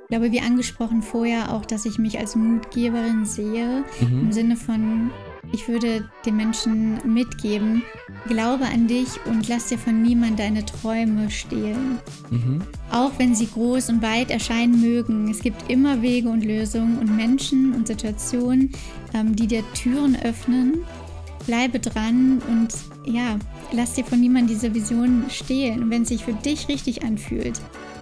Ich glaube, wie angesprochen vorher auch, dass ich mich als Mutgeberin sehe, im Sinne von, ich würde den Menschen mitgeben, glaube an dich und lass dir von niemand deine Träume stehlen. Auch wenn sie groß und weit erscheinen mögen, es gibt immer Wege und Lösungen und Menschen und Situationen, die dir Türen öffnen. Bleibe dran und ja, lass dir von niemandem diese Vision stehlen, wenn es sich für dich richtig anfühlt.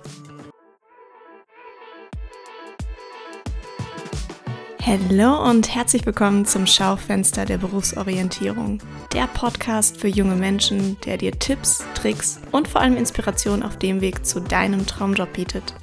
Hallo und herzlich willkommen zum Schaufenster der Berufsorientierung. Der Podcast für junge Menschen, der dir Tipps, Tricks und vor allem Inspiration auf dem Weg zu deinem Traumjob bietet.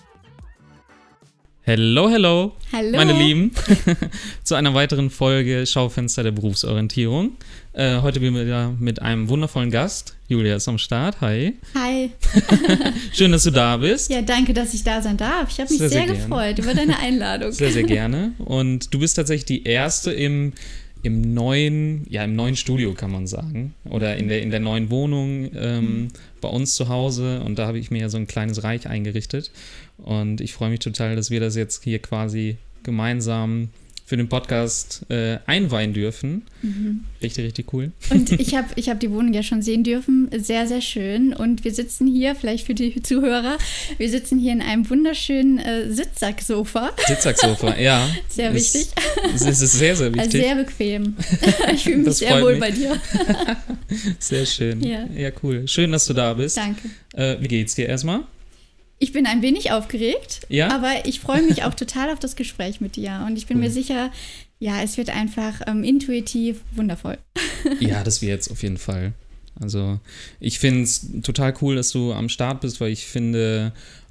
Hallo, Hallo, meine Lieben, zu einer weiteren Folge Schaufenster der Berufsorientierung. Heute wieder mit einem wundervollen Gast. Julia ist am Start. Hi. Hi. Schön, dass du da bist. Ja, danke, dass ich da sein darf. Ich habe mich sehr gefreut über deine Einladung. Sehr, sehr gerne. Und du bist tatsächlich die Erste im neuen Studio, kann man sagen. Oder in der neuen Wohnung bei uns zu Hause. Und da habe ich mir ja so ein kleines Reich eingerichtet. Und ich freue mich total, dass wir das jetzt hier quasi gemeinsam für den Podcast einweihen dürfen. Richtig, richtig cool. Und ich hab die Wohnung ja schon sehen dürfen. Sehr, sehr schön. Und wir sitzen hier, vielleicht für die Zuhörer, wir sitzen hier in einem wunderschönen Sitzsacksofa. Sitzsacksofa, ja. Sehr wichtig. Es ist sehr, sehr wichtig. Also sehr bequem. Ich fühle mich sehr wohl bei dir. Sehr schön. Ja, cool. Schön, dass du da bist. Danke. Wie geht's dir erstmal? Ich bin ein wenig aufgeregt, ja? Aber ich freue mich auch total auf das Gespräch mit dir. Und ich bin mir sicher, ja, es wird einfach intuitiv wundervoll. Ja, das wird jetzt auf jeden Fall. Also ich finde es total cool, dass du am Start bist, weil ich finde,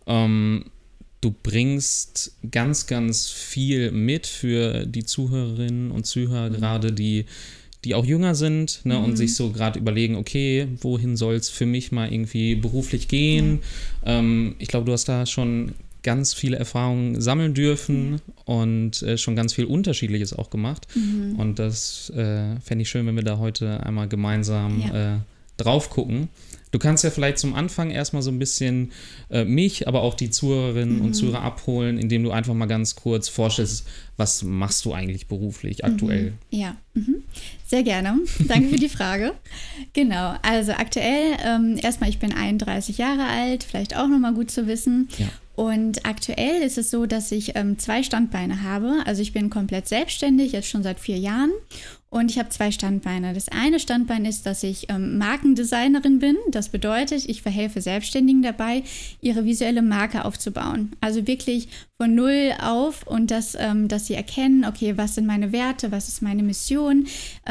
du bringst ganz, ganz viel mit für die Zuhörerinnen und Zuhörer, gerade die auch jünger sind, ne, und sich so gerade überlegen, okay, wohin soll es für mich mal irgendwie beruflich gehen? Ich glaube, du hast da schon ganz viele Erfahrungen sammeln dürfen und schon ganz viel Unterschiedliches auch gemacht. Und das fände ich schön, wenn wir da heute einmal gemeinsam drauf gucken. Du kannst ja vielleicht zum Anfang erstmal so ein bisschen mich, aber auch die Zuhörerinnen und Zuhörer abholen, indem du einfach mal ganz kurz vorstellst, was machst du eigentlich beruflich aktuell? Ja, sehr gerne. Danke für die Frage. Genau, also aktuell, erstmal, ich bin 31 Jahre alt, vielleicht auch nochmal gut zu wissen. Ja. Und aktuell ist es so, dass ich 2 Standbeine habe. Also ich bin komplett selbstständig, jetzt schon seit 4 Jahren. Und ich habe 2 Standbeine. Das eine Standbein ist, dass ich Markendesignerin bin. Das bedeutet, ich verhelfe Selbstständigen dabei, ihre visuelle Marke aufzubauen. Also wirklich von Null auf und dass sie erkennen, okay, was sind meine Werte, was ist meine Mission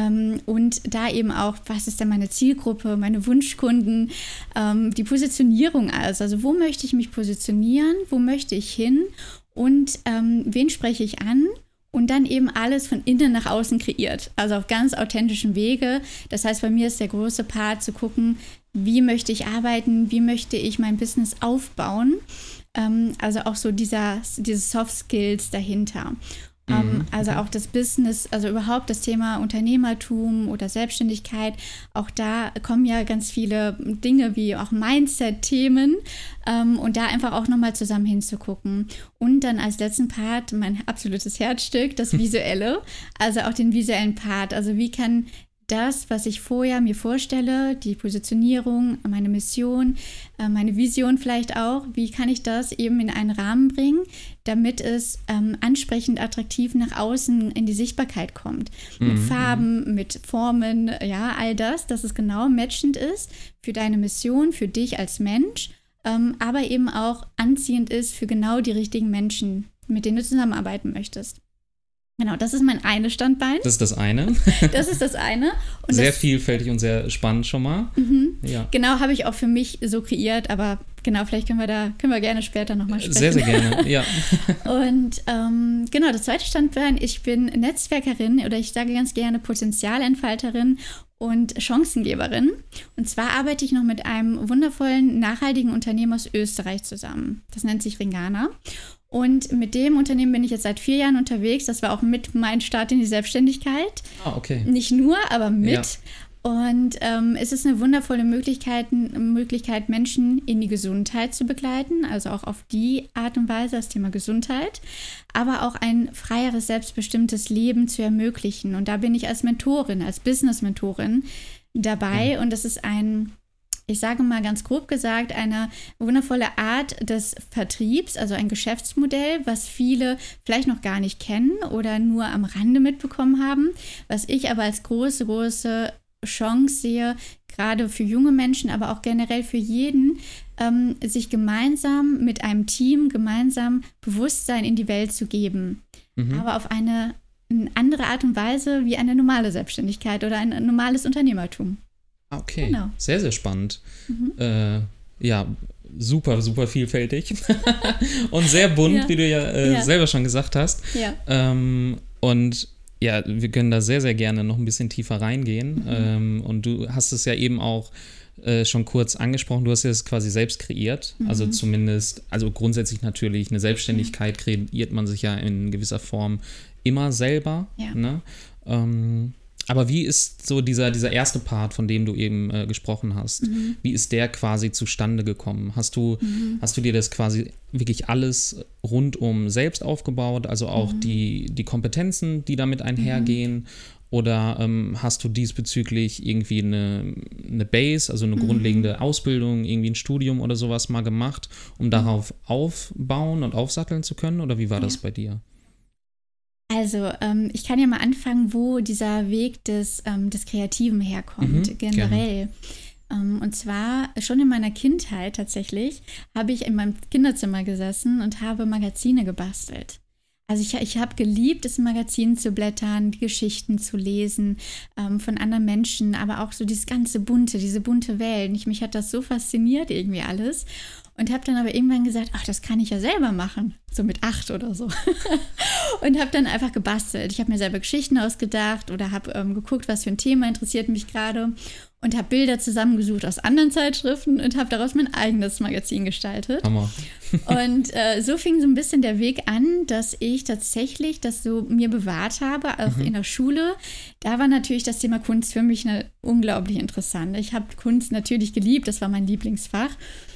und da eben auch, was ist denn meine Zielgruppe, meine Wunschkunden, die Positionierung also wo möchte ich mich positionieren, wo möchte ich hin und wen spreche ich an? Und dann eben alles von innen nach außen kreiert, also auf ganz authentischen Wege. Das heißt, bei mir ist der große Part zu gucken, wie möchte ich arbeiten, wie möchte ich mein Business aufbauen. Also auch so diese Soft Skills dahinter. Also auch das Business, also überhaupt das Thema Unternehmertum oder Selbstständigkeit, auch da kommen ja ganz viele Dinge wie auch Mindset-Themen und da einfach auch nochmal zusammen hinzugucken. Und dann als letzten Part, mein absolutes Herzstück, das Visuelle, also auch den visuellen Part, also wie kann das, was ich vorher mir vorstelle, die Positionierung, meine Mission, meine Vision vielleicht auch, wie kann ich das eben in einen Rahmen bringen, damit es ansprechend attraktiv nach außen in die Sichtbarkeit kommt. Mit Farben, mit Formen, ja, all das, dass es genau matchend ist für deine Mission, für dich als Mensch, aber eben auch anziehend ist für genau die richtigen Menschen, mit denen du zusammenarbeiten möchtest. Genau, das ist mein eine Standbein. Das ist das eine. Das ist das eine. Und sehr vielfältig und sehr spannend schon mal. Ja. Genau, habe ich auch für mich so kreiert, aber genau, vielleicht können wir gerne später nochmal sprechen. Sehr, sehr gerne, ja. Und genau, das zweite Standbein, ich bin Netzwerkerin oder ich sage ganz gerne Potenzialentfalterin und Chancengeberin. Und zwar arbeite ich noch mit einem wundervollen, nachhaltigen Unternehmen aus Österreich zusammen. Das nennt sich Ringana. Und mit dem Unternehmen bin ich jetzt seit 4 Jahren unterwegs. Das war auch mit mein Start in die Selbstständigkeit. Ah, okay. Nicht nur, aber mit. Ja. Und es ist eine wundervolle Möglichkeit, Menschen in die Gesundheit zu begleiten, also auch auf die Art und Weise, das Thema Gesundheit, aber auch ein freieres, selbstbestimmtes Leben zu ermöglichen. Und da bin ich als Mentorin, als Business-Mentorin dabei. Und das ist ich sage mal ganz grob gesagt, eine wundervolle Art des Vertriebs, also ein Geschäftsmodell, was viele vielleicht noch gar nicht kennen oder nur am Rande mitbekommen haben, was ich aber als große, große Chance sehe, gerade für junge Menschen, aber auch generell für jeden, sich gemeinsam mit einem Team gemeinsam Bewusstsein in die Welt zu geben. Aber auf eine andere Art und Weise wie eine normale Selbstständigkeit oder ein normales Unternehmertum. Okay, genau. Sehr, sehr spannend. Ja, super, super vielfältig und sehr bunt, wie du ja selber schon gesagt hast. Ja. Und ja, wir können da sehr, sehr gerne noch ein bisschen tiefer reingehen. Und du hast es ja eben auch schon kurz angesprochen, du hast es quasi selbst kreiert. Also grundsätzlich natürlich, eine Selbstständigkeit kreiert man sich ja in gewisser Form immer selber. Ja. Ne? Aber wie ist so dieser erste Part, von dem du eben gesprochen hast, wie ist der quasi zustande gekommen? Hast du dir das quasi wirklich alles rundum selbst aufgebaut, also auch die Kompetenzen, die damit einhergehen? Oder hast du diesbezüglich irgendwie eine Base, also eine grundlegende Ausbildung, irgendwie ein Studium oder sowas mal gemacht, um darauf aufbauen und aufsatteln zu können? Oder wie war das bei dir? Also, ich kann ja mal anfangen, wo dieser Weg des Kreativen herkommt, generell. Und zwar schon in meiner Kindheit tatsächlich habe ich in meinem Kinderzimmer gesessen und habe Magazine gebastelt. Also ich habe geliebt, es in Magazinen zu blättern, die Geschichten zu lesen von anderen Menschen, aber auch so diese bunte Welt. Mich hat das so fasziniert irgendwie alles. Und habe dann aber irgendwann gesagt, ach, das kann ich ja selber machen, so mit 8 oder so. Und habe dann einfach gebastelt. Ich habe mir selber Geschichten ausgedacht oder habe geguckt, was für ein Thema interessiert mich gerade und habe Bilder zusammengesucht aus anderen Zeitschriften und habe daraus mein eigenes Magazin gestaltet. Hammer. Und so fing so ein bisschen der Weg an, dass ich tatsächlich das so mir bewahrt habe, auch in der Schule. Da war natürlich das Thema Kunst für mich unglaublich interessant. Ich habe Kunst natürlich geliebt, das war mein Lieblingsfach.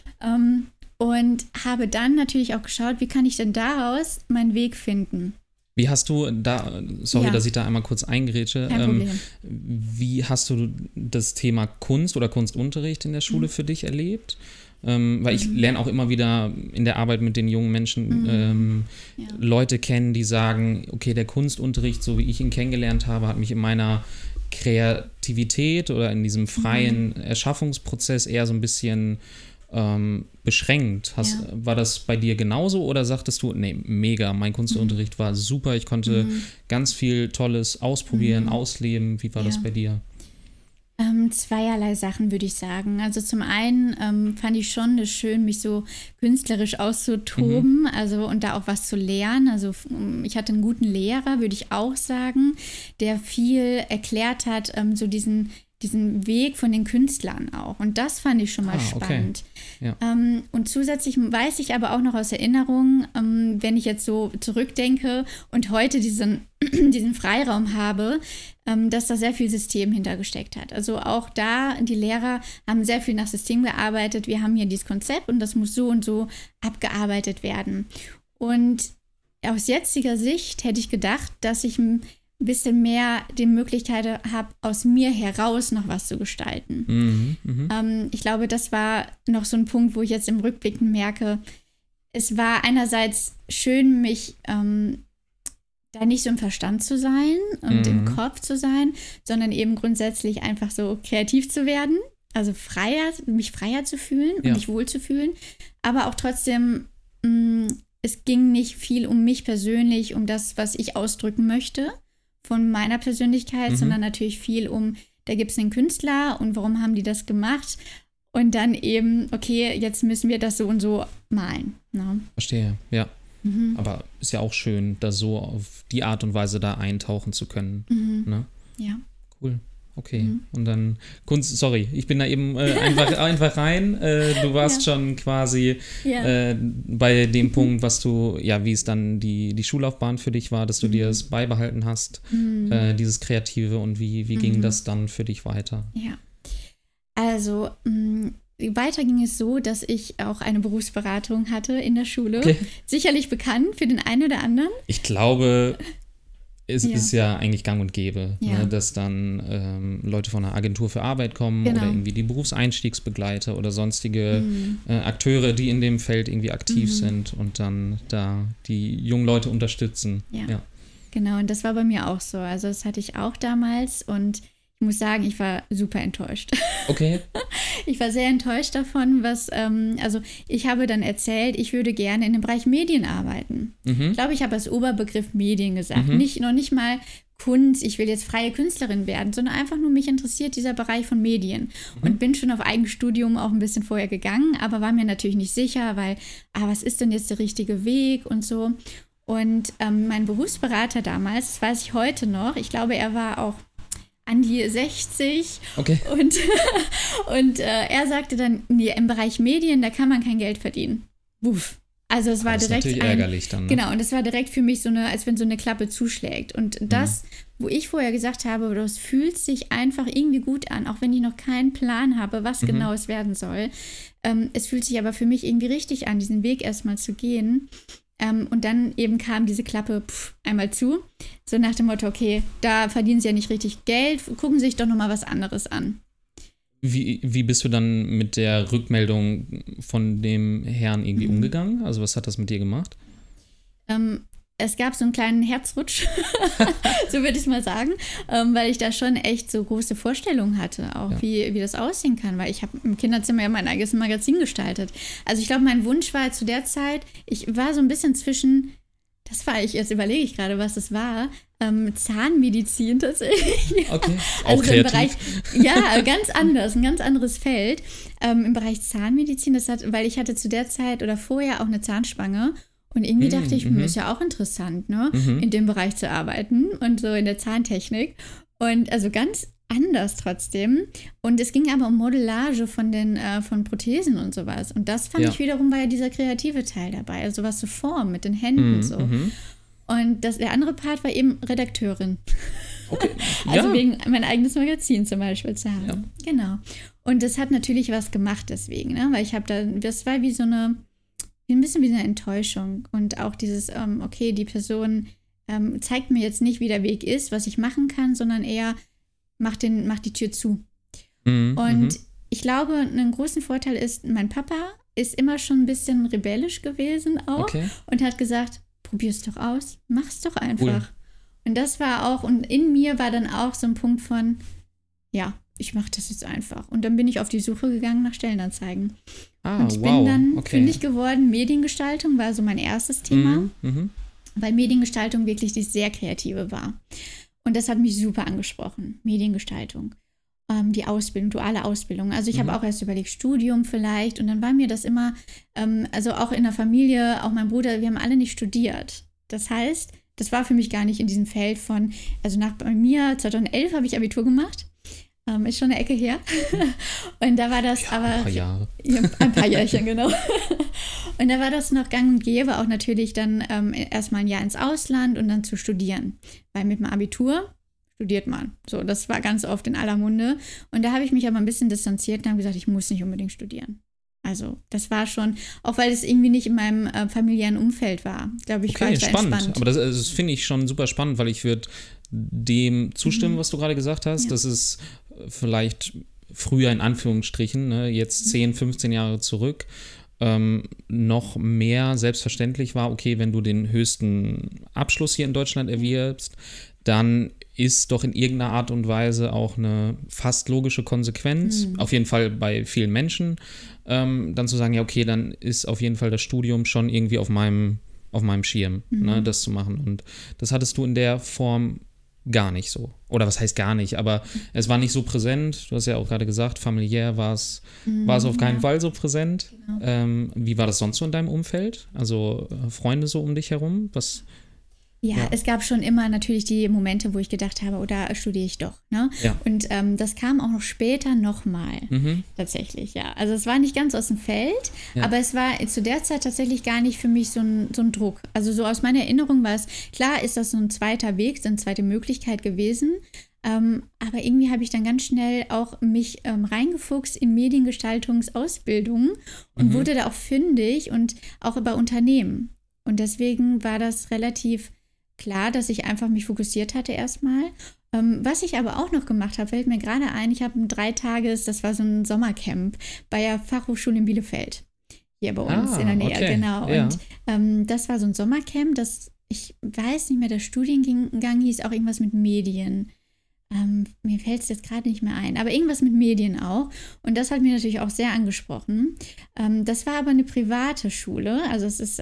Und habe dann natürlich auch geschaut, wie kann ich denn daraus meinen Weg finden. Wie hast du da, sorry, dass ich da einmal kurz eingrätsche, Kein Problem. Wie hast du das Thema Kunst oder Kunstunterricht in der Schule für dich erlebt? Weil ich lerne auch immer wieder in der Arbeit mit den jungen Menschen Leute kennen, die sagen, okay, der Kunstunterricht, so wie ich ihn kennengelernt habe, hat mich in meiner Kreativität oder in diesem freien Erschaffungsprozess eher so ein bisschen beschränkt. War das bei dir genauso oder sagtest du, nee, mega, mein Kunstunterricht war super, ich konnte ganz viel Tolles ausprobieren, ausleben. Wie war das bei dir? Zweierlei Sachen, würde ich sagen. Also zum einen fand ich schon es schön, mich so künstlerisch auszutoben, und da auch was zu lernen. Also ich hatte einen guten Lehrer, würde ich auch sagen, der viel erklärt hat, so diesen Weg von den Künstlern auch. Und das fand ich schon mal spannend. Okay. Ja. Und zusätzlich weiß ich aber auch noch aus Erinnerung, wenn ich jetzt so zurückdenke und heute diesen Freiraum habe, dass da sehr viel System hintergesteckt hat. Also auch da, die Lehrer haben sehr viel nach System gearbeitet. Wir haben hier dieses Konzept und das muss so und so abgearbeitet werden. Und aus jetziger Sicht hätte ich gedacht, dass ich ein bisschen mehr die Möglichkeit habe, aus mir heraus noch was zu gestalten. Ich glaube, das war noch so ein Punkt, wo ich jetzt im Rückblicken merke, es war einerseits schön, mich da nicht so im Verstand zu sein und im Kopf zu sein, sondern eben grundsätzlich einfach so kreativ zu werden, also mich freier zu fühlen und mich wohl zu fühlen, aber auch trotzdem, es ging nicht viel um mich persönlich, um das, was ich ausdrücken möchte von meiner Persönlichkeit, sondern natürlich viel da gibt es einen Künstler und warum haben die das gemacht und dann eben, okay, jetzt müssen wir das so und so malen. Ne? Verstehe, ja. Aber ist ja auch schön, da so auf die Art und Weise da eintauchen zu können. Ne? Ja. Cool. okay. Und dann Kunst, sorry, ich bin da eben einfach rein. Du warst schon quasi bei dem Punkt, was du, wie es dann die Schullaufbahn für dich war, dass du dir es beibehalten hast, dieses Kreative, und wie ging das dann für dich weiter? Ja, also weiter ging es so, dass ich auch eine Berufsberatung hatte in der Schule. Okay. Sicherlich bekannt für den einen oder anderen. Ich glaube, es ist ja eigentlich gang und gäbe, ne, dass dann Leute von einer Agentur für Arbeit kommen oder irgendwie die Berufseinstiegsbegleiter oder sonstige Akteure, die in dem Feld irgendwie aktiv sind und dann da die jungen Leute unterstützen. Ja, genau. Und das war bei mir auch so. Also das hatte ich auch damals und ich muss sagen, ich war super enttäuscht. Okay. Ich war sehr enttäuscht davon, also ich habe dann erzählt, ich würde gerne in dem Bereich Medien arbeiten. Ich glaube, ich habe als Oberbegriff Medien gesagt. Noch nicht mal Kunst, ich will jetzt freie Künstlerin werden, sondern einfach nur, mich interessiert dieser Bereich von Medien. Und bin schon auf Eigenstudium auch ein bisschen vorher gegangen, aber war mir natürlich nicht sicher, weil, was ist denn jetzt der richtige Weg und so. Und mein Berufsberater damals, das weiß ich heute noch, ich glaube, er war auch an die 60. Okay. Und er sagte dann, nee, im Bereich Medien, da kann man kein Geld verdienen. Wuff. Also es war das direkt ist natürlich ärgerlich dann. Ne? Genau, und es war direkt für mich als wenn so eine Klappe zuschlägt. Und das, wo ich vorher gesagt habe, das fühlt sich einfach irgendwie gut an, auch wenn ich noch keinen Plan habe, was genau es werden soll. Es fühlt sich aber für mich irgendwie richtig an, diesen Weg erstmal zu gehen. Und dann eben kam diese Klappe einmal zu, so nach dem Motto, okay, da verdienen sie ja nicht richtig Geld, gucken Sie sich doch nochmal was anderes an. Wie bist du dann mit der Rückmeldung von dem Herrn irgendwie umgegangen? Also was hat das mit dir gemacht? Es gab so einen kleinen Herzrutsch, so würde ich es mal sagen, weil ich da schon echt so große Vorstellungen hatte, auch wie das aussehen kann, weil ich habe im Kinderzimmer ja mein eigenes Magazin gestaltet. Also ich glaube, mein Wunsch war zu der Zeit, ich war so ein bisschen zwischen, jetzt überlege ich gerade, was das war, Zahnmedizin tatsächlich. Okay, also auch kreativ. Bereich, ganz anders, ein ganz anderes Feld. Im Bereich Zahnmedizin, weil ich hatte zu der Zeit oder vorher auch eine Zahnspange. Und irgendwie dachte ich, ist ja auch interessant, ne, in dem Bereich zu arbeiten und so in der Zahntechnik. Und also ganz anders trotzdem. Und es ging aber um Modellage von Prothesen und sowas. Und das fand ich wiederum, war ja dieser kreative Teil dabei. Also was zu formen mit den Händen so. Und der andere Part war eben Redakteurin. Okay. Also wegen mein eigenes Magazin zum Beispiel zu haben. Ja. Genau. Und das hat natürlich was gemacht deswegen, ne? Weil das war wie so ein bisschen wie eine Enttäuschung und auch dieses, okay, die Person zeigt mir jetzt nicht, wie der Weg ist, was ich machen kann, sondern eher macht die Tür zu. Und ich glaube, einen großen Vorteil ist, mein Papa ist immer schon ein bisschen rebellisch gewesen auch und hat gesagt, probier's doch aus, mach's doch einfach. Cool. Und das war auch, und in mir war dann auch so ein Punkt von, ich mache das jetzt einfach. Und dann bin ich auf die Suche gegangen nach Stellenanzeigen. Und ich bin dann fündig geworden. Mediengestaltung war so mein erstes Thema, weil Mediengestaltung wirklich die sehr kreative war. Und das hat mich super angesprochen, Mediengestaltung. Die Ausbildung, duale Ausbildung. Also ich habe auch erst überlegt, Studium vielleicht. Und dann war mir das immer, also auch in der Familie, auch mein Bruder, wir haben alle nicht studiert. Das heißt, das war für mich gar nicht in diesem Feld von, also bei mir 2011 habe ich Abitur gemacht. Ist schon eine Ecke her. Und da war das aber... Ein paar Jahre. Ja, ein paar Jährchen, genau. Und da war das noch gang und gäbe, auch natürlich dann erstmal ein Jahr ins Ausland und dann zu studieren. Weil mit dem Abitur studiert man. So, das war ganz oft in aller Munde. Und da habe ich mich aber ein bisschen distanziert und habe gesagt, ich muss nicht unbedingt studieren. Also das war schon, auch weil es irgendwie nicht in meinem familiären Umfeld war. Da war ich da entspannt. Aber das finde ich schon super spannend, weil ich würde dem zustimmen, was du gerade gesagt hast. Das ist vielleicht früher in Anführungsstrichen, ne, jetzt 10, 15 Jahre zurück, noch mehr selbstverständlich war, okay, wenn du den höchsten Abschluss hier in Deutschland erwirbst, dann ist doch in irgendeiner Art und Weise auch eine fast logische Konsequenz, auf jeden Fall bei vielen Menschen, dann zu sagen, ja okay, dann ist auf jeden Fall das Studium schon irgendwie auf meinem Schirm, ne, das zu machen. Und das hattest du in der Form gar nicht so. Oder was heißt gar nicht, aber es war nicht so präsent. Du hast ja auch gerade gesagt, familiär war es auf keinen Fall so präsent. Genau. Wie war das sonst so in deinem Umfeld? Also Freunde so um dich herum? Was? Ja, es gab schon immer natürlich die Momente, wo ich gedacht habe, oder studiere ich doch, ne? Ja. Und das kam auch noch später nochmal, tatsächlich, ja. Also es war nicht ganz aus dem Feld, aber es war zu der Zeit tatsächlich gar nicht für mich so ein Druck. Also so aus meiner Erinnerung war es, klar ist das so ein zweiter Weg, so eine zweite Möglichkeit gewesen, aber irgendwie habe ich dann ganz schnell auch mich reingefuchst in Mediengestaltungsausbildungen und wurde da auch fündig und auch über Unternehmen. Und deswegen war das relativ klar, dass ich einfach mich fokussiert hatte erstmal. Was ich aber auch noch gemacht habe, fällt mir gerade ein, ich habe ein 3-Tages, das war so ein Sommercamp bei der Fachhochschule in Bielefeld. Hier bei uns in der Nähe, genau. Ja. Und das war so ein Sommercamp, ich weiß nicht mehr, der Studiengang hieß auch irgendwas mit Medien. Mir fällt es jetzt gerade nicht mehr ein, aber irgendwas mit Medien auch. Und das hat mir natürlich auch sehr angesprochen. Das war aber eine private Schule, also es ist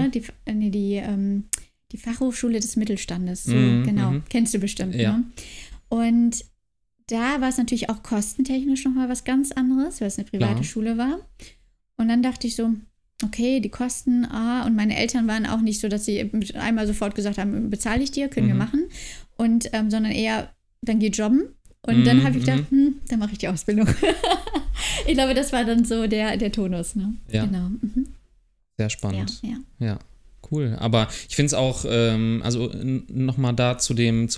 die Fachhochschule des Mittelstandes, so, genau, kennst du bestimmt. Ja. Ne? Und da war es natürlich auch kostentechnisch nochmal was ganz anderes, weil es eine private Schule war. Und dann dachte ich so, okay, die Kosten, und meine Eltern waren auch nicht so, dass sie einmal sofort gesagt haben, bezahle ich dir, können wir machen. Und sondern eher, dann geh jobben. Und dann habe ich gedacht, dann mache ich die Ausbildung. Ich glaube, das war dann so der Tonus. Ne? Ja. Genau. Sehr spannend. Ja. Cool. Aber ich finde es auch, also nochmal da zu dem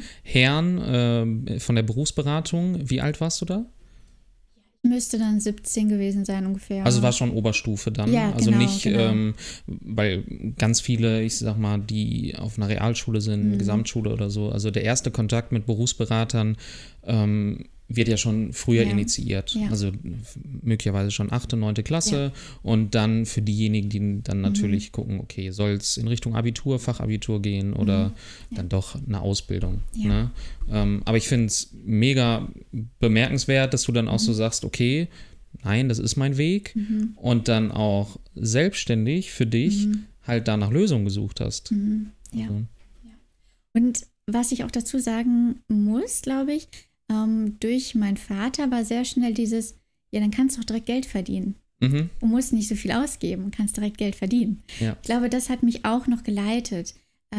Herrn von der Berufsberatung. Wie alt warst du da? Müsste dann 17 gewesen sein ungefähr. Also war schon Oberstufe dann? Ja, also genau, nicht, weil ganz viele, ich sag mal, die auf einer Realschule sind, Gesamtschule oder so, also der erste Kontakt mit Berufsberatern wird ja schon früher initiiert. Ja. Also möglicherweise schon 8., 9. Klasse und dann für diejenigen, die dann natürlich gucken, okay, soll es in Richtung Abitur, Fachabitur gehen oder dann doch eine Ausbildung. Ja. Ne? Aber ich finde es mega bemerkenswert, dass du dann auch so sagst, okay, nein, das ist mein Weg und dann auch selbstständig für dich halt da nach Lösungen gesucht hast. Ja. So. Und was ich auch dazu sagen muss, glaube ich, durch meinen Vater war sehr schnell dieses, ja, dann kannst du auch direkt Geld verdienen. Du musst nicht so viel ausgeben und kannst direkt Geld verdienen. Ja. Ich glaube, das hat mich auch noch geleitet.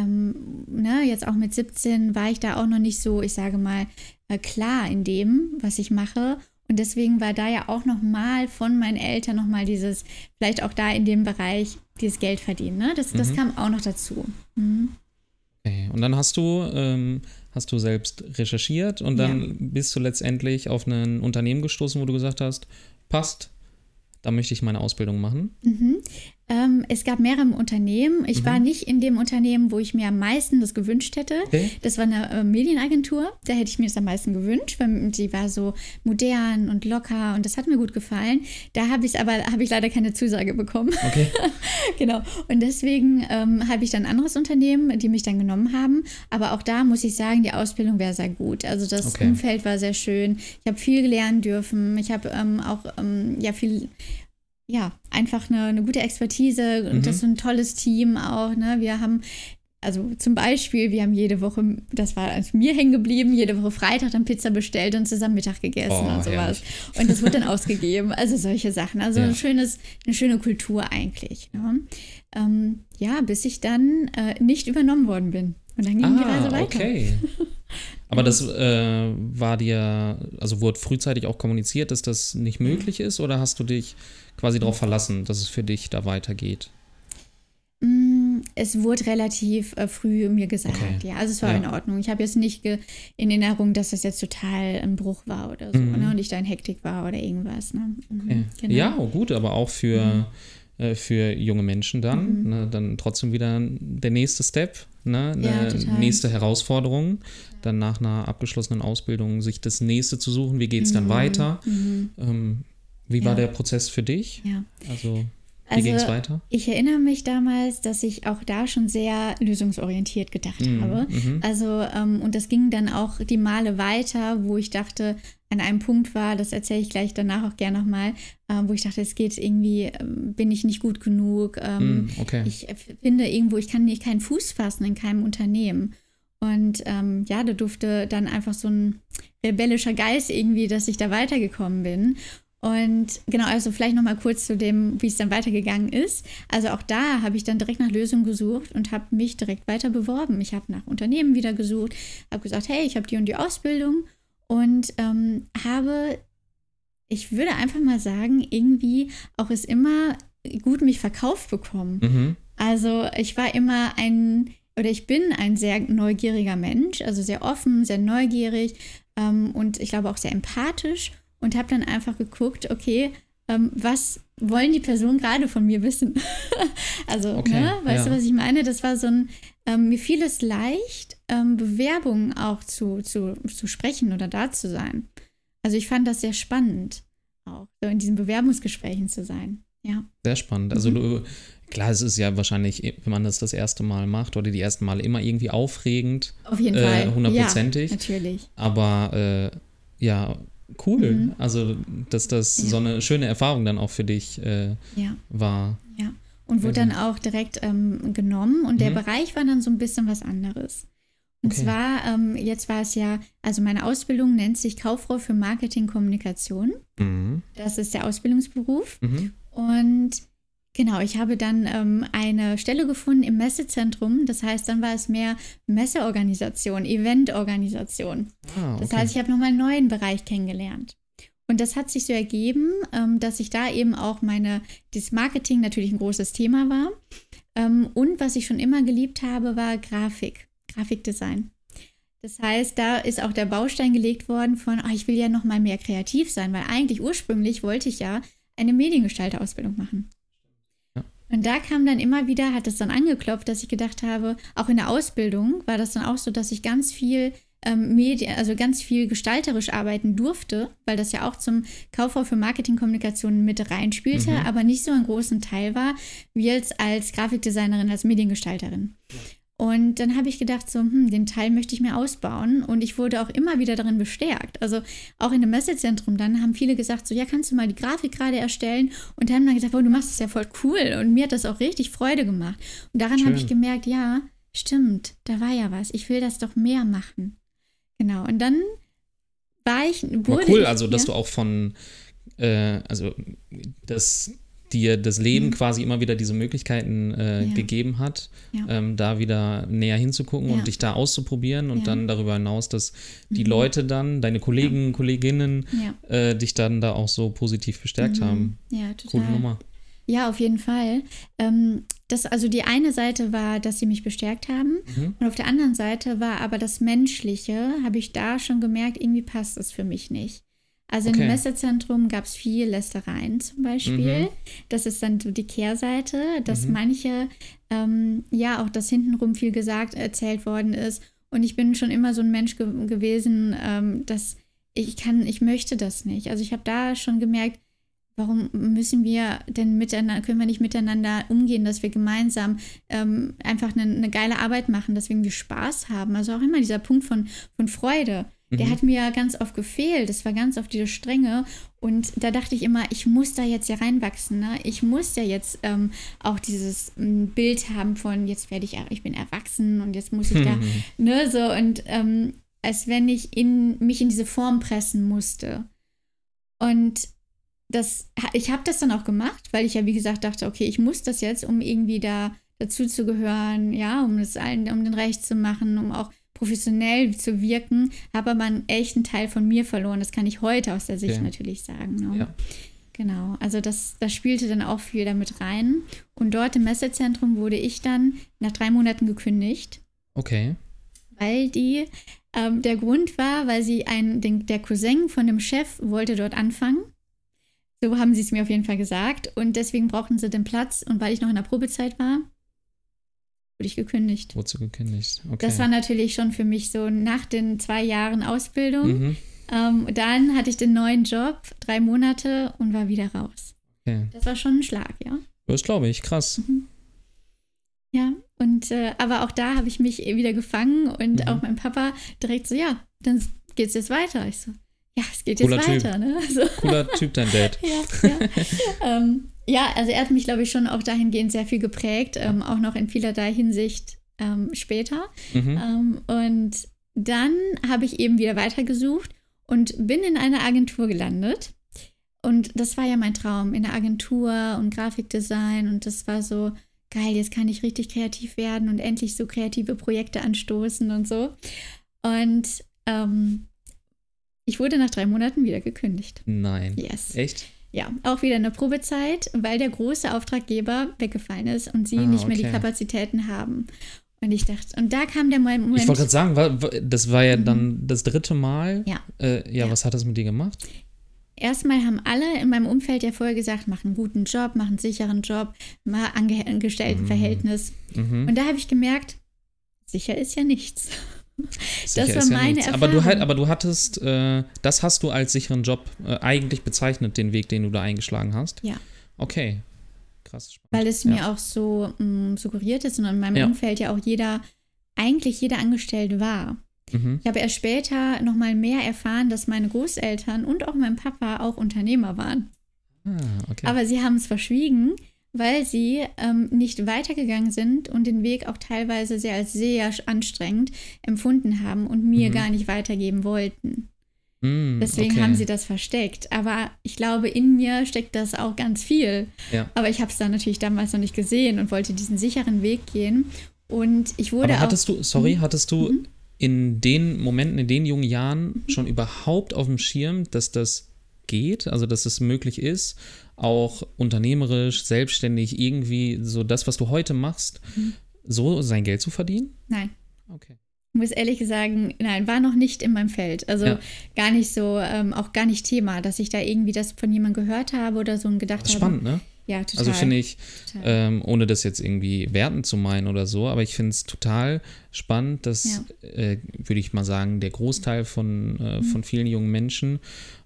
Jetzt auch mit 17 war ich da auch noch nicht so, ich sage mal, klar in dem, was ich mache. Und deswegen war da ja auch noch mal von meinen Eltern noch mal dieses, vielleicht auch da in dem Bereich, dieses Geld verdienen. Ne? Das kam auch noch dazu. Okay. Und dann hast du selbst recherchiert und dann bist du letztendlich auf ein Unternehmen gestoßen, wo du gesagt hast, passt, da möchte ich meine Ausbildung machen. Es gab mehrere Unternehmen. Ich war nicht in dem Unternehmen, wo ich mir am meisten das gewünscht hätte. Okay. Das war eine Medienagentur. Da hätte ich mir das am meisten gewünscht, weil die war so modern und locker und das hat mir gut gefallen. Da habe ich leider keine Zusage bekommen. Okay. Genau. Und deswegen habe ich dann ein anderes Unternehmen, die mich dann genommen haben. Aber auch da muss ich sagen, die Ausbildung wäre sehr gut. Also das Umfeld war sehr schön. Ich habe viel lernen dürfen. Ich habe auch viel... Ja, einfach eine gute Expertise und das ist ein tolles Team auch, ne? Wir haben, also zum Beispiel, wir haben jede Woche, das war also mir hängen geblieben, jede Woche Freitag dann Pizza bestellt und zusammen Mittag gegessen und sowas. Herrlich. Und das wird dann ausgegeben, also solche Sachen. Also eine schöne Kultur eigentlich. Ne? Bis ich dann nicht übernommen worden bin. Und dann ging die Reise weiter. Okay. Aber das war dir, also wurde frühzeitig auch kommuniziert, dass das nicht möglich ist oder hast du dich quasi darauf verlassen, dass es für dich da weitergeht? Es wurde relativ früh mir gesagt, ja, also es war in Ordnung. Ich habe jetzt nicht in Erinnerung, dass das jetzt total ein Bruch war oder so, ne? Und ich da in Hektik war oder irgendwas. Ne? Okay. Genau. Ja, gut, aber auch für junge Menschen dann, ne, dann trotzdem wieder der nächste Step, ne, eine nächste Herausforderung, dann nach einer abgeschlossenen Ausbildung sich das nächste zu suchen, wie geht es dann weiter? Wie war der Prozess für dich? Ja. Also wie ging es weiter? Ich erinnere mich damals, dass ich auch da schon sehr lösungsorientiert gedacht habe. Also und das ging dann auch die Male weiter, wo ich dachte, an einem Punkt war, das erzähle ich gleich danach auch gerne nochmal, wo ich dachte, es geht irgendwie, bin ich nicht gut genug. Ich finde irgendwo, ich kann keinen Fuß fassen in keinem Unternehmen. Und da durfte dann einfach so ein rebellischer Geist irgendwie, dass ich da weitergekommen bin. Und genau, also vielleicht nochmal kurz zu dem, wie es dann weitergegangen ist. Also auch da habe ich dann direkt nach Lösungen gesucht und habe mich direkt weiter beworben. Ich habe nach Unternehmen wieder gesucht, habe gesagt, hey, ich habe die und die Ausbildung und habe, ich würde einfach mal sagen, irgendwie auch es immer gut mich verkauft bekommen. Mhm. Also ich bin ein sehr neugieriger Mensch, also sehr offen, sehr neugierig und ich glaube auch sehr empathisch. Und habe dann einfach geguckt, okay, was wollen die Personen gerade von mir wissen? Also, okay, ne, weißt du, was ich meine? Das war so mir fiel es leicht, Bewerbungen auch zu sprechen oder da zu sein. Also ich fand das sehr spannend, auch so in diesen Bewerbungsgesprächen zu sein. Ja. Sehr spannend. Also klar, es ist ja wahrscheinlich, wenn man das erste Mal macht oder die ersten Male immer irgendwie aufregend. Auf jeden Fall. 100%ig. Ja, natürlich. Aber cool, also dass das so eine schöne Erfahrung dann auch für dich war. Ja, und wurde dann auch direkt genommen und der Bereich war dann so ein bisschen was anderes. Und zwar, jetzt war es ja, also meine Ausbildung nennt sich Kauffrau für Marketing Kommunikation. Mhm. Das ist der Ausbildungsberuf. Mhm. Und genau, ich habe dann eine Stelle gefunden im Messezentrum. Das heißt, dann war es mehr Messeorganisation, Eventorganisation. Das heißt, ich habe nochmal einen neuen Bereich kennengelernt. Und das hat sich so ergeben, dass ich da eben auch das Marketing natürlich ein großes Thema war. Und was ich schon immer geliebt habe, war Grafikdesign. Das heißt, da ist auch der Baustein gelegt worden von, ich will ja noch mal mehr kreativ sein, weil eigentlich ursprünglich wollte ich ja eine Mediengestalter-Ausbildung machen. Ja. Und da kam dann immer wieder, hat es dann angeklopft, dass ich gedacht habe, auch in der Ausbildung war das dann auch so, dass ich ganz viel ganz viel gestalterisch arbeiten durfte, weil das ja auch zum Kauffrau für Marketingkommunikation mit reinspielte, aber nicht so einen großen Teil war, wie jetzt als Grafikdesignerin, als Mediengestalterin. Ja. Und dann habe ich gedacht, so, den Teil möchte ich mir ausbauen. Und ich wurde auch immer wieder darin bestärkt. Also auch in dem Messezentrum, dann haben viele gesagt, so, ja, kannst du mal die Grafik gerade erstellen? Und dann haben dann gesagt, du machst das ja voll cool. Und mir hat das auch richtig Freude gemacht. Und daran habe ich gemerkt, ja, stimmt, da war ja was. Ich will das doch mehr machen. Genau. Und dann dass du auch dass dir das Leben quasi immer wieder diese Möglichkeiten gegeben hat, da wieder näher hinzugucken und dich da auszuprobieren und dann darüber hinaus, dass die Leute dann, deine Kollegen, Kolleginnen, dich dann da auch so positiv bestärkt haben. Ja, total. Coole Nummer. Ja, auf jeden Fall. Also die eine Seite war, dass sie mich bestärkt haben und auf der anderen Seite war aber das Menschliche, habe ich da schon gemerkt, irgendwie passt es für mich nicht. Also im Messezentrum gab es viel Lästereien zum Beispiel. Das ist dann so die Kehrseite, dass manche, auch dass hintenrum viel erzählt worden ist. Und ich bin schon immer so ein Mensch gewesen, dass ich möchte das nicht. Also ich habe da schon gemerkt, warum können wir nicht miteinander umgehen, dass wir gemeinsam einfach eine geile Arbeit machen, dass wir irgendwie Spaß haben. Also auch immer dieser Punkt von Freude. Der hat mir ganz oft gefehlt. Das war ganz oft diese Strenge. Und da dachte ich immer, ich muss da jetzt ja reinwachsen. Ne? Ich muss ja jetzt auch dieses Bild haben von, jetzt ich bin erwachsen und jetzt muss ich da, ne, so. Und als wenn ich mich in diese Form pressen musste. Und ich habe das dann auch gemacht, weil ich ja, wie gesagt, dachte, okay, ich muss das jetzt, um irgendwie dazu zu gehören, ja, um den Recht zu machen, um auch professionell zu wirken, habe aber einen echten Teil von mir verloren. Das kann ich heute aus der Sicht natürlich sagen. Ne? Ja. Genau, also das spielte dann auch viel damit rein. Und dort im Messezentrum wurde ich dann nach 3 Monaten gekündigt. Okay. Weil der Grund war, weil der Cousin von dem Chef wollte dort anfangen. So haben sie es mir auf jeden Fall gesagt. Und deswegen brauchten sie den Platz. Und weil ich noch in der Probezeit war, wurde ich gekündigt. Wurdest du gekündigt? Okay. Das war natürlich schon für mich so nach den 2 Jahren Ausbildung. Dann hatte ich den neuen Job, 3 Monate und war wieder raus. Okay. Das war schon ein Schlag, ja. Das glaube ich, krass. Ja, und aber auch da habe ich mich wieder gefangen und auch mein Papa direkt so, ja, dann geht's jetzt weiter. Ich so, ja, es geht Cooler jetzt weiter. Typ. Ne? So. Cooler Typ, dein Dad. Ja, also er hat mich, glaube ich, schon auch dahingehend sehr viel geprägt, auch noch in vielerlei Hinsicht später. Und dann habe ich eben wieder weitergesucht und bin in einer Agentur gelandet. Und das war ja mein Traum in der Agentur und Grafikdesign. Und das war so, geil, jetzt kann ich richtig kreativ werden und endlich so kreative Projekte anstoßen und so. Und ich wurde nach 3 Monaten wieder gekündigt. Nein. Yes. Echt? Ja, auch wieder eine Probezeit, weil der große Auftraggeber weggefallen ist und sie nicht mehr die Kapazitäten haben. Und ich dachte, und da kam der Moment. Ich wollte gerade sagen, das war ja dann das 3. Mal. Ja. Was hat das mit dir gemacht? Erstmal haben alle in meinem Umfeld ja vorher gesagt, mach einen guten Job, mach einen sicheren Job, mach Angestelltenverhältnis. Und da habe ich gemerkt, sicher ist ja nichts. Das war meine Erfahrung. Aber du hattest, das hast du als sicheren Job eigentlich bezeichnet, den Weg, den du da eingeschlagen hast? Ja. Okay, krass. Spannend. Weil es mir auch so suggeriert ist und in meinem Umfeld ja auch eigentlich jeder angestellt war. Ich habe erst später nochmal mehr erfahren, dass meine Großeltern und auch mein Papa auch Unternehmer waren. Okay. Aber sie haben es verschwiegen, weil sie nicht weitergegangen sind und den Weg auch teilweise als sehr anstrengend empfunden haben und mir gar nicht weitergeben wollten. Deswegen haben sie das versteckt. Aber ich glaube, in mir steckt das auch ganz viel. Ja. Aber ich habe es dann natürlich damals noch nicht gesehen und wollte diesen sicheren Weg gehen. Und ich wurde hattest du in den Momenten, in den jungen Jahren schon überhaupt auf dem Schirm, dass das geht, also dass es möglich ist, auch unternehmerisch, selbstständig irgendwie so das, was du heute machst, so sein Geld zu verdienen? Nein. Okay. Ich muss ehrlich sagen, nein, war noch nicht in meinem Feld. Also gar nicht so, auch gar nicht Thema, dass ich da irgendwie das von jemandem gehört habe oder so und gedacht habe. Das ist spannend, ne? Ja, total. Also finde ich, ohne das jetzt irgendwie werten zu meinen oder so, aber ich finde es total spannend, dass, würde ich mal sagen, der Großteil von vielen jungen Menschen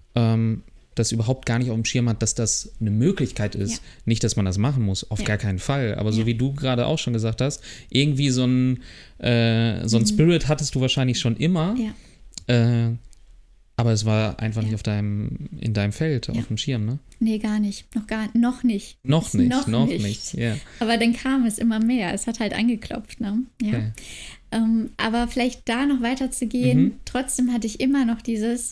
das überhaupt gar nicht auf dem Schirm hat, dass das eine Möglichkeit ist. Ja. Nicht, dass man das machen muss, auf gar keinen Fall. Aber so wie du gerade auch schon gesagt hast, irgendwie so ein Spirit hattest du wahrscheinlich schon immer. Ja. Aber es war einfach nicht in deinem Feld, auf dem Schirm, ne? Nee, gar nicht. Noch nicht. Noch nicht. Ja. Aber dann kam es immer mehr. Es hat halt angeklopft, ne? Ja. Okay. Aber vielleicht da noch weiter zu gehen, trotzdem hatte ich immer noch dieses,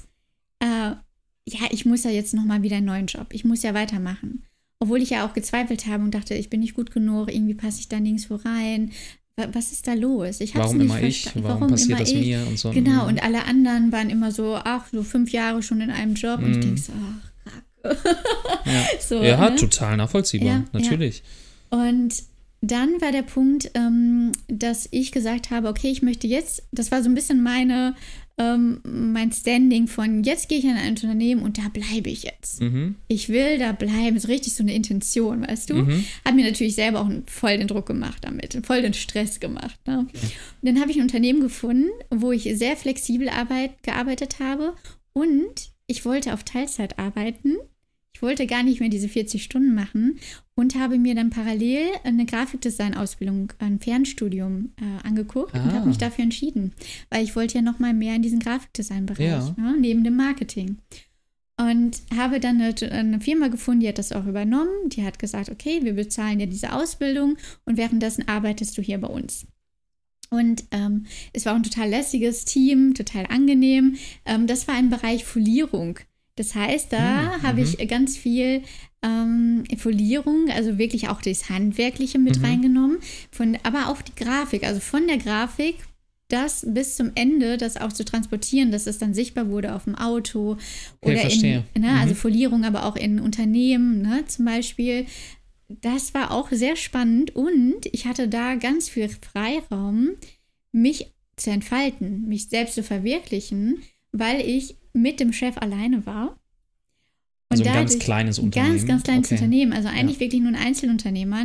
ich muss ja jetzt nochmal wieder einen neuen Job. Ich muss ja weitermachen. Obwohl ich ja auch gezweifelt habe und dachte, ich bin nicht gut genug, irgendwie passe ich da nirgendwo rein. Was ist da los? Ich hab's nicht verstanden. Warum passiert das mir und so? Genau, und alle anderen waren immer so, so 5 Jahre schon in einem Job. Und ich denke so, Kacke. Ja, total nachvollziehbar, natürlich. Ja. Und dann war der Punkt, dass ich gesagt habe, okay, ich möchte jetzt, das war so ein bisschen mein Standing von, jetzt gehe ich in ein Unternehmen und da bleibe ich jetzt. Ich will da bleiben, so richtig so eine Intention, weißt du? Hat mir natürlich selber auch voll den Druck gemacht damit, voll den Stress gemacht. Ne? Okay. Und dann habe ich ein Unternehmen gefunden, wo ich sehr flexibel gearbeitet habe und ich wollte auf Teilzeit arbeiten. Ich wollte gar nicht mehr diese 40 Stunden machen und habe mir dann parallel eine Grafikdesign-Ausbildung, ein Fernstudium angeguckt und habe mich dafür entschieden, weil ich wollte ja noch mal mehr in diesen Grafikdesign-Bereich, neben dem Marketing. Und habe dann eine Firma gefunden, die hat das auch übernommen. Die hat gesagt, okay, wir bezahlen dir diese Ausbildung und währenddessen arbeitest du hier bei uns. Und es war auch ein total lässiges Team, total angenehm. Das war ein Bereich Folierung. Das heißt, da habe ich ganz viel Folierung, also wirklich auch das Handwerkliche mit reingenommen, aber auch die Grafik, also von der Grafik, das bis zum Ende, das auch zu transportieren, dass es dann sichtbar wurde auf dem Auto oder also Folierung, aber auch in Unternehmen, ne, zum Beispiel. Das war auch sehr spannend und ich hatte da ganz viel Freiraum, mich zu entfalten, mich selbst zu verwirklichen, weil ich mit dem Chef alleine war. Und also ein ganz kleines Unternehmen. Ganz kleines Unternehmen. Also eigentlich wirklich nur ein Einzelunternehmer,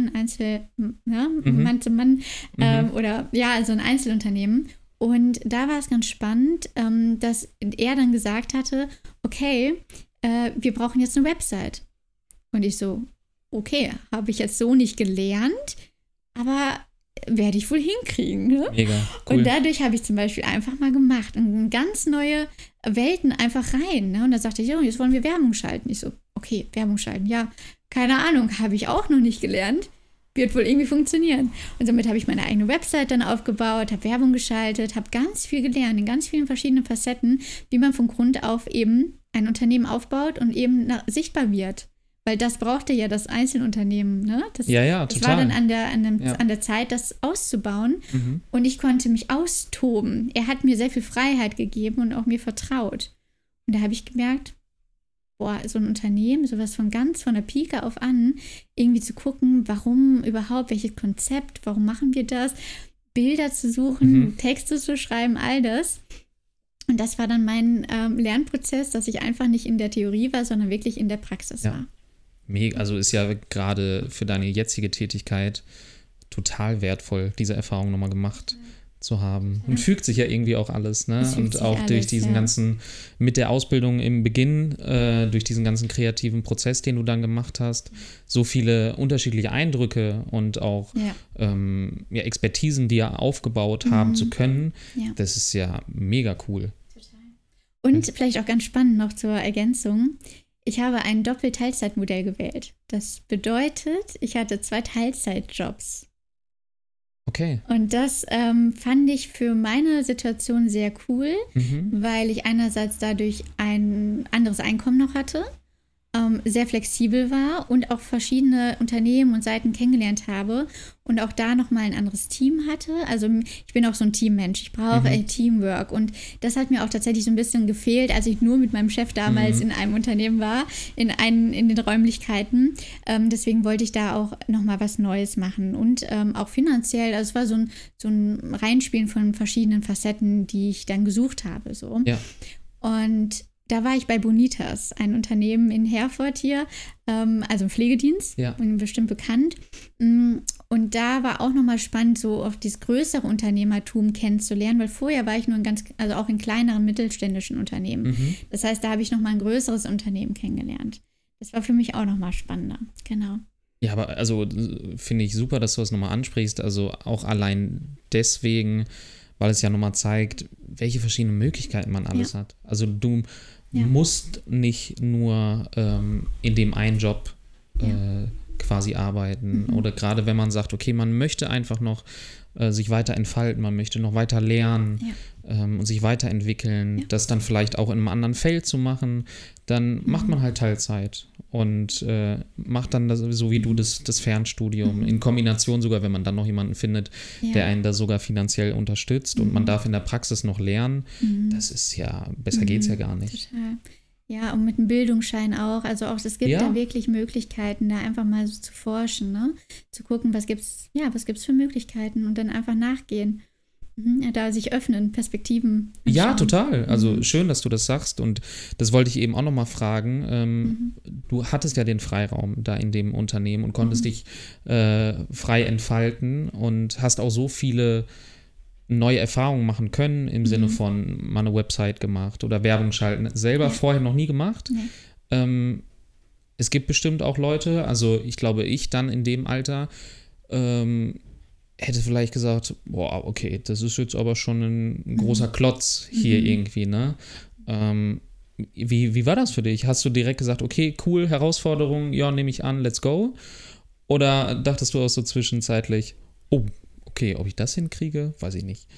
Mann zu Mann oder also ein Einzelunternehmen. Und da war es ganz spannend, dass er dann gesagt hatte, okay, wir brauchen jetzt eine Website. Und ich so, okay, habe ich jetzt so nicht gelernt, aber werde ich wohl hinkriegen. Ne? Mega, cool. Und dadurch habe ich zum Beispiel einfach mal gemacht und in ganz neue Welten einfach rein. Ne? Und da sagte ich, jetzt wollen wir Werbung schalten. Ich so, okay, Werbung schalten, ja, keine Ahnung, habe ich auch noch nicht gelernt. Wird wohl irgendwie funktionieren. Und somit habe ich meine eigene Website dann aufgebaut, habe Werbung geschaltet, habe ganz viel gelernt, in ganz vielen verschiedenen Facetten, wie man von Grund auf eben ein Unternehmen aufbaut und eben sichtbar wird. Weil das brauchte ja das Einzelunternehmen, ne? Das total. war dann an der Zeit, das auszubauen. Und ich konnte mich austoben. Er hat mir sehr viel Freiheit gegeben und auch mir vertraut. Und da habe ich gemerkt, boah, so ein Unternehmen, sowas von der Pike auf an, irgendwie zu gucken, warum überhaupt, welches Konzept, warum machen wir das, Bilder zu suchen, Texte zu schreiben, all das. Und das war dann mein Lernprozess, dass ich einfach nicht in der Theorie war, sondern wirklich in der Praxis war. Mega, also ist ja gerade für deine jetzige Tätigkeit total wertvoll, diese Erfahrung nochmal gemacht zu haben. Und fügt sich ja irgendwie auch alles, ne? Und auch durch diesen ganzen, mit der Ausbildung im Beginn, durch diesen ganzen kreativen Prozess, den du dann gemacht hast, so viele unterschiedliche Eindrücke und auch Expertisen, die ja aufgebaut haben zu können, das ist ja mega cool. Total. Und vielleicht auch ganz spannend noch zur Ergänzung, ich habe ein Doppelteilzeitmodell gewählt. Das bedeutet, ich hatte 2 Teilzeitjobs. Okay. Und das fand ich für meine Situation sehr cool, weil ich einerseits dadurch ein anderes Einkommen noch hatte, sehr flexibel war und auch verschiedene Unternehmen und Seiten kennengelernt habe und auch da nochmal ein anderes Team hatte. Also ich bin auch so ein Teammensch, ich brauche Teamwork und das hat mir auch tatsächlich so ein bisschen gefehlt, als ich nur mit meinem Chef damals in einem Unternehmen war, in den Räumlichkeiten. Deswegen wollte ich da auch nochmal was Neues machen und auch finanziell, also es war so ein Reinspielen von verschiedenen Facetten, die ich dann gesucht habe. So. Ja. Und da war ich bei Bonitas, ein Unternehmen in Herford hier, also ein Pflegedienst, bestimmt bekannt. Und da war auch nochmal spannend, so auf dieses größere Unternehmertum kennenzulernen, weil vorher war ich nur auch in kleineren mittelständischen Unternehmen. Das heißt, da habe ich nochmal ein größeres Unternehmen kennengelernt. Das war für mich auch nochmal spannender, genau. Ja, aber also finde ich super, dass du das nochmal ansprichst, also auch allein deswegen, weil es ja nochmal zeigt, welche verschiedenen Möglichkeiten man alles hat. Also du musst nicht nur in dem einen Job quasi arbeiten oder gerade wenn man sagt, okay, man möchte einfach noch sich weiter entfalten, man möchte noch weiter lernen und sich weiterentwickeln, das dann vielleicht auch in einem anderen Feld zu machen, dann macht man halt Teilzeit und macht dann das, so wie du das Fernstudium in Kombination sogar, wenn man dann noch jemanden findet, der einen da sogar finanziell unterstützt und man darf in der Praxis noch lernen. Das ist ja, besser geht's ja gar nicht. Total. Ja, und mit einem Bildungsschein auch. Also auch, es gibt da wirklich Möglichkeiten, da einfach mal so zu forschen, ne? Zu gucken, was gibt's für Möglichkeiten und dann einfach nachgehen. Da sich öffnen, Perspektiven anschauen. Ja, total. Also schön, dass du das sagst und das wollte ich eben auch nochmal fragen. Du hattest ja den Freiraum da in dem Unternehmen und konntest dich frei entfalten und hast auch so viele neue Erfahrungen machen können im Sinne von mal eine Website gemacht oder Werbung schalten. Selber vorher noch nie gemacht. Es gibt bestimmt auch Leute, also ich glaube, ich dann in dem Alter hätte vielleicht gesagt, boah, okay, das ist jetzt aber schon ein großer Klotz hier irgendwie, ne? Wie war das für dich? Hast du direkt gesagt, okay, cool, Herausforderung, ja, nehme ich an, let's go? Oder dachtest du auch so zwischenzeitlich, oh, okay, ob ich das hinkriege, weiß ich nicht.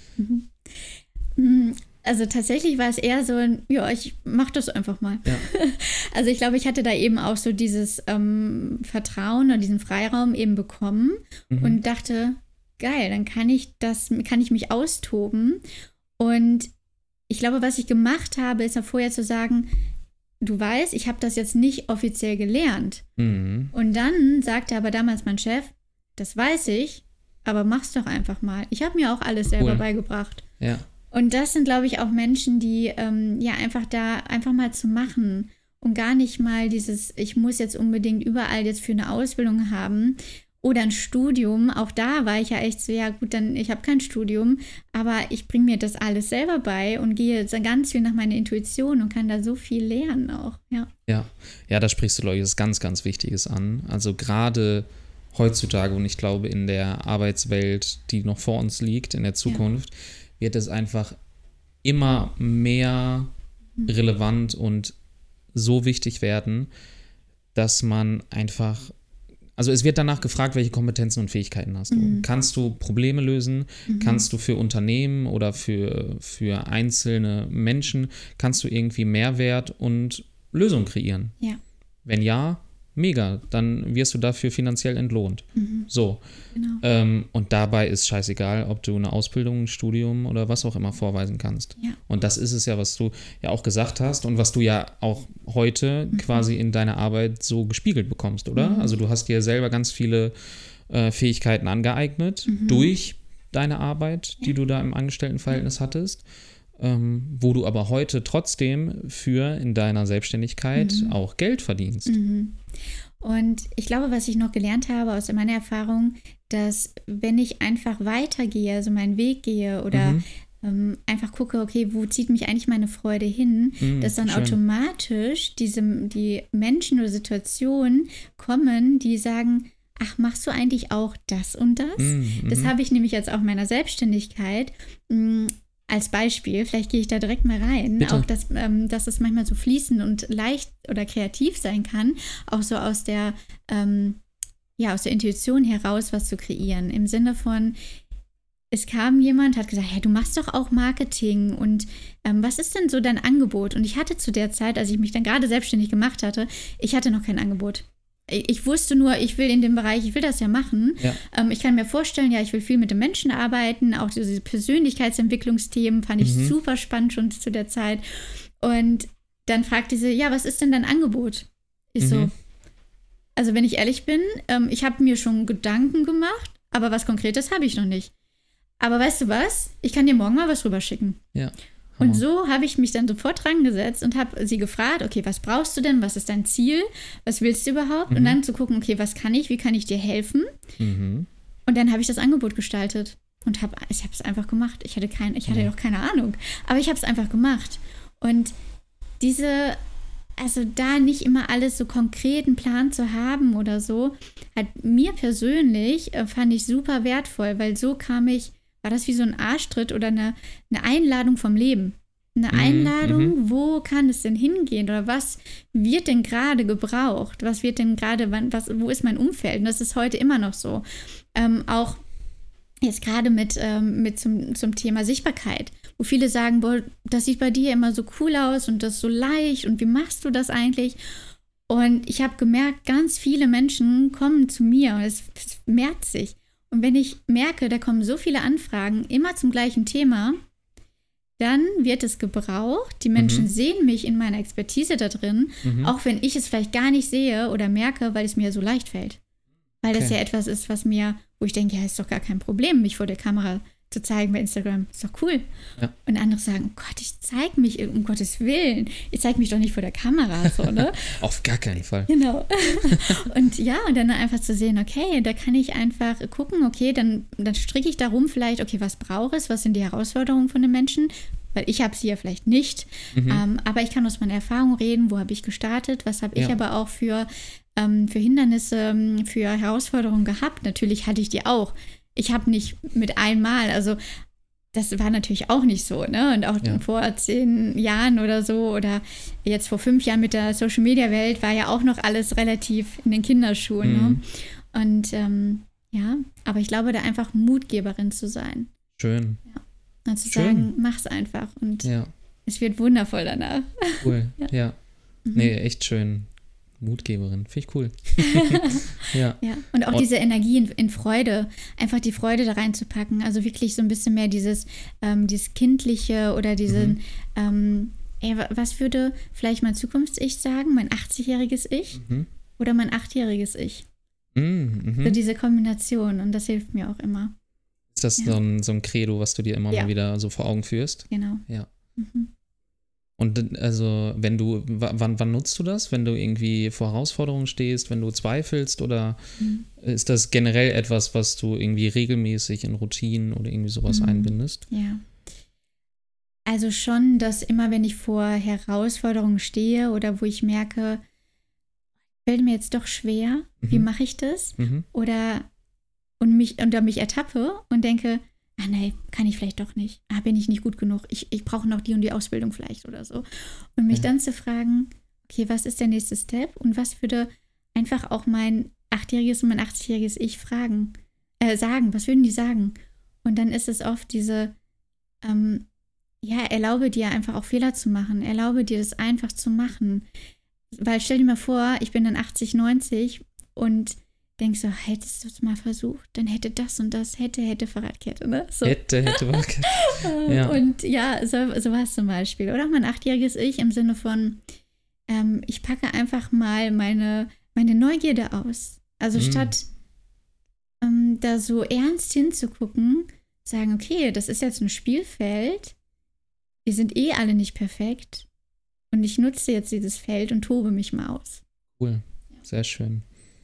Also tatsächlich war es eher so ein, ja, ich mach das einfach mal. Ja. Also ich glaube, ich hatte da eben auch so dieses Vertrauen oder diesen Freiraum eben bekommen und dachte, geil, dann kann ich mich austoben. Und ich glaube, was ich gemacht habe, ist ja vorher zu sagen, du weißt, ich habe das jetzt nicht offiziell gelernt. Und dann sagte aber damals mein Chef, das weiß ich, aber mach's doch einfach mal. Ich habe mir auch alles selber beigebracht. Ja. Und das sind, glaube ich, auch Menschen, die einfach mal zu machen und gar nicht mal dieses, ich muss jetzt unbedingt überall jetzt für eine Ausbildung haben oder ein Studium. Auch da war ich ja echt so, ja gut, dann ich habe kein Studium, aber ich bringe mir das alles selber bei und gehe jetzt ganz viel nach meiner Intuition und kann da so viel lernen auch. Ja, da sprichst du, glaube ich, was ganz, ganz Wichtiges an. Also gerade heutzutage und ich glaube in der Arbeitswelt, die noch vor uns liegt, in der Zukunft, wird es einfach immer mehr relevant und so wichtig werden, dass man einfach Also es wird danach gefragt, welche Kompetenzen und Fähigkeiten hast du. Kannst du Probleme lösen? Kannst du für Unternehmen oder für einzelne Menschen, kannst du irgendwie Mehrwert und Lösungen kreieren? Ja. Wenn ja, mega, dann wirst du dafür finanziell entlohnt. So. Genau. Und dabei ist scheißegal, ob du eine Ausbildung, ein Studium oder was auch immer vorweisen kannst. Ja. Und das ist es ja, was du ja auch gesagt hast und was du ja auch heute quasi in deiner Arbeit so gespiegelt bekommst, oder? Also du hast dir selber ganz viele Fähigkeiten angeeignet durch deine Arbeit, die du da im Angestelltenverhältnis hattest. Wo du aber heute trotzdem in deiner Selbstständigkeit auch Geld verdienst. Und ich glaube, was ich noch gelernt habe aus meiner Erfahrung, dass wenn ich einfach weitergehe, also meinen Weg gehe oder einfach gucke, okay, wo zieht mich eigentlich meine Freude hin, dass dann automatisch die Menschen oder Situationen kommen, die sagen, ach, machst du eigentlich auch das und das? Das habe ich nämlich jetzt auch in meiner Selbstständigkeit als Beispiel, vielleicht gehe ich da direkt mal rein, Bitte. auch dass es manchmal so fließend und leicht oder kreativ sein kann, auch so aus der Intuition heraus was zu kreieren. Im Sinne von, es kam jemand, hat gesagt, hey, du machst doch auch Marketing und was ist denn so dein Angebot? Und ich hatte zu der Zeit, als ich mich dann gerade selbstständig gemacht hatte, ich hatte noch kein Angebot. Ich wusste nur, ich will in dem Bereich, ich will das ja machen. Ja. Ich kann mir vorstellen, ja, ich will viel mit den Menschen arbeiten. Auch diese Persönlichkeitsentwicklungsthemen fand ich super spannend schon zu der Zeit. Und dann fragte sie, ja, was ist denn dein Angebot? Ich so, also wenn ich ehrlich bin, ich habe mir schon Gedanken gemacht, aber was Konkretes habe ich noch nicht. Aber weißt du was? Ich kann dir morgen mal was rüberschicken. Ja. Und so habe ich mich dann sofort dran gesetzt und habe sie gefragt, okay, was brauchst du denn? Was ist dein Ziel? Was willst du überhaupt? Und dann zu gucken, okay, was kann ich? Wie kann ich dir helfen? Und dann habe ich das Angebot gestaltet und ich habe es einfach gemacht. Ich hatte noch keine Ahnung, aber ich habe es einfach gemacht. Und also da nicht immer alles so konkret einen Plan zu haben oder so, hat mir persönlich, fand ich super wertvoll, weil so war das wie so ein Arschtritt oder eine Einladung vom Leben. Eine Einladung, wo kann es denn hingehen oder was wird denn gerade gebraucht? Was wird denn gerade, wo ist mein Umfeld? Und das ist heute immer noch so. Auch jetzt gerade mit zum Thema Sichtbarkeit, wo viele sagen, boah, das sieht bei dir immer so cool aus und das ist so leicht und wie machst du das eigentlich? Und ich habe gemerkt, ganz viele Menschen kommen zu mir und es mehrt sich. Und wenn ich merke, da kommen so viele Anfragen immer zum gleichen Thema, dann wird es gebraucht. Die Menschen sehen mich in meiner Expertise da drin, auch wenn ich es vielleicht gar nicht sehe oder merke, weil es mir so leicht fällt. Weil das ja etwas ist, wo ich denke, ja, ist doch gar kein Problem, mich vor der Kamera zu zeigen bei Instagram. Ist doch cool. Ja. Und andere sagen, oh Gott, ich zeige mich, um Gottes Willen. Ich zeige mich doch nicht vor der Kamera. So, ne? Auf gar keinen Fall. Genau. Und dann einfach zu sehen, okay, da kann ich einfach gucken, okay, dann stricke ich darum vielleicht, okay, was brauche ich, was sind die Herausforderungen von den Menschen? Weil ich habe sie ja vielleicht nicht. Aber ich kann aus meiner Erfahrung reden, wo habe ich gestartet, was habe ich aber auch für Hindernisse, für Herausforderungen gehabt. Natürlich hatte ich die auch. Ich habe nicht mit einmal, also das war natürlich auch nicht so, ne? Und auch vor 10 Jahren oder so oder jetzt vor 5 Jahren mit der Social-Media-Welt war ja auch noch alles relativ in den Kinderschuhen. Ne? Und aber ich glaube, da einfach Mutgeberin zu sein. Schön. Ja. Und zu sagen, mach's einfach und es wird wundervoll danach. Cool, ja. Nee, echt schön. Mutgeberin, finde ich cool. Ja. Und auch diese Energie in Freude, einfach die Freude da reinzupacken, also wirklich so ein bisschen mehr dieses Kindliche oder diesen, was würde vielleicht mein Zukunfts-Ich sagen, mein 80-jähriges Ich oder mein 8-jähriges Ich? So diese Kombination und das hilft mir auch immer. Ist das so ein Credo, was du dir immer mal wieder so vor Augen führst? Genau. Ja. Und also, wann nutzt du das? Wenn du irgendwie vor Herausforderungen stehst, wenn du zweifelst oder ist das generell etwas, was du irgendwie regelmäßig in Routinen oder irgendwie sowas einbindest? Ja. Also schon, dass immer, wenn ich vor Herausforderungen stehe oder wo ich merke, fällt mir jetzt doch schwer, wie mache ich das? Oder mich ertappe und denke, nee, kann ich vielleicht doch nicht. Bin ich nicht gut genug. Ich brauche noch die und die Ausbildung vielleicht oder so. Und mich dann zu fragen, okay, was ist der nächste Step und was würde einfach auch mein 8-jähriges und mein 80-jähriges Ich sagen, was würden die sagen? Und dann ist es oft diese, erlaube dir einfach auch Fehler zu machen, erlaube dir das einfach zu machen. Weil stell dir mal vor, ich bin dann 80, 90 und denkst so, hättest du es mal versucht, dann hätte das und das, hätte Fahrradkette, ne? So. Hätte Fahrradkette. Ja. Und ja, so war es zum Beispiel. Oder auch mein 8-jähriges Ich im Sinne von, ich packe einfach mal meine Neugierde aus. Also statt da so ernst hinzugucken, sagen, okay, das ist jetzt ein Spielfeld, wir sind alle nicht perfekt und ich nutze jetzt dieses Feld und tobe mich mal aus. Cool, sehr schön.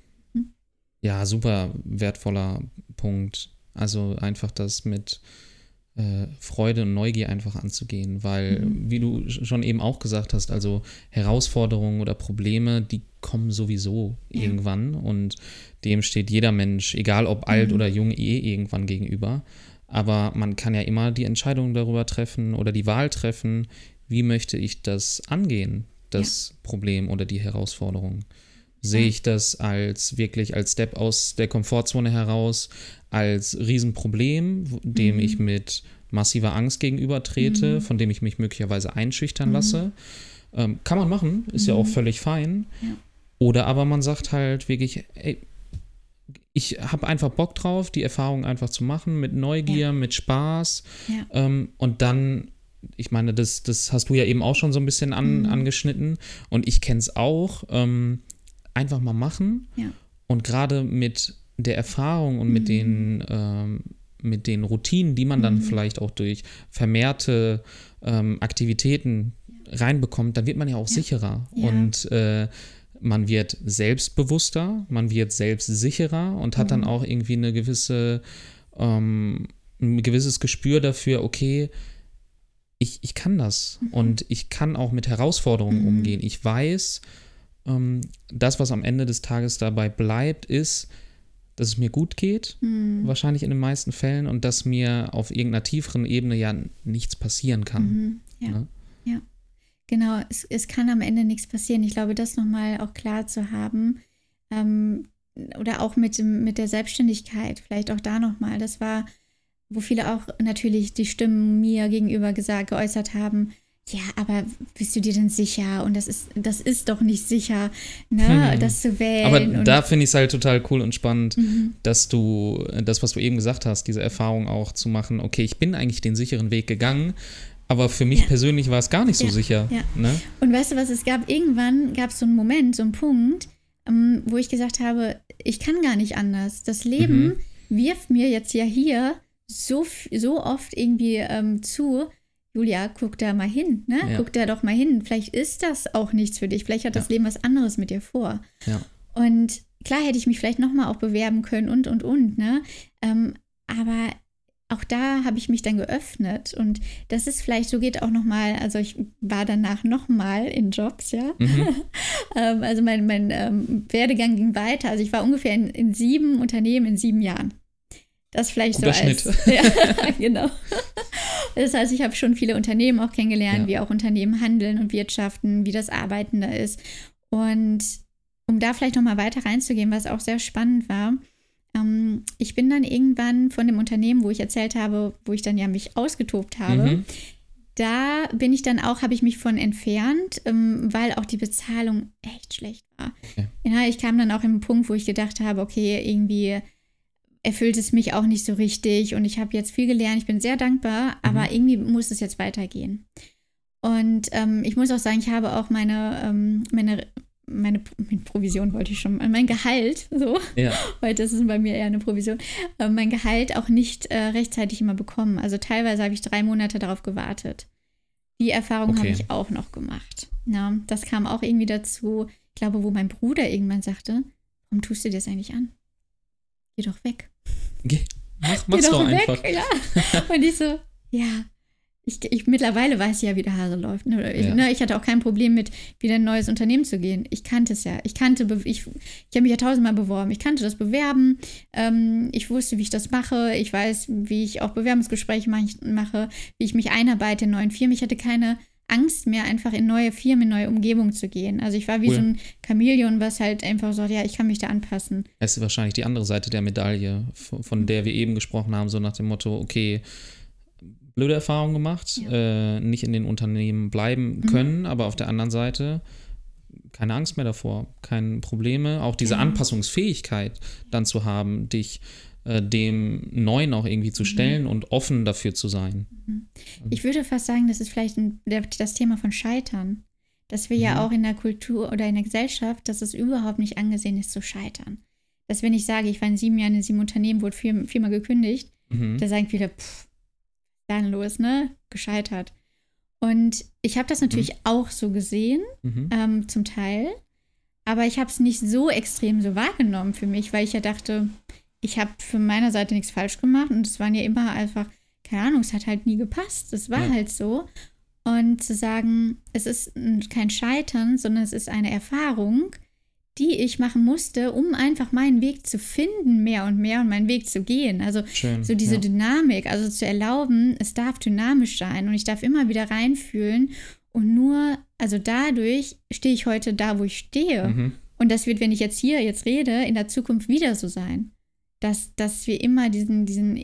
Ja, super wertvoller Punkt. Also einfach das mit Freude und Neugier einfach anzugehen, weil, wie du schon eben auch gesagt hast, also Herausforderungen oder Probleme, die kommen sowieso irgendwann und dem steht jeder Mensch, egal ob alt oder jung, irgendwann gegenüber. Aber man kann ja immer die Entscheidung darüber treffen oder die Wahl treffen, wie möchte ich das angehen, das Problem oder die Herausforderung. Sehe ich das wirklich als Step aus der Komfortzone heraus, als Riesenproblem, dem ich mit massiver Angst gegenübertrete, von dem ich mich möglicherweise einschüchtern lasse. Kann man machen, ist ja auch völlig fein. Ja. Oder aber man sagt halt wirklich, ey, ich habe einfach Bock drauf, die Erfahrung einfach zu machen, mit Neugier, mit Spaß. Ja. Und dann, ich meine, das hast du ja eben auch schon so ein bisschen angeschnitten. Und ich kenne es auch. Einfach mal machen und gerade mit der Erfahrung und mit den Routinen, die man dann vielleicht auch durch vermehrte Aktivitäten reinbekommt, dann wird man ja auch sicherer und man wird selbstbewusster, man wird selbstsicherer und hat dann auch irgendwie ein gewisses Gespür dafür, okay, ich kann das und ich kann auch mit Herausforderungen umgehen. Ich weiß, das, was am Ende des Tages dabei bleibt, ist, dass es mir gut geht, wahrscheinlich in den meisten Fällen, und dass mir auf irgendeiner tieferen Ebene ja nichts passieren kann. Ja, genau. Es kann am Ende nichts passieren. Ich glaube, das nochmal auch klar zu haben, oder auch mit der Selbstständigkeit, vielleicht auch da nochmal, das war, wo viele auch natürlich die Stimmen mir gegenüber geäußert haben, ja, aber bist du dir denn sicher? Und das ist doch nicht sicher, ne, das zu wählen. Aber da finde ich es halt total cool und spannend, dass du das, was du eben gesagt hast, diese Erfahrung auch zu machen, okay, ich bin eigentlich den sicheren Weg gegangen, aber für mich persönlich war es gar nicht so sicher. Ja. Ne? Und weißt du was, irgendwann gab es so einen Moment, so einen Punkt, wo ich gesagt habe, ich kann gar nicht anders. Das Leben wirft mir jetzt ja hier so oft irgendwie zu, Julia, guck da mal hin, ne? Ja. Guck da doch mal hin. Vielleicht ist das auch nichts für dich. Vielleicht hat das Leben was anderes mit dir vor. Ja. Und klar hätte ich mich vielleicht nochmal auch bewerben können und, ne? Aber auch da habe ich mich dann geöffnet. Und das ist vielleicht, so geht auch nochmal, also ich war danach nochmal in Jobs, ja. Also mein Werdegang ging weiter. Also ich war ungefähr in 7 Unternehmen in 7 Jahren. Das vielleicht so als ja, genau. Das heißt, ich habe schon viele Unternehmen auch kennengelernt, wie auch Unternehmen handeln und wirtschaften, wie das Arbeiten da ist. Und um da vielleicht nochmal weiter reinzugehen, was auch sehr spannend war, ich bin dann irgendwann von dem Unternehmen, wo ich erzählt habe, wo ich dann ja mich ausgetobt habe, da bin ich dann auch, habe ich mich von entfernt, weil auch die Bezahlung echt schlecht war. Okay. Ja, ich kam dann auch in einen Punkt, wo ich gedacht habe, okay, irgendwie erfüllt es mich auch nicht so richtig und ich habe jetzt viel gelernt, ich bin sehr dankbar, aber irgendwie muss es jetzt weitergehen. Und ich muss auch sagen, ich habe auch meine Provision wollte ich schon, mein Gehalt, so, heute ist es bei mir eher eine Provision, mein Gehalt auch nicht rechtzeitig immer bekommen. Also teilweise habe ich 3 Monate darauf gewartet. Die Erfahrung habe ich auch noch gemacht. Ja, das kam auch irgendwie dazu, ich glaube, wo mein Bruder irgendwann sagte, warum tust du dir das eigentlich an? Geh doch weg. Mach's doch einfach. Ja. Und ich so, ja, ich mittlerweile weiß ich ja, wie der Hase läuft. Ich hatte auch kein Problem mit, wieder in ein neues Unternehmen zu gehen. Ich kannte es ja. Ich habe mich ja 1000-mal beworben. Ich kannte das Bewerben. Ich wusste, wie ich das mache. Ich weiß, wie ich auch Bewerbungsgespräche mache, wie ich mich einarbeite in neuen Firmen. Ich hatte keine Angst mehr, einfach in neue Firmen, in neue Umgebung zu gehen. Also ich war wie so ein Chamäleon, was halt einfach sagt, ja, ich kann mich da anpassen. Es ist wahrscheinlich die andere Seite der Medaille, von der wir eben gesprochen haben, so nach dem Motto, okay, blöde Erfahrungen gemacht, nicht in den Unternehmen bleiben können, aber auf der anderen Seite keine Angst mehr davor, keine Probleme, auch diese Anpassungsfähigkeit dann zu haben, dich dem Neuen auch irgendwie zu stellen und offen dafür zu sein. Ich würde fast sagen, das ist vielleicht das Thema von Scheitern, dass wir ja auch in der Kultur oder in der Gesellschaft, dass es überhaupt nicht angesehen ist zu scheitern. Dass wenn ich sage, ich war in 7 Jahren in 7 Unternehmen, wurde viermal gekündigt, da sagen viele, dann los, ne? Gescheitert. Und ich habe das natürlich auch so gesehen, zum Teil, aber ich habe es nicht so extrem so wahrgenommen für mich, weil ich ja dachte, ich habe von meiner Seite nichts falsch gemacht und es waren ja immer einfach, keine Ahnung, es hat halt nie gepasst. Es war halt so. Und zu sagen, es ist kein Scheitern, sondern es ist eine Erfahrung, die ich machen musste, um einfach meinen Weg zu finden, mehr und meinen Weg zu gehen. Also so diese Dynamik, also zu erlauben, es darf dynamisch sein und ich darf immer wieder reinfühlen und nur, also dadurch stehe ich heute da, wo ich stehe. Und das wird, wenn ich jetzt rede, in der Zukunft wieder so sein. Dass wir immer diesen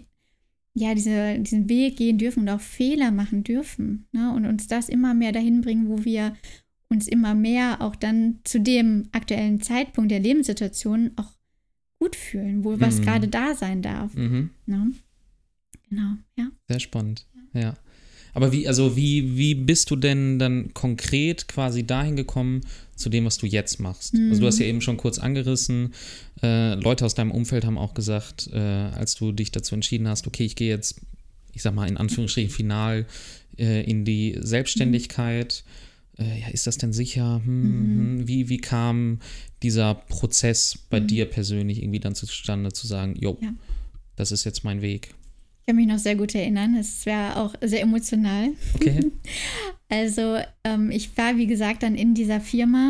Weg gehen dürfen und auch Fehler machen dürfen, ne? Und uns das immer mehr dahin bringen, wo wir uns immer mehr auch dann zu dem aktuellen Zeitpunkt der Lebenssituation auch gut fühlen, wo was gerade da sein darf. Ne? Genau, ja. Sehr spannend, ja. Aber wie bist du denn dann konkret quasi dahin gekommen zu dem, was du jetzt machst? Also du hast ja eben schon kurz angerissen, Leute aus deinem Umfeld haben auch gesagt, als du dich dazu entschieden hast, okay, ich gehe jetzt, ich sag mal in Anführungsstrichen final in die Selbstständigkeit. Ist das denn sicher? Wie kam dieser Prozess bei dir persönlich irgendwie dann zustande, zu sagen, das ist jetzt mein Weg? Ich kann mich noch sehr gut erinnern. Es war auch sehr emotional. Okay. Also ich war, wie gesagt, dann in dieser Firma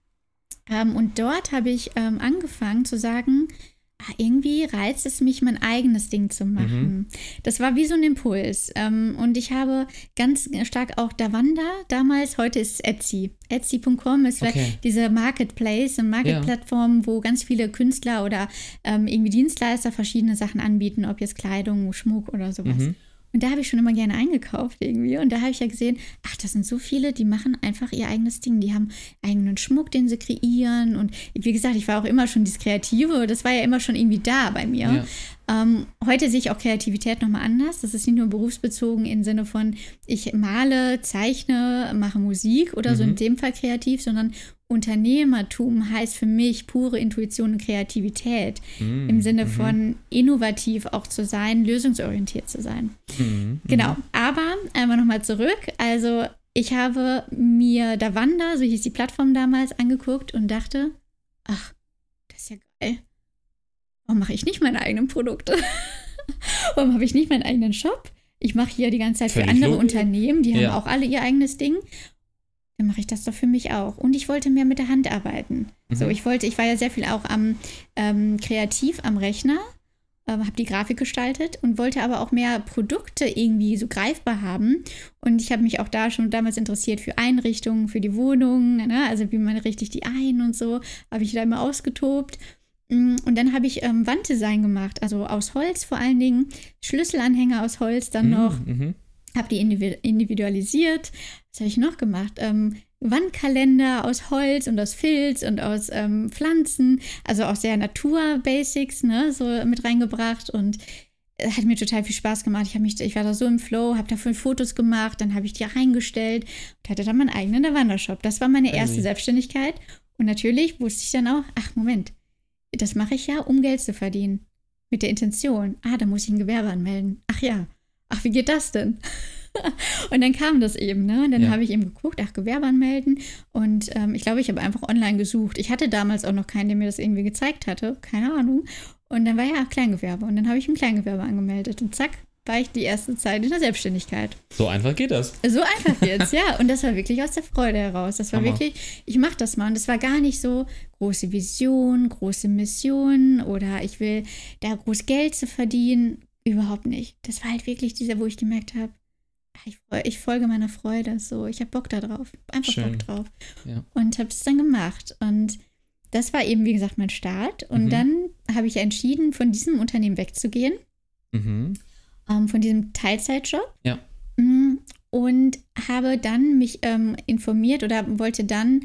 und dort habe ich angefangen zu sagen, irgendwie reizt es mich, mein eigenes Ding zu machen. Das war wie so ein Impuls. Und ich habe ganz stark auch Davanda damals, heute ist es Etsy. Etsy.com ist diese Marketplace, eine Market-Plattform, wo ganz viele Künstler oder irgendwie Dienstleister verschiedene Sachen anbieten, ob jetzt Kleidung, Schmuck oder sowas. Und da habe ich schon immer gerne eingekauft irgendwie. Und da habe ich ja gesehen, das sind so viele, die machen einfach ihr eigenes Ding. Die haben eigenen Schmuck, den sie kreieren. Und wie gesagt, ich war auch immer schon dieses Kreative. Das war ja immer schon irgendwie da bei mir. Ja. Heute sehe ich auch Kreativität nochmal anders. Das ist nicht nur berufsbezogen im Sinne von, ich male, zeichne, mache Musik oder so in dem Fall kreativ, sondern Unternehmertum heißt für mich pure Intuition und Kreativität. Im Sinne von innovativ auch zu sein, lösungsorientiert zu sein. Genau, aber einmal nochmal zurück. Also ich habe mir Davanda, so hieß die Plattform damals, angeguckt und dachte, ach, das ist ja geil. Warum mache ich nicht meine eigenen Produkte? Warum habe ich nicht meinen eigenen Shop? Ich mache hier die ganze Zeit für andere Unternehmen, die haben auch alle ihr eigenes Ding. Dann mache ich das doch für mich auch. Und ich wollte mehr mit der Hand arbeiten. So, ich war ja sehr viel auch kreativ am Rechner, habe die Grafik gestaltet und wollte aber auch mehr Produkte irgendwie so greifbar haben. Und ich habe mich auch da schon damals interessiert für Einrichtungen, für die Wohnung, ne? Also wie man richtig die ein und so, habe ich da immer ausgetobt. Und dann habe ich Wanddesign gemacht, also aus Holz vor allen Dingen, Schlüsselanhänger aus Holz dann noch. Habe die individualisiert. Was habe ich noch gemacht? Wandkalender aus Holz und aus Filz und aus Pflanzen. Also auch sehr Natur-Basics, ne, so mit reingebracht. Und hat mir total viel Spaß gemacht. Ich war da so im Flow, habe dafür Fotos gemacht, dann habe ich die reingestellt und hatte dann meinen eigenen Wandershop. Das war meine erste Selbstständigkeit. Und natürlich wusste ich dann auch, Moment, das mache ich ja, um Geld zu verdienen. Mit der Intention, da muss ich ein Gewerbe anmelden. Wie geht das denn? Und dann kam das eben, ne? Und dann habe ich eben geguckt, Gewerbe anmelden. Und ich glaube, ich habe einfach online gesucht. Ich hatte damals auch noch keinen, der mir das irgendwie gezeigt hatte. Keine Ahnung. Und dann war Kleingewerbe. Und dann habe ich ein Kleingewerbe angemeldet. Und zack, war ich die erste Zeit in der Selbstständigkeit. So einfach geht das. So einfach geht's, ja. Und das war wirklich aus der Freude heraus. Das war wirklich, ich mache das mal. Und das war gar nicht so große Vision, große Mission oder ich will da groß Geld zu verdienen. Überhaupt nicht. Das war halt wirklich dieser, wo ich gemerkt habe, ich folge meiner Freude, so, ich habe Bock da drauf, einfach Schön. Bock drauf. Ja. Und habe es dann gemacht. Und das war eben, wie gesagt, mein Start. Und dann habe ich entschieden, von diesem Unternehmen wegzugehen, von diesem Teilzeitjob. Ja. Und habe dann mich informiert oder wollte dann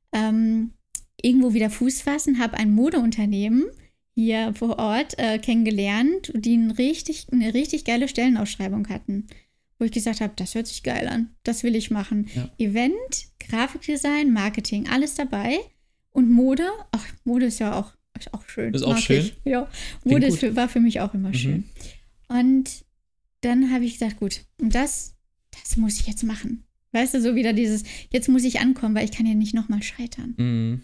irgendwo wieder Fuß fassen, habe ein Modeunternehmen hier vor Ort kennengelernt, die eine richtig geile Stellenausschreibung hatten, wo ich gesagt habe, das hört sich geil an, das will ich machen. Ja. Event, Grafikdesign, Marketing, alles dabei. Und Mode, Mode ist ja auch schön. Ist auch schön? Ja, Mode war für mich auch immer schön. Und dann habe ich gesagt, gut, und das muss ich jetzt machen. Weißt du, so wieder dieses, jetzt muss ich ankommen, weil ich kann ja nicht nochmal scheitern.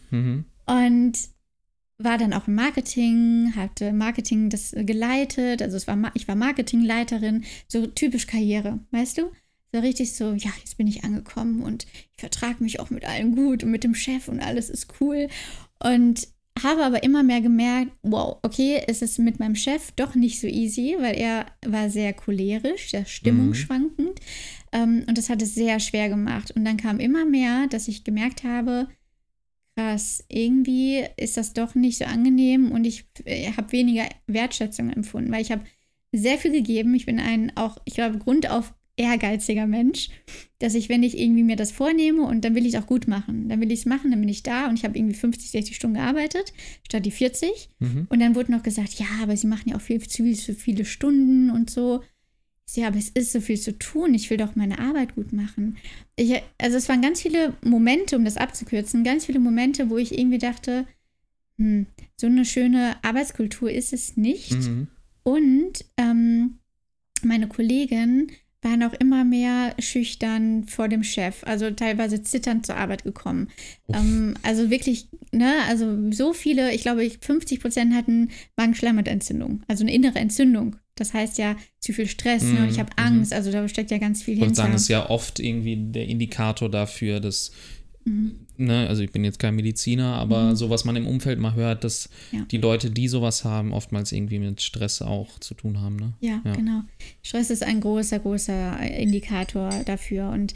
Und war dann auch im Marketing, hatte Marketing das geleitet, also ich war Marketingleiterin, so typisch Karriere, weißt du? So richtig so, ja, jetzt bin ich angekommen und ich vertrage mich auch mit allen gut und mit dem Chef und alles ist cool. Und habe aber immer mehr gemerkt, wow, okay, es ist mit meinem Chef doch nicht so easy, weil er war sehr cholerisch, sehr stimmungsschwankend. Und das hat es sehr schwer gemacht. Und dann kam immer mehr, dass ich gemerkt habe, krass, irgendwie ist das doch nicht so angenehm und ich habe weniger Wertschätzung empfunden, weil ich habe sehr viel gegeben. Ich bin ich glaube, grundauf ehrgeiziger Mensch, dass ich, wenn ich irgendwie mir das vornehme und dann will ich es auch gut machen, dann will ich es machen, dann bin ich da und ich habe irgendwie 50, 60 Stunden gearbeitet, statt die 40. Und dann wurde noch gesagt, ja, aber sie machen ja auch viel zu viele Stunden und so. Ja, aber es ist so viel zu tun, ich will doch meine Arbeit gut machen. Also es waren ganz viele Momente, um das abzukürzen, ganz viele Momente, wo ich irgendwie dachte, so eine schöne Arbeitskultur ist es nicht. Und meine Kollegin waren auch immer mehr schüchtern vor dem Chef, also teilweise zitternd zur Arbeit gekommen. Also wirklich, also so viele, ich glaube 50% hatten Magenschleimhautentzündung, also eine innere Entzündung. Das heißt ja zu viel Stress und ich habe Angst, also da steckt ja ganz viel hinter. Ich würde sagen, das ist ja oft irgendwie der Indikator dafür, dass, also ich bin jetzt kein Mediziner, aber so was man im Umfeld mal hört, dass die Leute, die sowas haben, oftmals irgendwie mit Stress auch zu tun haben. Ne? Ja, genau. Stress ist ein großer Indikator dafür und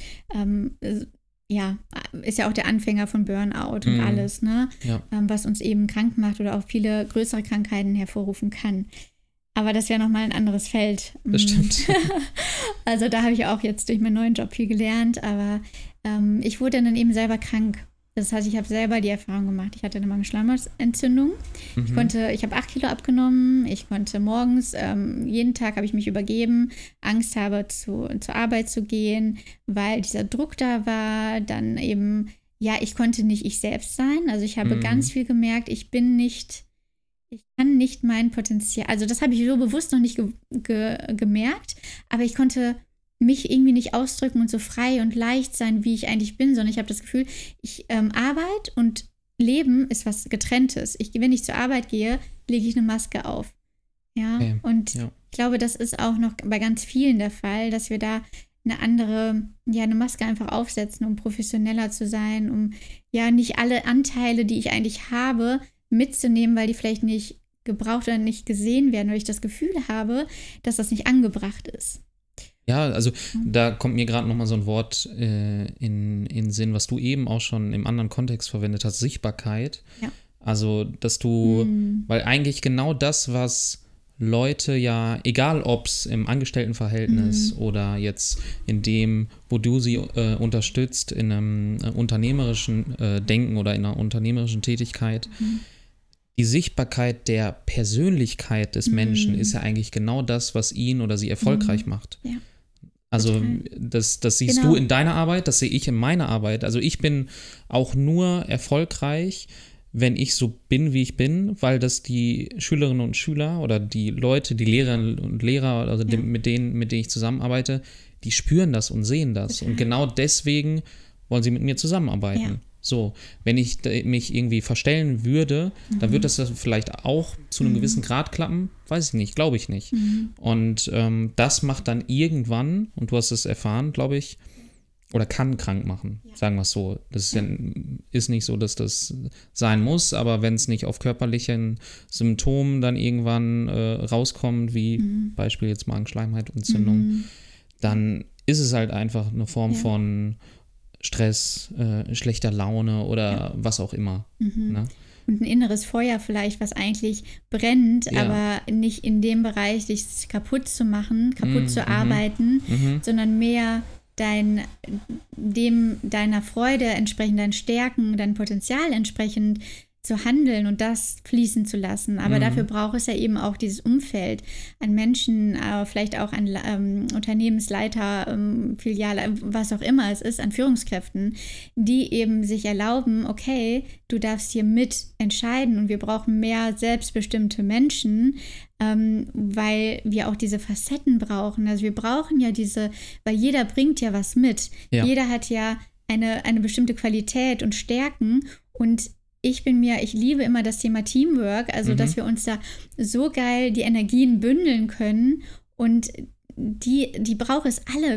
ist ja auch der Anfänger von Burnout und alles, ne? Was uns eben krank macht oder auch viele größere Krankheiten hervorrufen kann. Aber das wäre nochmal ein anderes Feld. Das stimmt. Also da habe ich auch jetzt durch meinen neuen Job viel gelernt, aber ich wurde dann eben selber krank. Das heißt, ich habe selber die Erfahrung gemacht. Ich hatte eine Magenschleimhautentzündung. Ich habe 8 Kilo abgenommen. Ich konnte morgens, jeden Tag habe ich mich übergeben, Angst habe, zur Arbeit zu gehen, weil dieser Druck da war. Dann eben, ich konnte nicht ich selbst sein. Also ich habe ganz viel gemerkt, ich kann nicht mein Potenzial, also das habe ich so bewusst noch nicht gemerkt, aber ich konnte mich irgendwie nicht ausdrücken und so frei und leicht sein, wie ich eigentlich bin, sondern ich habe das Gefühl, Arbeit und Leben ist was Getrenntes. Wenn ich zur Arbeit gehe, lege ich eine Maske auf. Ja, okay. Und ich glaube, das ist auch noch bei ganz vielen der Fall, dass wir da eine Maske einfach aufsetzen, um professioneller zu sein, um nicht alle Anteile, die ich eigentlich habe, mitzunehmen, weil die vielleicht nicht gebraucht oder nicht gesehen werden, weil ich das Gefühl habe, dass das nicht angebracht ist. Ja, also da kommt mir gerade nochmal so ein Wort in Sinn, was du eben auch schon im anderen Kontext verwendet hast, Sichtbarkeit. Ja. Also, dass du, weil eigentlich genau das, was Leute egal ob es im Angestelltenverhältnis oder jetzt in dem, wo du sie unterstützt, in einem unternehmerischen Denken oder in einer unternehmerischen Tätigkeit, die Sichtbarkeit der Persönlichkeit des Menschen ist ja eigentlich genau das, was ihn oder sie erfolgreich macht. Ja. Also das siehst du in deiner Arbeit, das sehe ich in meiner Arbeit. Also ich bin auch nur erfolgreich, wenn ich so bin, wie ich bin, weil das die Schülerinnen und Schüler oder die Leute, die Lehrerinnen und Lehrer, also mit denen ich zusammenarbeite, die spüren das und sehen das. Und genau deswegen wollen sie mit mir zusammenarbeiten. Ja. So, wenn ich mich irgendwie verstellen würde, dann wird das vielleicht auch zu einem gewissen Grad klappen. Weiß ich nicht, glaube ich nicht. Und das macht dann irgendwann, und du hast es erfahren, glaube ich, oder kann krank machen, sagen wir es so. Das ist nicht so, dass das sein muss, aber wenn es nicht auf körperlichen Symptomen dann irgendwann rauskommt, wie Beispiel jetzt Magenschleimhautentzündung, dann ist es halt einfach eine Form von Stress, schlechter Laune oder was auch immer. Ne? Und ein inneres Feuer vielleicht, was eigentlich brennt, aber nicht in dem Bereich, dich kaputt zu machen, kaputt zu arbeiten, sondern mehr deiner Freude entsprechend, deinen Stärken, dein Potenzial entsprechend zu handeln und das fließen zu lassen. Aber dafür braucht es ja eben auch dieses Umfeld an Menschen, vielleicht auch an Unternehmensleiter, Filiale, was auch immer es ist, an Führungskräften, die eben sich erlauben, okay, du darfst hier mitentscheiden und wir brauchen mehr selbstbestimmte Menschen, weil wir auch diese Facetten brauchen. Also wir brauchen ja weil jeder bringt ja was mit. Ja. Jeder hat ja eine bestimmte Qualität und Stärken und ich liebe immer das Thema Teamwork, also dass wir uns da so geil die Energien bündeln können und die braucht es alle.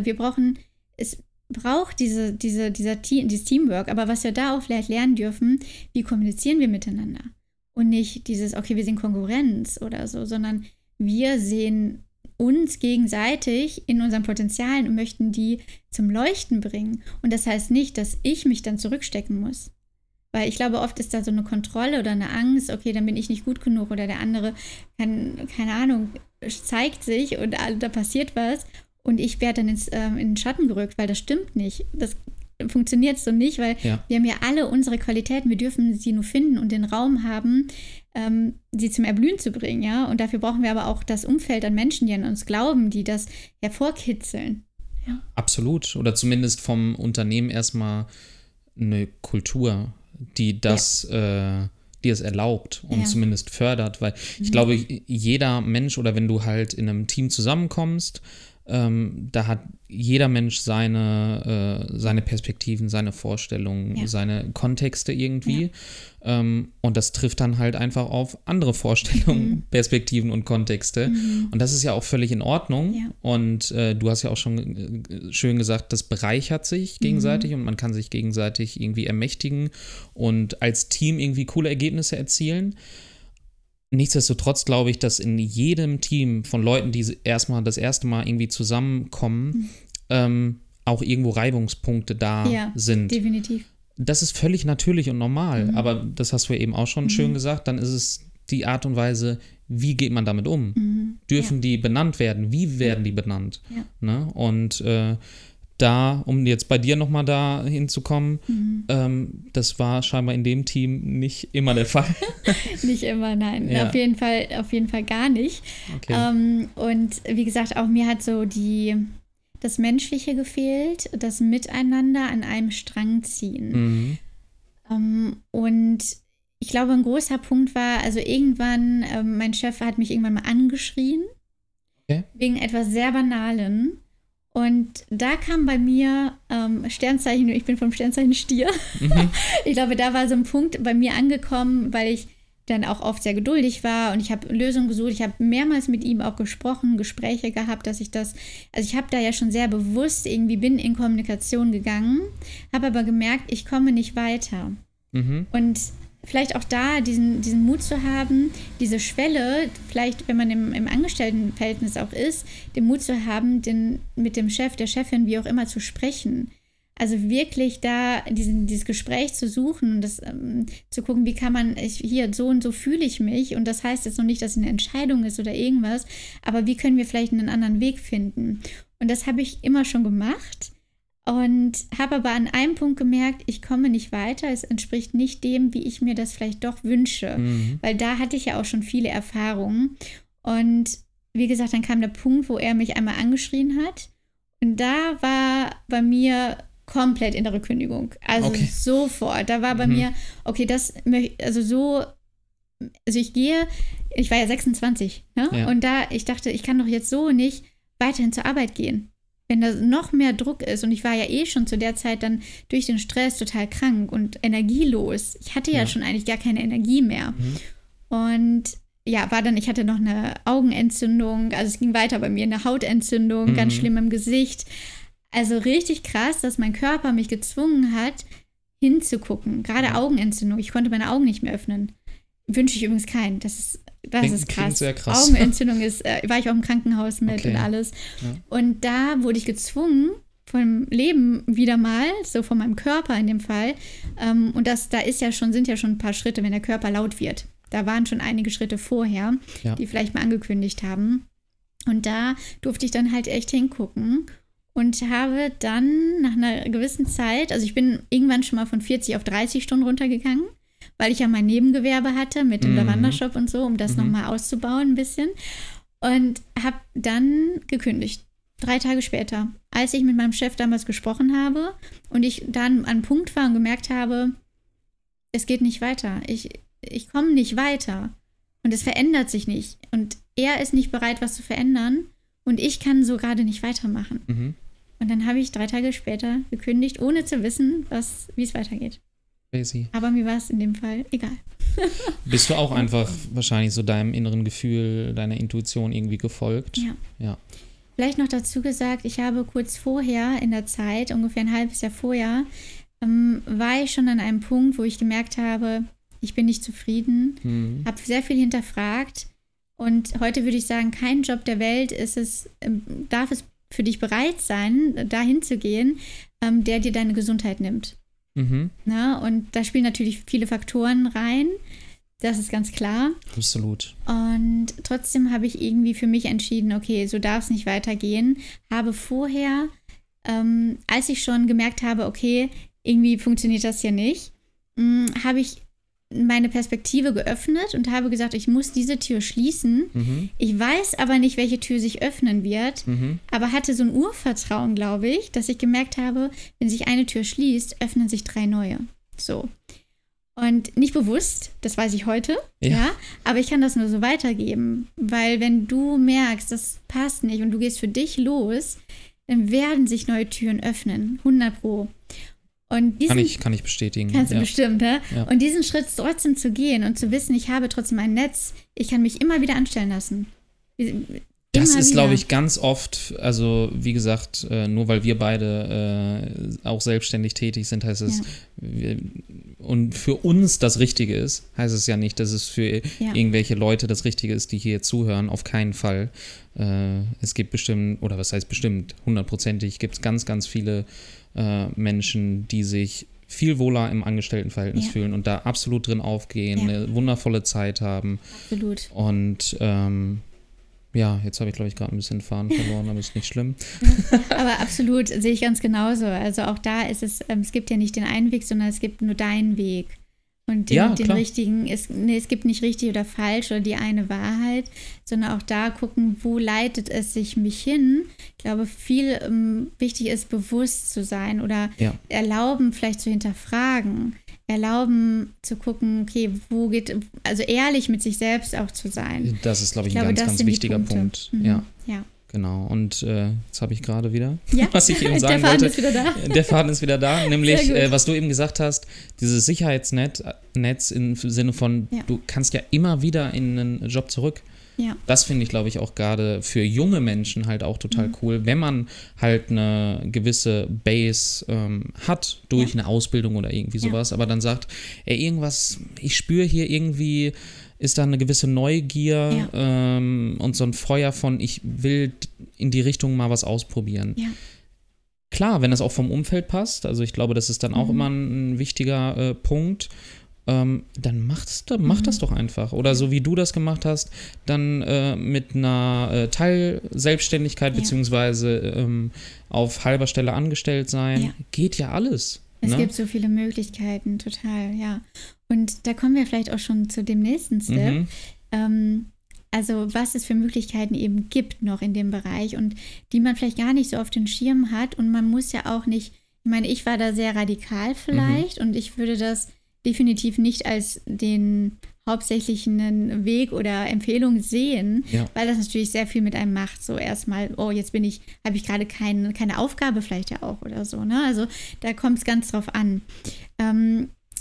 Es braucht dieses Teamwork, aber was wir da auch vielleicht lernen dürfen, wie kommunizieren wir miteinander und nicht dieses, okay, wir sind Konkurrenz oder so, sondern wir sehen uns gegenseitig in unseren Potenzialen und möchten die zum Leuchten bringen. Und das heißt nicht, dass ich mich dann zurückstecken muss. Weil ich glaube, oft ist da so eine Kontrolle oder eine Angst, okay, dann bin ich nicht gut genug oder der andere keine Ahnung, zeigt sich und da passiert was und ich werde dann in den Schatten gerückt, weil das stimmt nicht. Das funktioniert so nicht, weil wir haben ja alle unsere Qualitäten, wir dürfen sie nur finden und den Raum haben, sie zum Erblühen zu bringen, ja. Und dafür brauchen wir aber auch das Umfeld an Menschen, die an uns glauben, die das hervorkitzeln. Ja. Absolut. Oder zumindest vom Unternehmen erstmal eine Kultur, die es erlaubt und zumindest fördert, weil ich glaube, jeder Mensch oder wenn du halt in einem Team zusammenkommst, da hat jeder Mensch seine Perspektiven, seine Vorstellungen, seine Kontexte irgendwie. Und das trifft dann halt einfach auf andere Vorstellungen, Perspektiven und Kontexte. Und das ist ja auch völlig in Ordnung. Ja. Und du hast ja auch schon schön gesagt, das bereichert sich gegenseitig und man kann sich gegenseitig irgendwie ermächtigen und als Team irgendwie coole Ergebnisse erzielen. Nichtsdestotrotz glaube ich, dass in jedem Team von Leuten, die das erste Mal irgendwie zusammenkommen, auch irgendwo Reibungspunkte da sind. Ja, definitiv. Das ist völlig natürlich und normal, aber das hast du ja eben auch schon schön gesagt, dann ist es die Art und Weise, wie geht man damit um? Dürfen die benannt werden? Wie werden die benannt? Ja. Ne? Und um jetzt bei dir nochmal da hinzukommen, das war scheinbar in dem Team nicht immer der Fall. Nicht immer, nein. Ja. Auf jeden Fall gar nicht. Okay. Und wie gesagt, auch mir hat so das Menschliche gefehlt, das Miteinander an einem Strang ziehen. Und ich glaube, ein großer Punkt war, also irgendwann, mein Chef hat mich irgendwann mal angeschrien, wegen etwas sehr Banalem. Und da kam bei mir Sternzeichen, ich bin vom Sternzeichen Stier. Ich glaube, da war so ein Punkt bei mir angekommen, weil ich dann auch oft sehr geduldig war und ich habe Lösungen gesucht. Ich habe mehrmals mit ihm auch gesprochen, Gespräche gehabt, also ich habe da ja schon sehr bewusst bin in Kommunikation gegangen, habe aber gemerkt, ich komme nicht weiter. Und vielleicht auch da diesen Mut zu haben, diese Schwelle, vielleicht wenn man im Angestelltenverhältnis auch ist, den Mut zu haben, mit dem Chef, der Chefin, wie auch immer, zu sprechen. Also wirklich da dieses Gespräch zu suchen und das zu gucken, wie kann man, hier so und so fühle ich mich und das heißt jetzt noch nicht, dass es eine Entscheidung ist oder irgendwas, aber wie können wir vielleicht einen anderen Weg finden? Und das habe ich immer schon gemacht. Und habe aber an einem Punkt gemerkt, ich komme nicht weiter, es entspricht nicht dem, wie ich mir das vielleicht doch wünsche, weil da hatte ich ja auch schon viele Erfahrungen und wie gesagt, dann kam der Punkt, wo er mich einmal angeschrien hat und da war bei mir komplett innere Kündigung, also sofort, da war bei mir, okay, ich war ja 26, ne? Ja. Und ich dachte, ich kann doch jetzt so nicht weiterhin zur Arbeit gehen. Wenn da noch mehr Druck ist und ich war ja schon zu der Zeit dann durch den Stress total krank und energielos. Ich hatte ja schon eigentlich gar keine Energie mehr. Und ich hatte noch eine Augenentzündung, also es ging weiter bei mir, eine Hautentzündung, ganz schlimm im Gesicht. Also richtig krass, dass mein Körper mich gezwungen hat, hinzugucken. Gerade Augenentzündung, ich konnte meine Augen nicht mehr öffnen. Wünsche ich übrigens keinen. Das ist Das ist krass. Klingt sehr krass. Augenentzündung war ich auch im Krankenhaus mit und alles. Ja. Und da wurde ich gezwungen, vom Leben wieder mal, so von meinem Körper in dem Fall. Und sind ja schon ein paar Schritte, wenn der Körper laut wird. Da waren schon einige Schritte vorher, die vielleicht mal angekündigt haben. Und da durfte ich dann halt echt hingucken und habe dann nach einer gewissen Zeit, also ich bin irgendwann schon mal von 40 auf 30 Stunden runtergegangen, weil ich ja mein Nebengewerbe hatte mit dem Lavandershop und so, um das nochmal auszubauen ein bisschen. Und habe dann gekündigt. 3 Tage später, als ich mit meinem Chef damals gesprochen habe und ich dann an einem Punkt war und gemerkt habe, es geht nicht weiter. Ich komme nicht weiter. Und es verändert sich nicht. Und er ist nicht bereit, was zu verändern. Und ich kann so gerade nicht weitermachen. Mhm. Und dann habe ich 3 Tage später gekündigt, ohne zu wissen, wie es weitergeht. Crazy. Aber mir war es in dem Fall egal. Bist du auch einfach wahrscheinlich so deinem inneren Gefühl, deiner Intuition irgendwie gefolgt? Ja. Vielleicht noch dazu gesagt, ich habe kurz vorher in der Zeit, ungefähr ein halbes Jahr vorher, war ich schon an einem Punkt, wo ich gemerkt habe, ich bin nicht zufrieden, habe sehr viel hinterfragt und heute würde ich sagen, kein Job der Welt darf es für dich bereit sein, dahin zu gehen, der dir deine Gesundheit nimmt. Mhm. Na, und da spielen natürlich viele Faktoren rein. Das ist ganz klar. Absolut. Und trotzdem habe ich irgendwie für mich entschieden, okay, so darf es nicht weitergehen. Habe vorher, als ich schon gemerkt habe, okay, irgendwie funktioniert das hier nicht, habe ich meine Perspektive geöffnet und habe gesagt, ich muss diese Tür schließen. Mhm. Ich weiß aber nicht, welche Tür sich öffnen wird, aber hatte so ein Urvertrauen, glaube ich, dass ich gemerkt habe, wenn sich eine Tür schließt, öffnen sich 3 neue. So. Und nicht bewusst, das weiß ich heute, ja, aber ich kann das nur so weitergeben, weil wenn du merkst, das passt nicht und du gehst für dich los, dann werden sich neue Türen öffnen, 100%. Und kann ich bestätigen. Kannst du bestimmt, ne? Ja. Und diesen Schritt trotzdem zu gehen und zu wissen, ich habe trotzdem ein Netz, ich kann mich immer wieder anstellen lassen. Das ist, glaube ich, ganz oft, also wie gesagt, nur weil wir beide auch selbstständig tätig sind, heißt es, und für uns das Richtige ist, heißt es ja nicht, dass es für irgendwelche Leute das Richtige ist, die hier zuhören, auf keinen Fall. Es gibt bestimmt, oder was heißt bestimmt, 100%ig gibt es ganz, ganz viele Menschen, die sich viel wohler im Angestelltenverhältnis fühlen und da absolut drin aufgehen, eine wundervolle Zeit haben. Absolut. Und jetzt habe ich, glaube ich, gerade ein bisschen Faden verloren, aber ist nicht schlimm. Aber absolut, sehe ich ganz genauso. Also auch da ist es gibt ja nicht den einen Weg, sondern es gibt nur deinen Weg. Und den richtigen, es gibt nicht richtig oder falsch oder die eine Wahrheit, sondern auch da gucken, wo leitet es sich mich hin. Ich glaube, viel wichtig ist, bewusst zu sein oder erlauben, vielleicht zu hinterfragen. Erlauben zu gucken, okay, also ehrlich mit sich selbst auch zu sein. Das ist, glaube ich, ein ganz wichtiger Punkt. Ja. Genau. Und jetzt habe ich gerade wieder, was ich eben sagen wollte. Der Faden ist wieder da. Nämlich, was du eben gesagt hast, dieses Sicherheitsnetz im Sinne von, du kannst ja immer wieder in einen Job zurück. Ja. Das finde ich, glaube ich, auch gerade für junge Menschen halt auch total cool, wenn man halt eine gewisse Base hat durch eine Ausbildung oder irgendwie sowas, aber dann sagt, irgendwas, ich spüre hier irgendwie, ist da eine gewisse Neugier und so ein Feuer von, ich will in die Richtung mal was ausprobieren. Ja. Klar, wenn das auch vom Umfeld passt, also ich glaube, das ist dann auch immer ein wichtiger Punkt, dann mach das doch einfach. Oder so wie du das gemacht hast, dann mit einer Teilselbstständigkeit beziehungsweise auf halber Stelle angestellt sein, geht ja alles. Es gibt so viele Möglichkeiten, total, ja. Und da kommen wir vielleicht auch schon zu dem nächsten Step. Also was es für Möglichkeiten eben gibt noch in dem Bereich und die man vielleicht gar nicht so auf den Schirm hat. Und man muss ja auch nicht, ich meine, ich war da sehr radikal vielleicht und ich würde das definitiv nicht als den hauptsächlichen Weg oder Empfehlung sehen, weil das natürlich sehr viel mit einem macht. So erstmal, jetzt habe ich gerade keine Aufgabe vielleicht ja auch oder so. Ne? Also da kommt es ganz drauf an.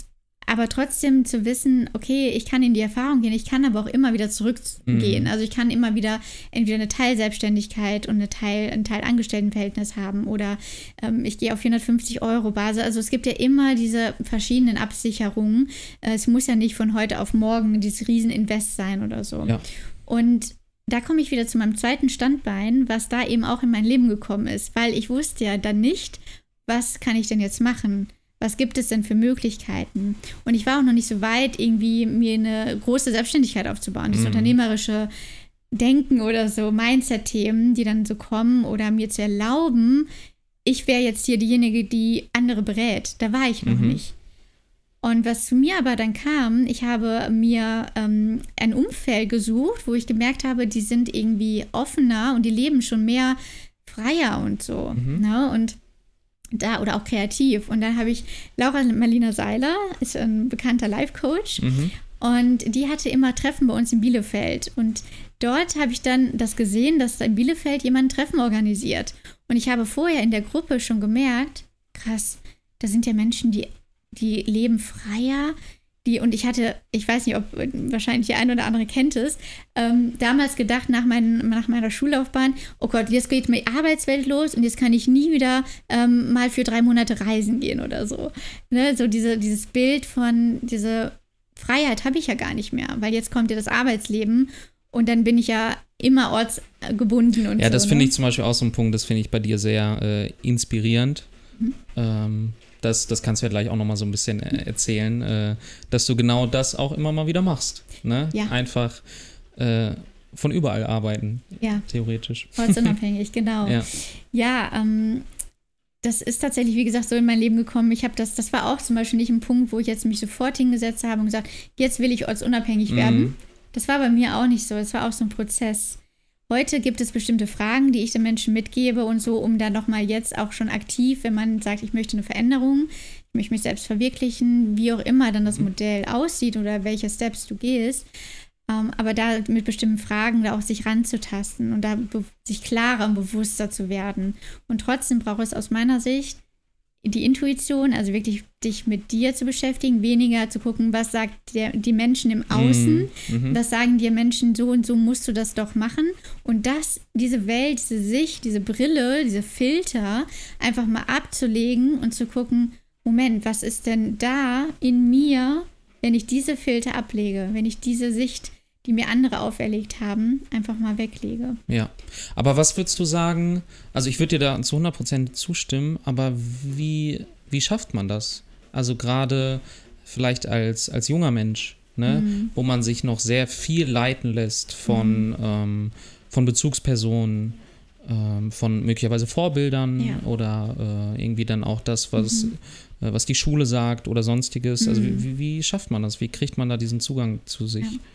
aber trotzdem zu wissen, okay, ich kann in die Erfahrung gehen, ich kann aber auch immer wieder zurückgehen. Also ich kann immer wieder entweder eine Teilselbstständigkeit und ein Teil Angestelltenverhältnis haben oder ich gehe auf 450 € Basis. Also es gibt ja immer diese verschiedenen Absicherungen. Es muss ja nicht von heute auf morgen dieses Rieseninvest sein oder so. Ja. Und da komme ich wieder zu meinem zweiten Standbein, was da eben auch in mein Leben gekommen ist, weil ich wusste ja dann nicht, was kann ich denn jetzt machen? Was gibt es denn für Möglichkeiten? Und ich war auch noch nicht so weit, irgendwie mir eine große Selbstständigkeit aufzubauen. Das unternehmerische Denken oder so Mindset-Themen, die dann so kommen oder mir zu erlauben, ich wäre jetzt hier diejenige, die andere berät. Da war ich noch nicht. Und was zu mir aber dann kam, ich habe mir ein Umfeld gesucht, wo ich gemerkt habe, die sind irgendwie offener und die leben schon mehr freier und so. Ne? Und da oder auch kreativ. Und dann habe ich Laura Marlina Seiler, ist ein bekannter Life-Coach. Und die hatte immer Treffen bei uns in Bielefeld. Und dort habe ich dann das gesehen, dass da in Bielefeld jemand ein Treffen organisiert. Und ich habe vorher in der Gruppe schon gemerkt, krass, da sind ja Menschen, die leben freier. Und ich weiß nicht, ob wahrscheinlich der eine oder andere kennt es, damals gedacht nach meiner Schullaufbahn, oh Gott, jetzt geht meine Arbeitswelt los und jetzt kann ich nie wieder mal für 3 Monate reisen gehen oder so. Ne? So dieses Bild von, diese Freiheit habe ich ja gar nicht mehr, weil jetzt kommt ja das Arbeitsleben und dann bin ich ja immer ortsgebunden und so. Ja, das finde ich zum Beispiel auch so ein Punkt, das finde ich bei dir sehr inspirierend. Das kannst du ja gleich auch nochmal so ein bisschen erzählen, dass du genau das auch immer mal wieder machst. Ne? Ja. Einfach von überall arbeiten, theoretisch. Ortsunabhängig, genau. Ja, das ist tatsächlich, wie gesagt, so in mein Leben gekommen. Das war auch zum Beispiel nicht ein Punkt, wo ich jetzt mich sofort hingesetzt habe und gesagt, jetzt will ich ortsunabhängig werden. Das war bei mir auch nicht so. Das war auch so ein Prozess. Heute gibt es bestimmte Fragen, die ich den Menschen mitgebe und so, um dann nochmal jetzt auch schon aktiv, wenn man sagt, ich möchte eine Veränderung, ich möchte mich selbst verwirklichen, wie auch immer dann das Modell aussieht oder welche Steps du gehst, aber da mit bestimmten Fragen da auch sich ranzutasten und da sich klarer und bewusster zu werden. Und trotzdem braucht es aus meiner Sicht die Intuition, also wirklich dich mit dir zu beschäftigen, weniger zu gucken, was sagt die Menschen im Außen, was sagen dir Menschen, so und so musst du das doch machen. Und diese Welt, diese Sicht, diese Brille, diese Filter einfach mal abzulegen und zu gucken, Moment, was ist denn da in mir, wenn ich diese Filter ablege, wenn ich diese Sicht, die mir andere auferlegt haben, einfach mal weglege. Ja, aber was würdest du sagen, also ich würde dir da zu 100% zustimmen, aber wie schafft man das? Also gerade vielleicht als junger Mensch, ne, wo man sich noch sehr viel leiten lässt von Bezugspersonen, von möglicherweise Vorbildern oder irgendwie dann auch das, was die Schule sagt oder sonstiges. Also wie schafft man das? Wie kriegt man da diesen Zugang zu sich? Ja.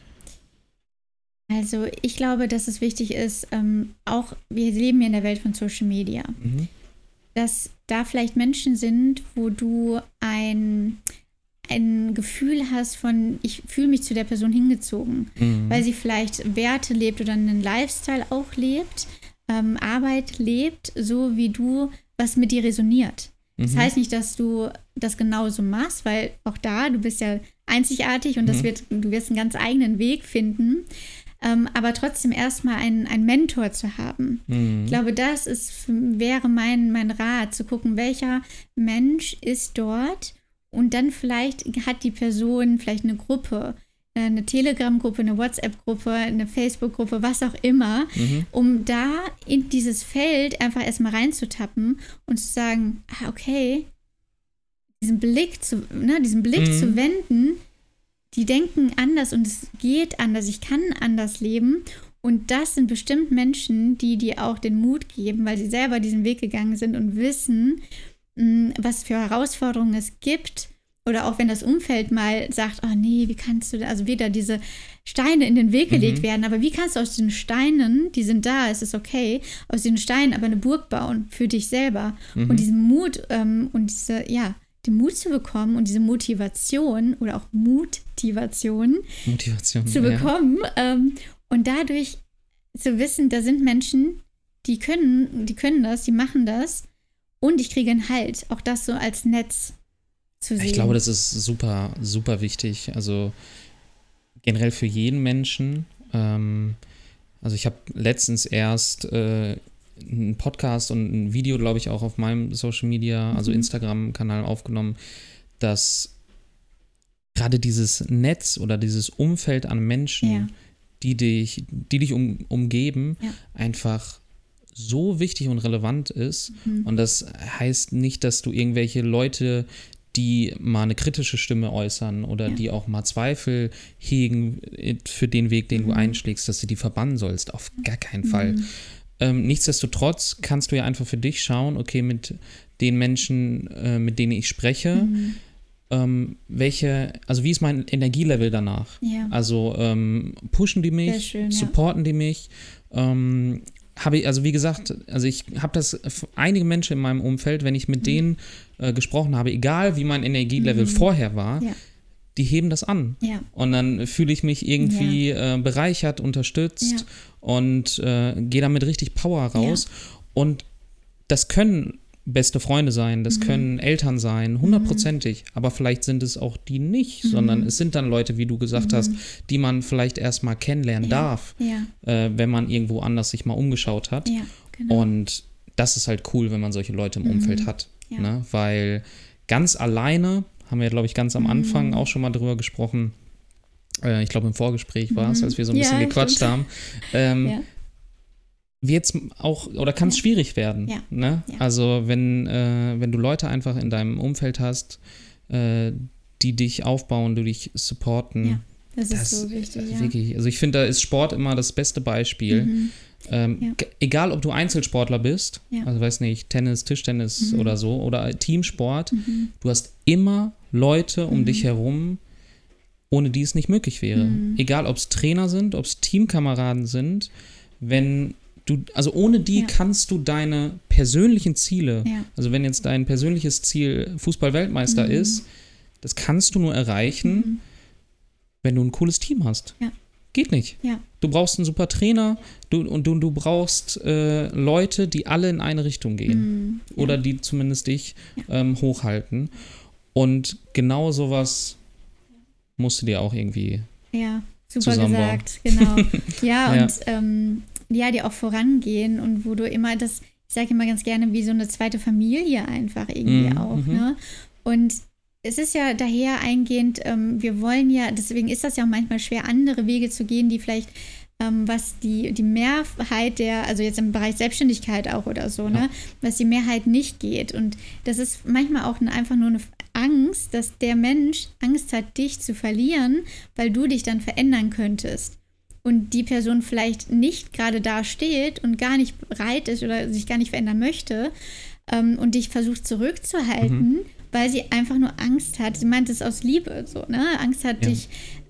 Also ich glaube, dass es wichtig ist, auch wir leben ja in der Welt von Social Media, dass da vielleicht Menschen sind, wo du ein Gefühl hast von, ich fühle mich zu der Person hingezogen, weil sie vielleicht Werte lebt oder einen Lifestyle auch lebt, Arbeit lebt, so wie du, was mit dir resoniert. Das heißt nicht, dass du das genauso machst, weil auch du bist ja einzigartig und du wirst einen ganz eigenen Weg finden. Aber trotzdem erstmal einen Mentor zu haben. Ich glaube, das wäre mein Rat, zu gucken, welcher Mensch ist dort und dann vielleicht hat die Person vielleicht eine Gruppe, eine Telegram-Gruppe, eine WhatsApp-Gruppe, eine Facebook-Gruppe, was auch immer, um da in dieses Feld einfach erstmal reinzutappen und zu sagen, okay, diesen Blick zu wenden, die denken anders und es geht anders, ich kann anders leben. Und das sind bestimmt Menschen, die dir auch den Mut geben, weil sie selber diesen Weg gegangen sind und wissen, was für Herausforderungen es gibt. Oder auch wenn das Umfeld mal sagt, oh nee, wie kannst du, also wieder diese Steine in den Weg gelegt werden, aber wie kannst du aus den Steinen, die sind da, es ist okay, aus den Steinen aber eine Burg bauen für dich selber. Und diesen Mut und den Mut zu bekommen und diese Motivation oder auch Motivation zu bekommen und dadurch zu wissen, da sind Menschen, die können das, die machen das und ich kriege einen Halt, auch das so als Netz. zu sehen. Ich glaube, das ist super, super wichtig. Also generell für jeden Menschen. Also ich habe letztens erst einen Podcast und ein Video, glaube ich, auch auf meinem Social Media, also Instagram-Kanal aufgenommen, dass gerade dieses Netz oder dieses Umfeld an Menschen, die dich umgeben, einfach so wichtig und relevant ist. Und das heißt nicht, dass du irgendwelche Leute, die mal eine kritische Stimme äußern oder die auch mal Zweifel hegen für den Weg, den du einschlägst, dass du die verbannen sollst. Auf gar keinen Fall. Nichtsdestotrotz kannst du ja einfach für dich schauen, okay, mit den Menschen, mit denen ich spreche, wie ist mein Energielevel danach? Ja. Also pushen die mich, schön, supporten die mich, wie gesagt, ich habe das einige Menschen in meinem Umfeld, wenn ich mit denen gesprochen habe, egal wie mein Energielevel vorher war, die heben das an. Ja. Und dann fühle ich mich irgendwie bereichert, unterstützt und gehe damit richtig Power raus. Ja. Und das können beste Freunde sein, das können Eltern sein, 100%ig, aber vielleicht sind es auch die nicht, sondern es sind dann Leute, wie du gesagt hast, die man vielleicht erst mal kennenlernen darf, wenn man irgendwo anders sich mal umgeschaut hat. Ja, genau. Und das ist halt cool, wenn man solche Leute im Umfeld hat, ne? Weil ganz alleine, haben wir, glaube ich, ganz am Anfang auch schon mal drüber gesprochen, ich glaube im Vorgespräch war es, als wir so ein bisschen gequatscht haben, wird es auch, oder kann es schwierig werden. Ja. Ne? Ja. Also wenn du Leute einfach in deinem Umfeld hast, die dich aufbauen, die dich supporten. Ja, das ist so wichtig. Wirklich, also ich finde, da ist Sport immer das beste Beispiel. Egal, ob du Einzelsportler bist, also weiß nicht, Tennis, Tischtennis oder so, oder Teamsport, du hast immer Leute um dich herum, ohne die es nicht möglich wäre. Egal, ob es Trainer sind, ob es Teamkameraden sind, also ohne die kannst du deine persönlichen Ziele, also wenn jetzt dein persönliches Ziel Fußball-Weltmeister ist, das kannst du nur erreichen, wenn du ein cooles Team hast. Ja. Geht nicht. Ja. Du brauchst einen super Trainer du brauchst Leute, die alle in eine Richtung gehen oder die zumindest dich hochhalten. Und genau sowas musst du dir auch irgendwie super gesagt, genau. Und die auch vorangehen und wo du immer ich sage immer ganz gerne, wie so eine zweite Familie einfach irgendwie auch, ne? Und es ist ja daher eingehend, wir wollen deswegen ist das ja auch manchmal schwer, andere Wege zu gehen, die vielleicht, was die Mehrheit also jetzt im Bereich Selbstständigkeit auch oder so, ne, was die Mehrheit nicht geht. Und das ist manchmal auch einfach nur eine Angst, dass der Mensch Angst hat, dich zu verlieren, weil du dich dann verändern könntest. Und die Person vielleicht nicht gerade da steht und gar nicht bereit ist oder sich gar nicht verändern möchte und dich versucht zurückzuhalten, weil sie einfach nur Angst hat. Sie meint es aus Liebe, so, ne? Angst hat, dich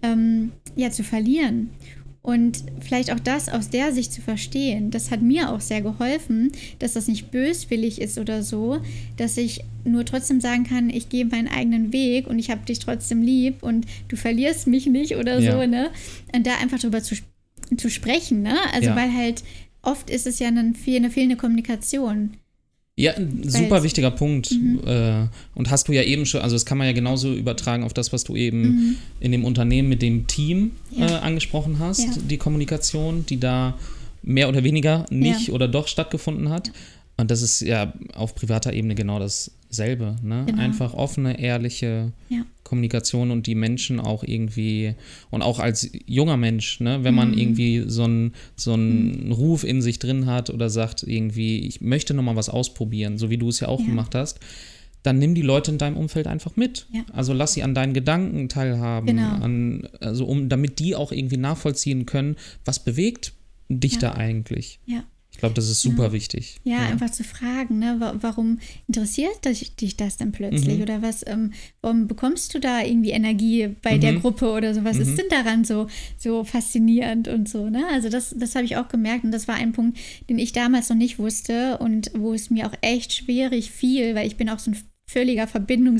zu verlieren. Und vielleicht auch das aus der Sicht zu verstehen, das hat mir auch sehr geholfen, dass das nicht böswillig ist oder so, dass ich nur trotzdem sagen kann, ich gehe meinen eigenen Weg und ich habe dich trotzdem lieb und du verlierst mich nicht oder so, ne? Und da einfach drüber zu sprechen, ne? Also weil halt oft ist es ja eine fehlende Kommunikation. Ja, ein super wichtiger Punkt. Und hast du ja eben schon, also das kann man ja genauso übertragen auf das, was du eben in dem Unternehmen mit dem Team angesprochen hast, die Kommunikation, die da mehr oder weniger nicht oder doch stattgefunden hat. Ja. Und das ist ja auf privater Ebene genau dasselbe. Ne? Genau. Einfach offene, ehrliche Kommunikation und die Menschen auch irgendwie, und auch als junger Mensch, ne, wenn man irgendwie so einen Ruf in sich drin hat oder sagt irgendwie, ich möchte nochmal was ausprobieren, so wie du es ja auch gemacht hast, dann nimm die Leute in deinem Umfeld einfach mit. Ja. Also lass sie an deinen Gedanken teilhaben, damit die auch irgendwie nachvollziehen können, was bewegt dich da eigentlich. Ja. Ich glaube, das ist super wichtig. Ja, einfach zu fragen, ne, warum interessiert dich das denn plötzlich? Oder warum bekommst du da irgendwie Energie bei der Gruppe oder so? Was ist denn daran so faszinierend und so, ne? Also das habe ich auch gemerkt und das war ein Punkt, den ich damals noch nicht wusste und wo es mir auch echt schwierig fiel, weil ich bin auch so ein völliger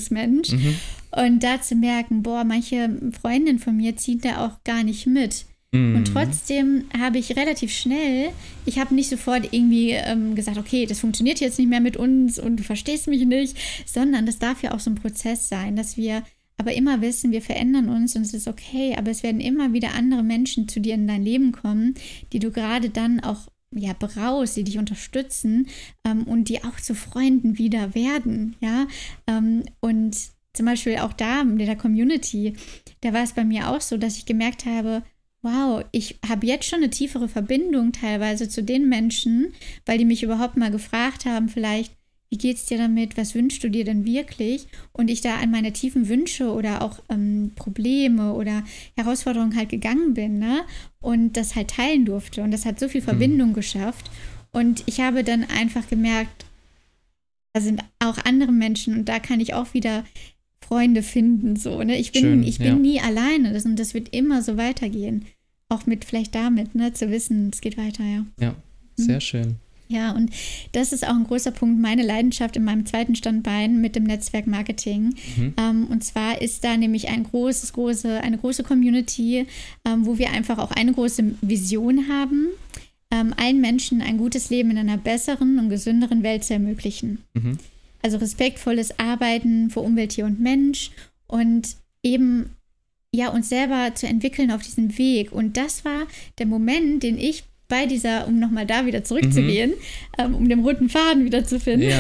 Verbindungsmensch und da zu merken, manche Freundinnen von mir ziehen da auch gar nicht mit. Und trotzdem habe ich relativ schnell, ich habe nicht sofort irgendwie gesagt, okay, das funktioniert jetzt nicht mehr mit uns und du verstehst mich nicht, sondern das darf ja auch so ein Prozess sein, dass wir aber immer wissen, wir verändern uns und es ist okay, aber es werden immer wieder andere Menschen zu dir in dein Leben kommen, die du gerade dann auch brauchst, die dich unterstützen und die auch zu Freunden wieder werden, ja, und zum Beispiel auch da in der Community, da war es bei mir auch so, dass ich gemerkt habe, wow, ich habe jetzt schon eine tiefere Verbindung teilweise zu den Menschen, weil die mich überhaupt mal gefragt haben, vielleicht, wie geht's dir damit, was wünschst du dir denn wirklich? Und ich da an meine tiefen Wünsche oder auch Probleme oder Herausforderungen halt gegangen bin, ne? Und das halt teilen durfte. Und das hat so viel Verbindung geschafft. Und ich habe dann einfach gemerkt, da sind auch andere Menschen und da kann ich auch wieder Freunde finden, so, ne? Ich bin nie alleine, das wird immer so weitergehen. Auch vielleicht damit, ne, zu wissen, es geht weiter, ja. Ja, sehr schön. Ja, und das ist auch ein großer Punkt, meine Leidenschaft in meinem zweiten Standbein mit dem Netzwerk Marketing. Und zwar ist da nämlich eine große Community, wo wir einfach auch eine große Vision haben, allen Menschen ein gutes Leben in einer besseren und gesünderen Welt zu ermöglichen. Also respektvolles Arbeiten für Umwelt, Tier und Mensch und eben uns selber zu entwickeln auf diesem Weg. Und das war der Moment, den ich bei dieser, um nochmal da wieder zurückzugehen, um den roten Faden wieder zu finden,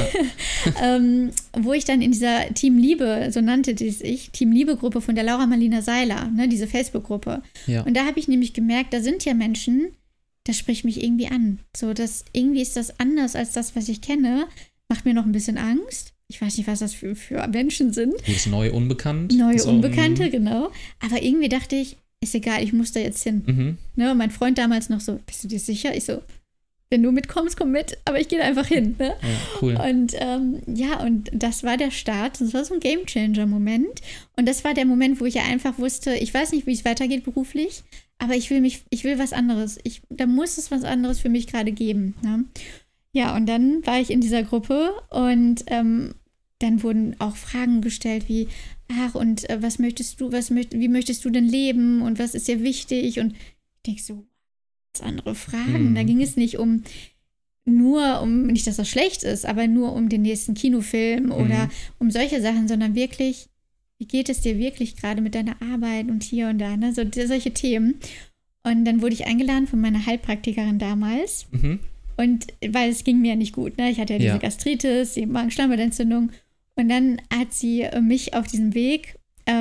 wo ich dann in dieser Team Liebe, so nannte dies ich, Team Liebe-Gruppe von der Laura Marlina Seiler, ne, diese Facebook-Gruppe. Ja. Und da habe ich nämlich gemerkt, da sind ja Menschen, das spricht mich irgendwie an. So, irgendwie ist das anders als das, was ich kenne. Macht mir noch ein bisschen Angst. Ich weiß nicht, was das für Menschen sind. Das ist neu unbekannt. Neue Unbekannte, genau. Aber irgendwie dachte ich, ist egal, ich muss da jetzt hin. Ne, und mein Freund damals noch so, bist du dir sicher? Ich so, wenn du mitkommst, komm mit, aber ich gehe da einfach hin. Ne? Ja, cool. Und und das war der Start. Das war so ein Gamechanger-Moment. Und das war der Moment, wo ich ja einfach wusste, ich weiß nicht, wie es weitergeht beruflich, aber ich will was anderes. Da muss es was anderes für mich gerade geben. Ne? Ja, und dann war ich in dieser Gruppe und dann wurden auch Fragen gestellt wie, was möchtest du, wie möchtest du denn leben und was ist dir wichtig? Und ich denke so, ganz andere Fragen. Da ging es nicht nicht, dass das schlecht ist, aber nur um den nächsten Kinofilm oder um solche Sachen, sondern wirklich, wie geht es dir wirklich gerade mit deiner Arbeit und hier und da, ne? So solche Themen. Und dann wurde ich eingeladen von meiner Heilpraktikerin damals. Und weil es ging mir nicht gut, ne? Ich hatte ja diese Gastritis, die Magenschleimhautentzündung. Und dann hat sie mich auf diesem Weg,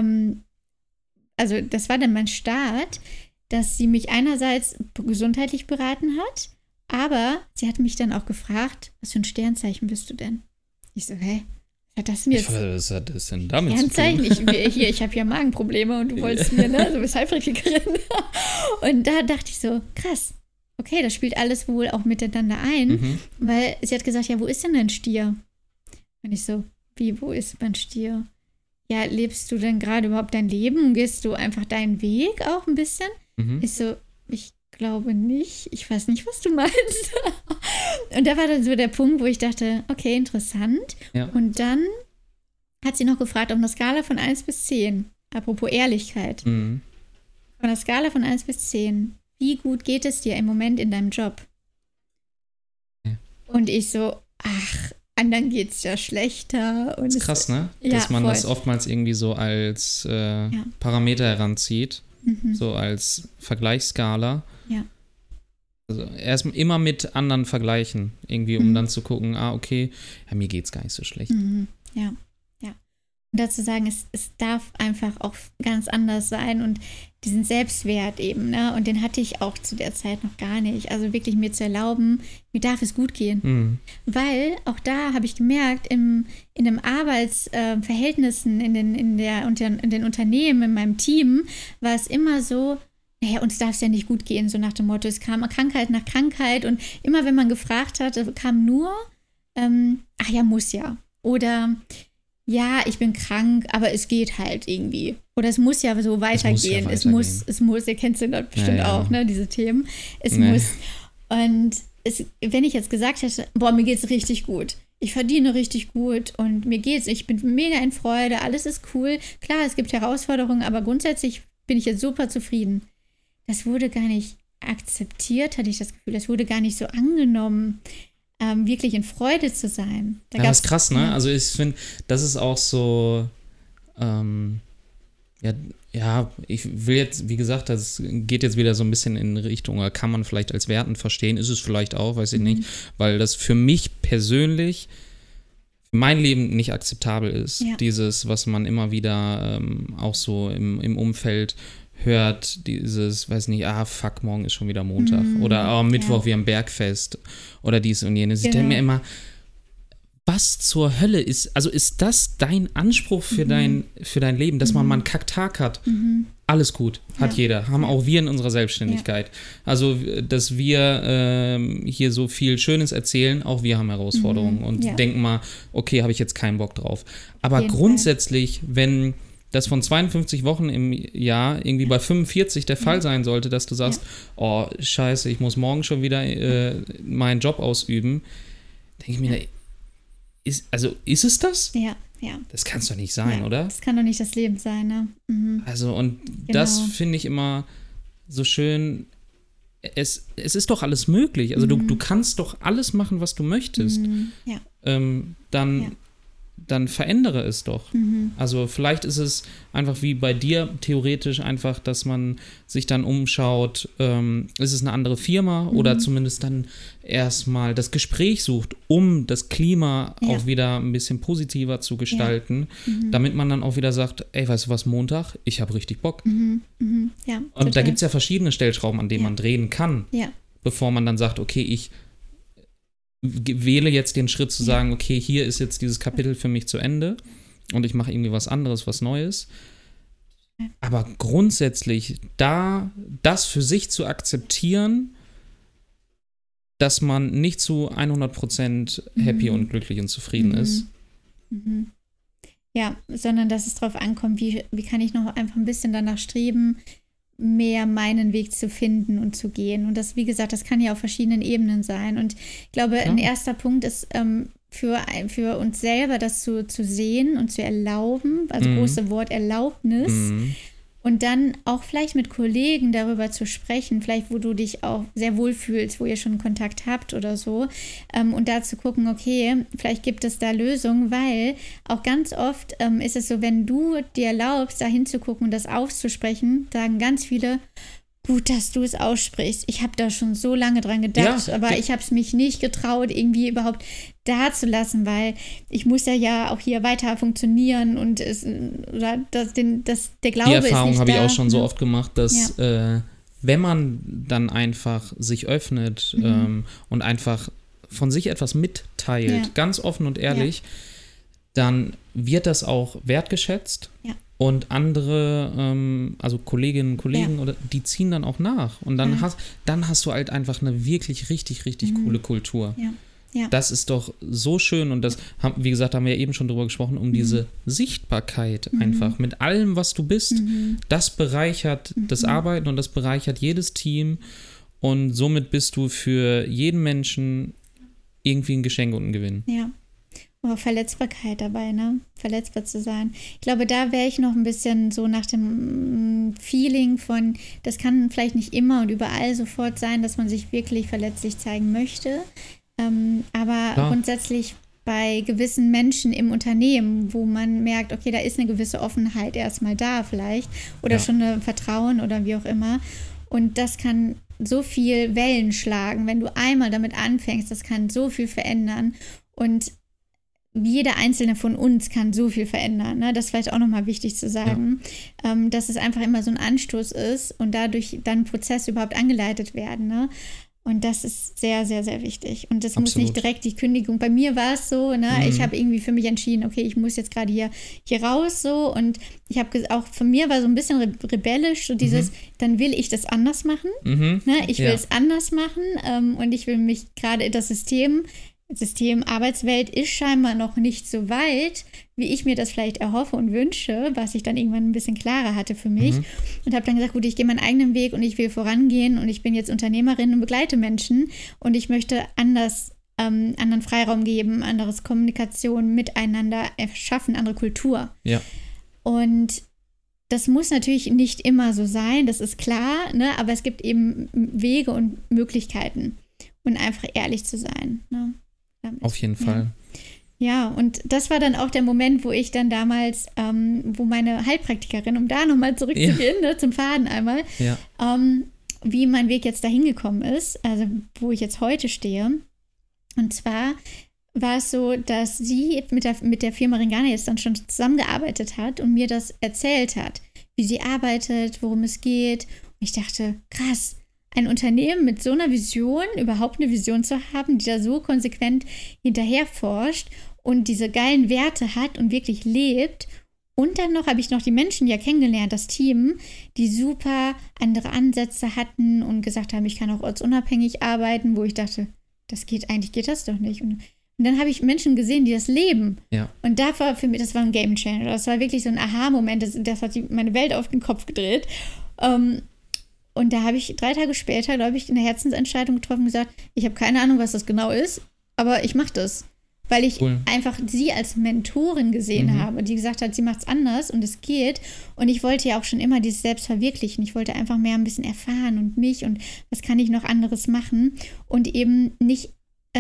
also das war dann mein Start, dass sie mich einerseits gesundheitlich beraten hat, aber sie hat mich dann auch gefragt, was für ein Sternzeichen bist du denn? Ich so, hä? Was hat das denn jetzt? Was hat das denn damit zu tun? Sternzeichen? Ich habe ja Magenprobleme und du wolltest mir, ne? Du bist Heilpraktikerin. Und da dachte ich so, krass. Okay, das spielt alles wohl auch miteinander ein, weil sie hat gesagt, ja, wo ist denn dein Stier? Und ich so, wo ist mein Stier? Ja, lebst du denn gerade überhaupt dein Leben? Gehst du einfach deinen Weg auch ein bisschen? Ich so, ich glaube nicht. Ich weiß nicht, was du meinst. Und da war dann so der Punkt, wo ich dachte, okay, interessant. Ja. Und dann hat sie noch gefragt, auf einer Skala von 1 bis 10, apropos Ehrlichkeit, von der Skala von 1 bis 10, wie gut geht es dir im Moment in deinem Job? Ja. Und ich so, anderen geht es ja schlechter. Und das ist krass, ne? Dass man das oftmals irgendwie so als Parameter heranzieht, so als Vergleichsskala. Ja. Also erst immer mit anderen vergleichen, irgendwie, um dann zu gucken, okay, mir geht's gar nicht so schlecht. Ja. Und dazu sagen, es darf einfach auch ganz anders sein und diesen Selbstwert eben, ne? Und den hatte ich auch zu der Zeit noch gar nicht. Also wirklich mir zu erlauben, mir darf es gut gehen. Weil auch da habe ich gemerkt, in den Arbeitsverhältnissen, in den Unternehmen, in meinem Team, war es immer so, naja, uns darf es ja nicht gut gehen, so nach dem Motto, es kam Krankheit nach Krankheit und immer wenn man gefragt hat, kam nur, muss ja. Oder ja, ich bin krank, aber es geht halt irgendwie. Oder es muss ja so weitergehen. Es muss, ihr kennt es bestimmt auch, ne, diese Themen. Es muss. Und wenn ich jetzt gesagt hätte, mir geht's richtig gut. Ich verdiene richtig gut und ich bin mega in Freude, alles ist cool. Klar, es gibt Herausforderungen, aber grundsätzlich bin ich jetzt super zufrieden. das wurde gar nicht akzeptiert, hatte ich das Gefühl. Das wurde gar nicht so angenommen, wirklich in Freude zu sein. Das ist krass, ne? Also ich finde, das ist auch so, ich will jetzt, wie gesagt, das geht jetzt wieder so ein bisschen in Richtung, oder kann man vielleicht als wertend verstehen, ist es vielleicht auch, weiß ich nicht, weil das für mich persönlich, für mein Leben nicht akzeptabel ist. Ja. Dieses, was man immer wieder auch so im Umfeld hört, dieses, weiß nicht, fuck, morgen ist schon wieder Montag oder Mittwoch, wir haben Bergfest oder dies und jenes. Ich denke mir immer, was zur Hölle ist das dein Anspruch für dein Leben, dass man mal einen Kacktag hat? Alles gut, hat jeder, haben auch wir in unserer Selbstständigkeit. Ja. Also, dass wir hier so viel Schönes erzählen, auch wir haben Herausforderungen und denken mal, okay, habe ich jetzt keinen Bock drauf. Aber grundsätzlich, wenn das von 52 Wochen im Jahr irgendwie bei 45 der Fall sein sollte, dass du sagst, oh, scheiße, ich muss morgen schon wieder meinen Job ausüben, denke ich mir, ist es das? Ja. Das kann es doch nicht sein, oder? Das kann doch nicht das Leben sein, ne? Also, und das finde ich immer so schön, es ist doch alles möglich. Also du kannst doch alles machen, was du möchtest. Dann verändere es doch. Also vielleicht ist es einfach wie bei dir theoretisch einfach, dass man sich dann umschaut, ist es eine andere Firma oder zumindest dann erstmal das Gespräch sucht, um das Klima auch wieder ein bisschen positiver zu gestalten, damit man dann auch wieder sagt, ey, weißt du was, Montag, ich habe richtig Bock. Ja, und total. Da gibt es ja verschiedene Stellschrauben, an denen man drehen kann, bevor man dann sagt, okay, ich wähle jetzt den Schritt zu sagen, okay, hier ist jetzt dieses Kapitel für mich zu Ende und ich mache irgendwie was anderes, was Neues. Aber grundsätzlich das für sich zu akzeptieren, dass man nicht zu 100% happy und glücklich und zufrieden ist. Ja, sondern dass es darauf ankommt, wie kann ich noch einfach ein bisschen danach streben, mehr meinen Weg zu finden und zu gehen. Und das, wie gesagt, das kann ja auf verschiedenen Ebenen sein. Und ich glaube, ein erster Punkt ist für uns selber das zu sehen und zu erlauben, also große Wort Erlaubnis. Und dann auch vielleicht mit Kollegen darüber zu sprechen, vielleicht wo du dich auch sehr wohl fühlst, wo ihr schon Kontakt habt oder so. Und da zu gucken, okay, vielleicht gibt es da Lösungen, weil auch ganz oft ist es so, wenn du dir erlaubst, da hinzugucken und das auszusprechen, sagen ganz viele, gut, dass du es aussprichst. Ich habe da schon so lange dran gedacht, aber ich habe es mich nicht getraut, irgendwie überhaupt da zu lassen, weil ich muss ja auch hier weiter funktionieren und der Glaube ist nicht da. Die Erfahrung habe ich auch schon so oft gemacht, dass wenn man dann einfach sich öffnet und einfach von sich etwas mitteilt, ganz offen und ehrlich, dann wird das auch wertgeschätzt. Ja. Und andere, also Kolleginnen und Kollegen, oder die ziehen dann auch nach. Und dann hast du halt einfach eine wirklich richtig, richtig coole Kultur. Ja. Ja. Das ist doch so schön. Und das, wie gesagt, haben wir ja eben schon drüber gesprochen, um diese Sichtbarkeit einfach mit allem, was du bist. Das bereichert das Arbeiten und das bereichert jedes Team. Und somit bist du für jeden Menschen irgendwie ein Geschenk und ein Gewinn. Ja. Aber Verletzbarkeit dabei, ne? Verletzbar zu sein. Ich glaube, da wäre ich noch ein bisschen so nach dem Feeling von, das kann vielleicht nicht immer und überall sofort sein, dass man sich wirklich verletzlich zeigen möchte. Aber grundsätzlich bei gewissen Menschen im Unternehmen, wo man merkt, okay, da ist eine gewisse Offenheit erstmal da vielleicht oder schon ein Vertrauen oder wie auch immer. Und das kann so viel Wellen schlagen, wenn du einmal damit anfängst, das kann so viel verändern. Und jeder einzelne von uns kann so viel verändern. Ne? Das ist vielleicht auch nochmal wichtig zu sagen, dass es einfach immer so ein Anstoß ist und dadurch dann Prozesse überhaupt angeleitet werden. Ne? Und das ist sehr, sehr, sehr wichtig. Und das muss nicht direkt die Kündigung. Bei mir war es so, ne? Ich habe irgendwie für mich entschieden, okay, ich muss jetzt gerade hier raus so. Und ich habe auch von mir war so ein bisschen rebellisch, so dieses, dann will ich das anders machen. Ne? Ich will es anders machen und ich will mich gerade das System Arbeitswelt ist scheinbar noch nicht so weit, wie ich mir das vielleicht erhoffe und wünsche, was ich dann irgendwann ein bisschen klarer hatte für mich. Und habe dann gesagt, gut, ich gehe meinen eigenen Weg und ich will vorangehen und ich bin jetzt Unternehmerin und begleite Menschen und ich möchte anderen Freiraum geben, anderes Kommunikation miteinander erschaffen, andere Kultur. Ja. Und das muss natürlich nicht immer so sein, das ist klar, ne? Aber es gibt eben Wege und Möglichkeiten und einfach ehrlich zu sein. Ne? Auf jeden Fall. Ja, und das war dann auch der Moment, wo ich dann damals, wo meine Heilpraktikerin, um da nochmal zurückzugehen, ne, zum Faden einmal, wie mein Weg jetzt dahin gekommen ist, also wo ich jetzt heute stehe. Und zwar war es so, dass sie mit der Firma Ringana jetzt dann schon zusammengearbeitet hat und mir das erzählt hat, wie sie arbeitet, worum es geht. Und ich dachte, krass, ein Unternehmen mit so einer Vision, überhaupt eine Vision zu haben, die da so konsequent hinterher forscht und diese geilen Werte hat und wirklich lebt. Und dann habe ich noch die Menschen ja kennengelernt, das Team, die super andere Ansätze hatten und gesagt haben, ich kann auch ortsunabhängig arbeiten, wo ich dachte, eigentlich geht das doch nicht. Und dann habe ich Menschen gesehen, die das leben. Ja. Und das war für mich, das war ein Gamechanger. Das war wirklich so ein Aha-Moment, das hat meine Welt auf den Kopf gedreht. Und da habe ich 3 Tage später, glaube ich, eine Herzensentscheidung getroffen und gesagt, ich habe keine Ahnung, was das genau ist, aber ich mache das. Weil ich einfach sie als Mentorin gesehen habe, die gesagt hat, sie macht es anders und es geht. Und ich wollte ja auch schon immer dieses Selbst verwirklichen. Ich wollte einfach mehr ein bisschen erfahren und mich und was kann ich noch anderes machen und eben nicht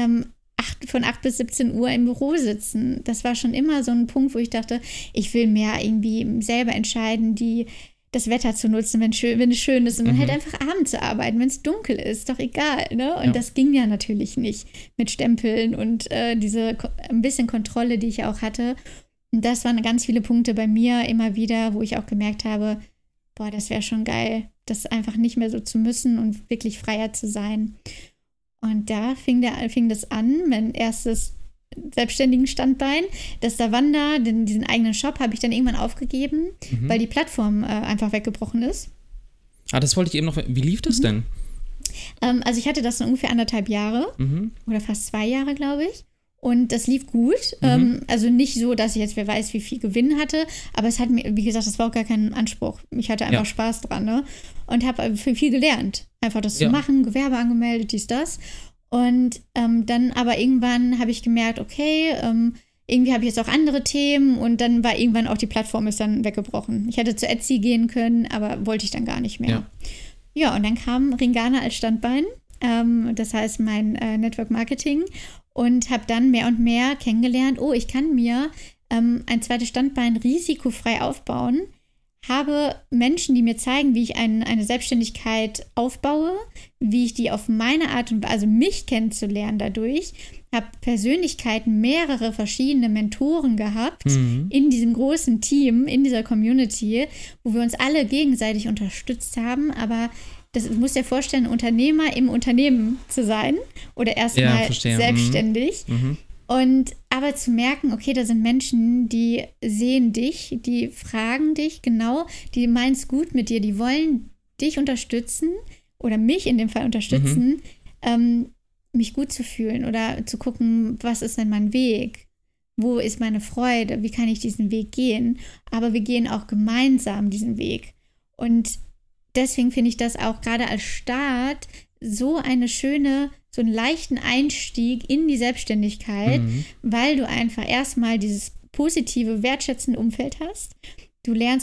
von 8 bis 17 Uhr im Büro sitzen. Das war schon immer so ein Punkt, wo ich dachte, ich will mehr irgendwie selber entscheiden, das Wetter zu nutzen, wenn es schön ist und dann halt einfach abends zu arbeiten, wenn es dunkel ist, doch egal, ne? Und das ging ja natürlich nicht mit Stempeln und diese ein bisschen Kontrolle, die ich ja auch hatte. Und das waren ganz viele Punkte bei mir immer wieder, wo ich auch gemerkt habe, boah, das wäre schon geil, das einfach nicht mehr so zu müssen und wirklich freier zu sein. Und da fing das an, mein erstes selbstständigen Standbein. Das Davanda, diesen eigenen Shop, habe ich dann irgendwann aufgegeben, weil die Plattform einfach weggebrochen ist. Das wollte ich eben noch. Wie lief das denn? Also ich hatte das so ungefähr 1,5 Jahre oder fast 2 Jahre, glaube ich. Und das lief gut. Also nicht so, dass ich jetzt wer weiß, wie viel Gewinn hatte, aber es hat mir, wie gesagt, das war auch gar kein Anspruch. Ich hatte einfach Spaß dran, ne? Und habe viel gelernt. Einfach das zu machen, Gewerbe angemeldet, dies, das. Und dann aber irgendwann habe ich gemerkt, okay, irgendwie habe ich jetzt auch andere Themen und dann war irgendwann auch die Plattform ist dann weggebrochen. Ich hätte zu Etsy gehen können, aber wollte ich dann gar nicht mehr. Ja, und dann kam Ringana als Standbein, das heißt mein Network Marketing und habe dann mehr und mehr kennengelernt, ich kann mir ein zweites Standbein risikofrei aufbauen, habe Menschen, die mir zeigen, wie ich eine Selbstständigkeit aufbaue, wie ich die auf meine Art und Weise, also mich kennenzulernen dadurch, habe Persönlichkeiten, mehrere verschiedene Mentoren gehabt in diesem großen Team, in dieser Community, wo wir uns alle gegenseitig unterstützt haben, aber das muss dir vorstellen, Unternehmer im Unternehmen zu sein oder erstmal selbstständig. Und aber zu merken, okay, da sind Menschen, die sehen dich, die fragen dich genau, die meinen es gut mit dir, die wollen dich unterstützen oder mich in dem Fall unterstützen, mich gut zu fühlen oder zu gucken, was ist denn mein Weg? Wo ist meine Freude? Wie kann ich diesen Weg gehen? Aber wir gehen auch gemeinsam diesen Weg. Und deswegen finde ich das auch gerade als Start so einen leichten Einstieg in die Selbstständigkeit, weil du einfach erstmal dieses positive, wertschätzende Umfeld hast. Du lernst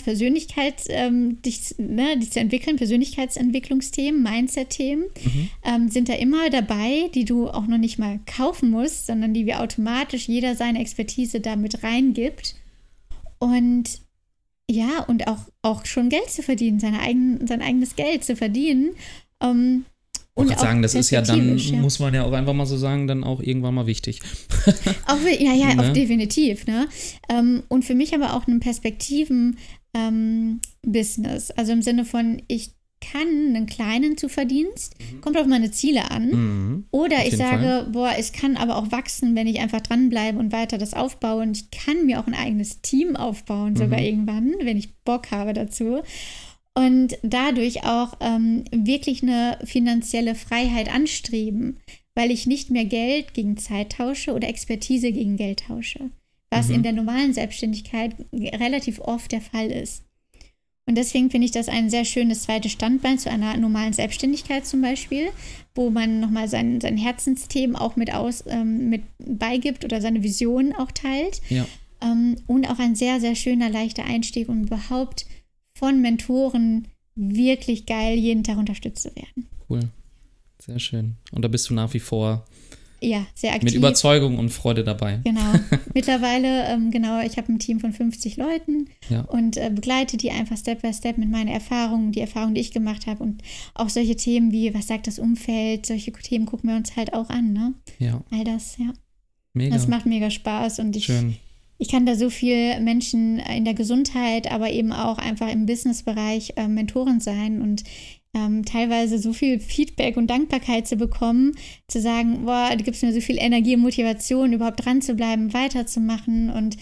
dich zu entwickeln, Persönlichkeitsentwicklungsthemen, Mindset-Themen sind da immer dabei, die du auch noch nicht mal kaufen musst, sondern die wir automatisch jeder seine Expertise damit reingibt. Und ja, und auch schon Geld zu verdienen, sein eigenes Geld zu verdienen. Und auch sagen, das ist ja dann, muss man ja auch einfach mal so sagen, dann auch irgendwann mal wichtig. Auch ne? Definitiv. Ne? Und für mich aber auch ein Perspektiven-Business. Also im Sinne von, ich kann einen kleinen Zuverdienst, kommt auf meine Ziele an. Oder ich sage, es kann aber auch wachsen, wenn ich einfach dranbleibe und weiter das aufbaue. Und ich kann mir auch ein eigenes Team aufbauen, sogar irgendwann, wenn ich Bock habe dazu. Und dadurch auch wirklich eine finanzielle Freiheit anstreben, weil ich nicht mehr Geld gegen Zeit tausche oder Expertise gegen Geld tausche, was in der normalen Selbstständigkeit relativ oft der Fall ist. Und deswegen finde ich das ein sehr schönes zweites Standbein zu einer normalen Selbstständigkeit zum Beispiel, wo man nochmal sein Herzensthemen auch mit beigibt oder seine Visionen auch teilt. Ja. Und auch ein sehr, sehr schöner, leichter Einstieg, um überhaupt von Mentoren wirklich geil, jeden Tag unterstützt zu werden. Cool, sehr schön. Und da bist du nach wie vor sehr aktiv. Mit Überzeugung und Freude dabei. Genau. Mittlerweile, ich habe ein Team von 50 Leuten und begleite die einfach Step by Step mit meinen Erfahrungen, die Erfahrungen, die ich gemacht habe und auch solche Themen wie, was sagt das Umfeld, solche Themen gucken wir uns halt auch an, ne? Ja. All das, ja. Mega. Das macht mega Spaß und Schön. Ich kann da so viel Menschen in der Gesundheit, aber eben auch einfach im Businessbereich Mentoren sein und teilweise so viel Feedback und Dankbarkeit zu bekommen, zu sagen, boah, du gibst mir so viel Energie und Motivation, überhaupt dran zu bleiben, weiterzumachen und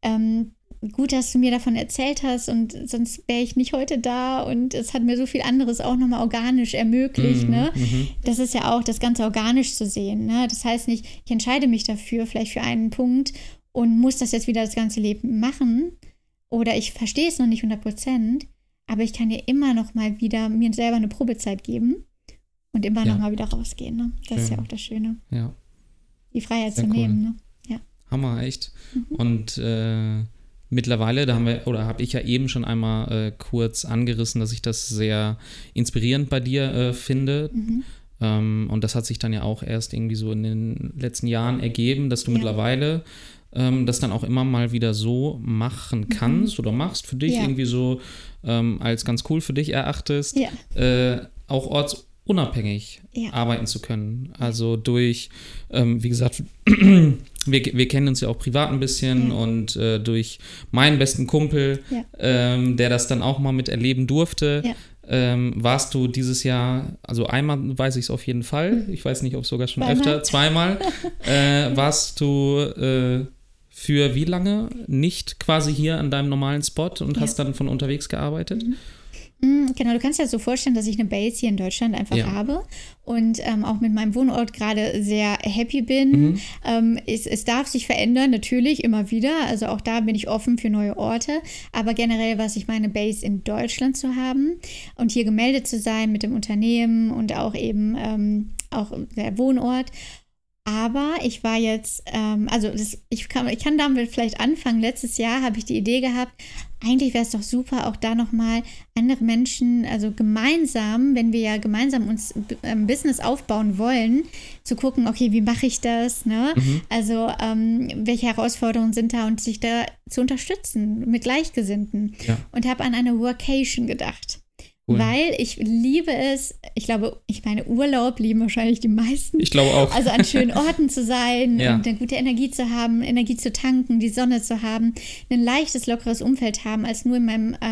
gut, dass du mir davon erzählt hast und sonst wäre ich nicht heute da und es hat mir so viel anderes auch nochmal organisch ermöglicht, ne? Das ist ja auch das Ganze organisch zu sehen, ne? Das heißt nicht, ich entscheide mich dafür, vielleicht für einen Punkt und muss das jetzt wieder das ganze Leben machen oder ich verstehe es noch nicht 100%, aber ich kann ja immer noch mal wieder mir selber eine Probezeit geben und immer noch mal wieder rausgehen. Ne? Das ist ja auch das Schöne. Ja. Die Freiheit sehr zu cool. nehmen. Ne? Ja. Hammer, echt. Und mittlerweile, habe ich ja eben schon einmal kurz angerissen, dass ich das sehr inspirierend bei dir finde. Und das hat sich dann ja auch erst irgendwie so in den letzten Jahren ergeben, dass du mittlerweile das dann auch immer mal wieder so machen kannst oder machst für dich irgendwie so als ganz cool für dich erachtest, auch ortsunabhängig arbeiten zu können. Also durch, wie gesagt, wir kennen uns ja auch privat ein bisschen und durch meinen besten Kumpel, der das dann auch mal miterleben durfte, warst du dieses Jahr, also einmal weiß ich es auf jeden Fall, ich weiß nicht, ob sogar schon zweimal, warst du für wie lange nicht quasi hier an deinem normalen Spot und hast dann von unterwegs gearbeitet? Genau, du kannst dir das so vorstellen, dass ich eine Base hier in Deutschland einfach habe und auch mit meinem Wohnort gerade sehr happy bin. Es darf sich verändern, natürlich, immer wieder. Also auch da bin ich offen für neue Orte. Aber generell war es sich meine Base in Deutschland zu haben und hier gemeldet zu sein mit dem Unternehmen und auch eben auch der Wohnort. Aber ich war jetzt, ich kann damit vielleicht anfangen. Letztes Jahr habe ich die Idee gehabt, eigentlich wäre es doch super, auch da nochmal andere Menschen, also gemeinsam, wenn wir ja gemeinsam uns ein Business aufbauen wollen, zu gucken, okay, wie mache ich das, ne? Also welche Herausforderungen sind da und sich da zu unterstützen mit Gleichgesinnten. Und habe an eine Workation gedacht. Cool. Weil ich liebe es, ich meine, Urlaub lieben wahrscheinlich die meisten. Ich glaube auch. Also an schönen Orten zu sein und eine gute Energie zu haben, Energie zu tanken, die Sonne zu haben, ein leichtes, lockeres Umfeld haben, als nur in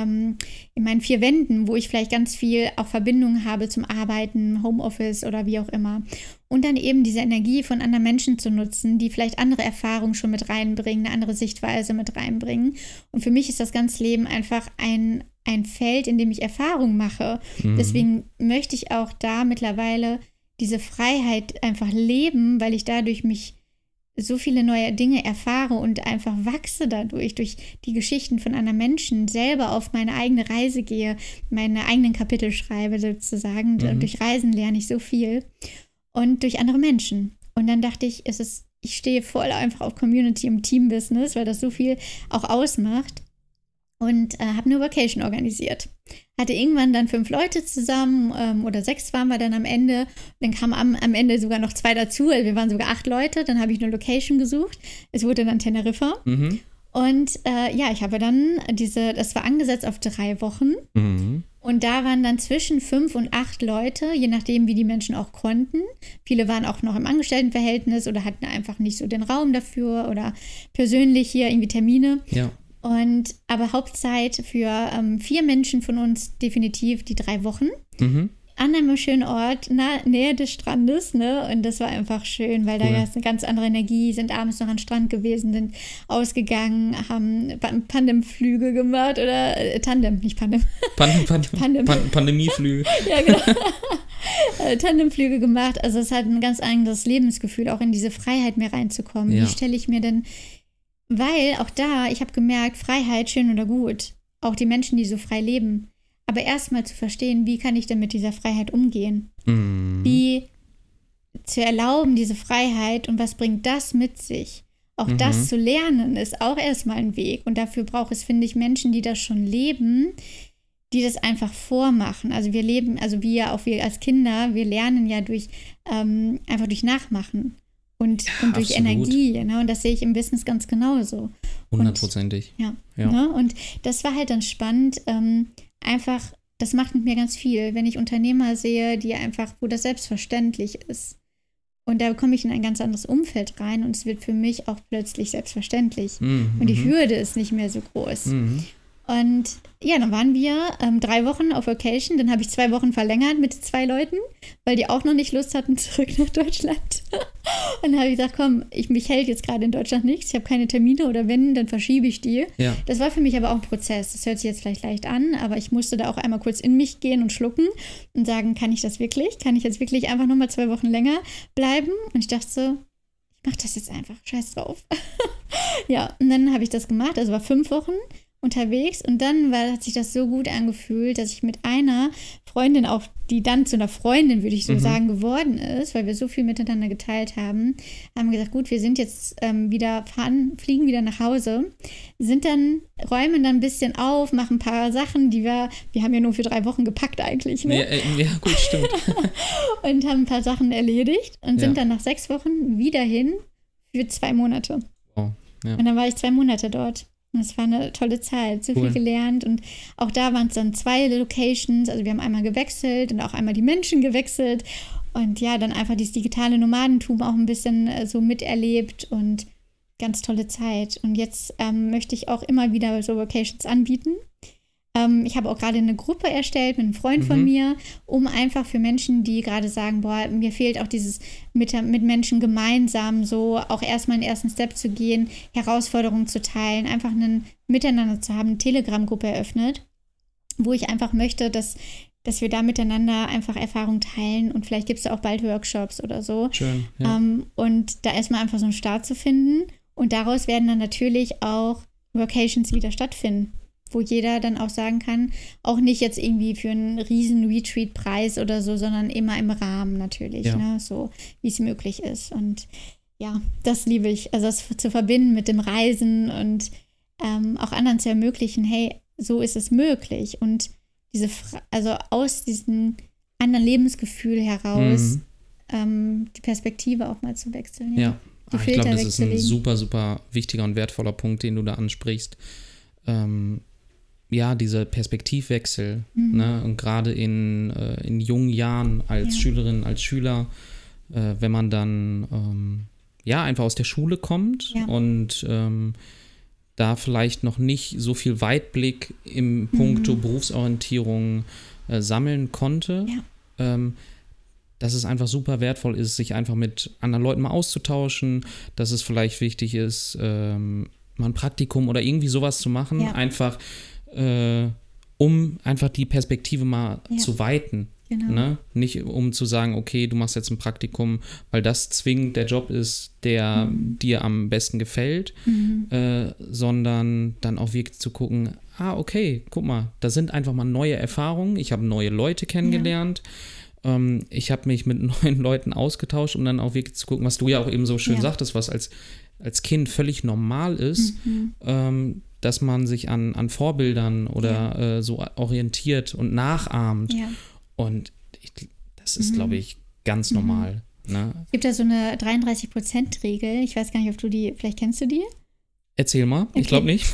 meinen 4 Wänden, wo ich vielleicht ganz viel auch Verbindungen habe zum Arbeiten, Homeoffice oder wie auch immer. Und dann eben diese Energie von anderen Menschen zu nutzen, die vielleicht andere Erfahrungen schon mit reinbringen, eine andere Sichtweise mit reinbringen. Und für mich ist das ganze Leben einfach ein Feld, in dem ich Erfahrung mache. Deswegen möchte ich auch da mittlerweile diese Freiheit einfach leben, weil ich dadurch mich so viele neue Dinge erfahre und einfach wachse dadurch, durch die Geschichten von anderen Menschen, selber auf meine eigene Reise gehe, meine eigenen Kapitel schreibe sozusagen. Durch Reisen lerne ich so viel und durch andere Menschen. Und dann dachte ich, ich stehe voll einfach auf Community und Team-Business, weil das so viel auch ausmacht. Und habe eine Vacation organisiert. Hatte irgendwann dann 5 Leute zusammen oder 6 waren wir dann am Ende. Dann kamen am Ende sogar noch 2 dazu. Also wir waren sogar 8 Leute. Dann habe ich eine Location gesucht. Es wurde dann Teneriffa. Und ich habe dann das war angesetzt auf 3 Wochen. Und da waren dann zwischen 5 und 8 Leute, je nachdem, wie die Menschen auch konnten. Viele waren auch noch im Angestelltenverhältnis oder hatten einfach nicht so den Raum dafür oder persönlich hier irgendwie Termine. Aber Hauptzeit für 4 Menschen von uns definitiv die 3 Wochen. An einem schönen Ort, Nähe des Strandes, ne? Und das war einfach schön, weil da ist eine ganz andere Energie, sind abends noch am Strand gewesen, sind ausgegangen, haben Pandemflüge gemacht oder Tandem, nicht Pandem. Pandemieflüge. Ja, genau. Tandemflüge gemacht. Also es hat ein ganz anderes Lebensgefühl, auch in diese Freiheit mehr reinzukommen. Wie stelle ich mir denn, weil auch da, ich habe gemerkt, Freiheit, schön oder gut, auch die Menschen, die so frei leben, aber erstmal zu verstehen, wie kann ich denn mit dieser Freiheit umgehen? Wie zu erlauben, diese Freiheit und was bringt das mit sich? Auch das zu lernen, ist auch erstmal ein Weg. Und dafür braucht es, finde ich, Menschen, die das schon leben, die das einfach vormachen. Also wir als Kinder, wir lernen ja einfach durch Nachmachen und durch absolut. Energie. Ne? Und das sehe ich im Business ganz genauso. 100%. Ja. Ne? Und das war halt dann spannend, einfach, das macht mit mir ganz viel, wenn ich Unternehmer sehe, wo das selbstverständlich ist. Und da komme ich in ein ganz anderes Umfeld rein und es wird für mich auch plötzlich selbstverständlich. Und die Hürde ist nicht mehr so groß. Und ja, dann waren wir 3 Wochen auf Vacation. Dann habe ich 2 Wochen verlängert mit 2 Leuten, weil die auch noch nicht Lust hatten, zurück nach Deutschland. Und dann habe ich gesagt, komm, mich hält jetzt gerade in Deutschland nichts. Ich habe keine Termine oder wenn, dann verschiebe ich die. Ja. Das war für mich aber auch ein Prozess. Das hört sich jetzt vielleicht leicht an, aber ich musste da auch einmal kurz in mich gehen und schlucken und sagen, kann ich das wirklich? Kann ich jetzt wirklich einfach nochmal 2 Wochen länger bleiben? Und ich dachte so, ich mache das jetzt einfach. Scheiß drauf. Ja, und dann habe ich das gemacht. Also war 5 Wochen unterwegs und dann hat sich das so gut angefühlt, dass ich mit einer Freundin auch, die dann zu einer Freundin, würde ich so sagen, geworden ist, weil wir so viel miteinander geteilt haben gesagt, gut, wir sind jetzt fliegen wieder nach Hause, räumen dann ein bisschen auf, machen ein paar Sachen, wir haben ja nur für 3 Wochen gepackt eigentlich, ne? Ja, gut, stimmt. Und haben ein paar Sachen erledigt und sind dann nach 6 Wochen wieder hin für 2 Monate. Oh, ja. Und dann war ich 2 Monate dort. Und es war eine tolle Zeit, so viel gelernt und auch da waren es dann 2 Locations, also wir haben einmal gewechselt und auch einmal die Menschen gewechselt und ja, dann einfach dieses digitale Nomadentum auch ein bisschen so miterlebt und ganz tolle Zeit. Und jetzt möchte ich auch immer wieder so Vacations anbieten. Ich habe auch gerade eine Gruppe erstellt mit einem Freund von mir, um einfach für Menschen, die gerade sagen, boah, mir fehlt auch dieses mit Menschen gemeinsam so auch erstmal einen ersten Step zu gehen, Herausforderungen zu teilen, einfach ein Miteinander zu haben, eine Telegram-Gruppe eröffnet, wo ich einfach möchte, dass wir da miteinander einfach Erfahrungen teilen und vielleicht gibt es da auch bald Workshops oder so. Schön, ja. Und da erstmal einfach so einen Start zu finden und daraus werden dann natürlich auch Vacations wieder stattfinden, wo jeder dann auch sagen kann, auch nicht jetzt irgendwie für einen riesen Retreat-Preis oder so, sondern immer im Rahmen natürlich, ne? So wie es möglich ist. Und ja, das liebe ich, also das zu verbinden mit dem Reisen und auch anderen zu ermöglichen, hey, so ist es möglich. Und also aus diesem anderen Lebensgefühl heraus die Perspektive auch mal zu wechseln. Ja. Ich glaube, das ist ein super, super wichtiger und wertvoller Punkt, den du da ansprichst. Ja, dieser Perspektivwechsel, ne? Und gerade in jungen Jahren als Schülerin, als Schüler, wenn man dann einfach aus der Schule kommt und da vielleicht noch nicht so viel Weitblick im Punkto Berufsorientierung sammeln konnte, dass es einfach super wertvoll ist, sich einfach mit anderen Leuten mal auszutauschen, dass es vielleicht wichtig ist, mal ein Praktikum oder irgendwie sowas zu machen, einfach um einfach die Perspektive mal zu weiten. Genau. Ne? Nicht um zu sagen, okay, du machst jetzt ein Praktikum, weil das zwingend der Job ist, der dir am besten gefällt, sondern dann auch wirklich zu gucken, okay, guck mal, da sind einfach mal neue Erfahrungen, ich habe neue Leute kennengelernt, ich habe mich mit neuen Leuten ausgetauscht, um dann auch wirklich zu gucken, was du ja auch eben so schön sagtest, was als Kind völlig normal ist, dass man sich an Vorbildern oder so orientiert und nachahmt. Ja. Und das ist, glaube ich, ganz normal. Ne? Es gibt ja so eine 33%-Regel. Ich weiß gar nicht, vielleicht kennst du die? Erzähl mal, okay. Ich glaube nicht.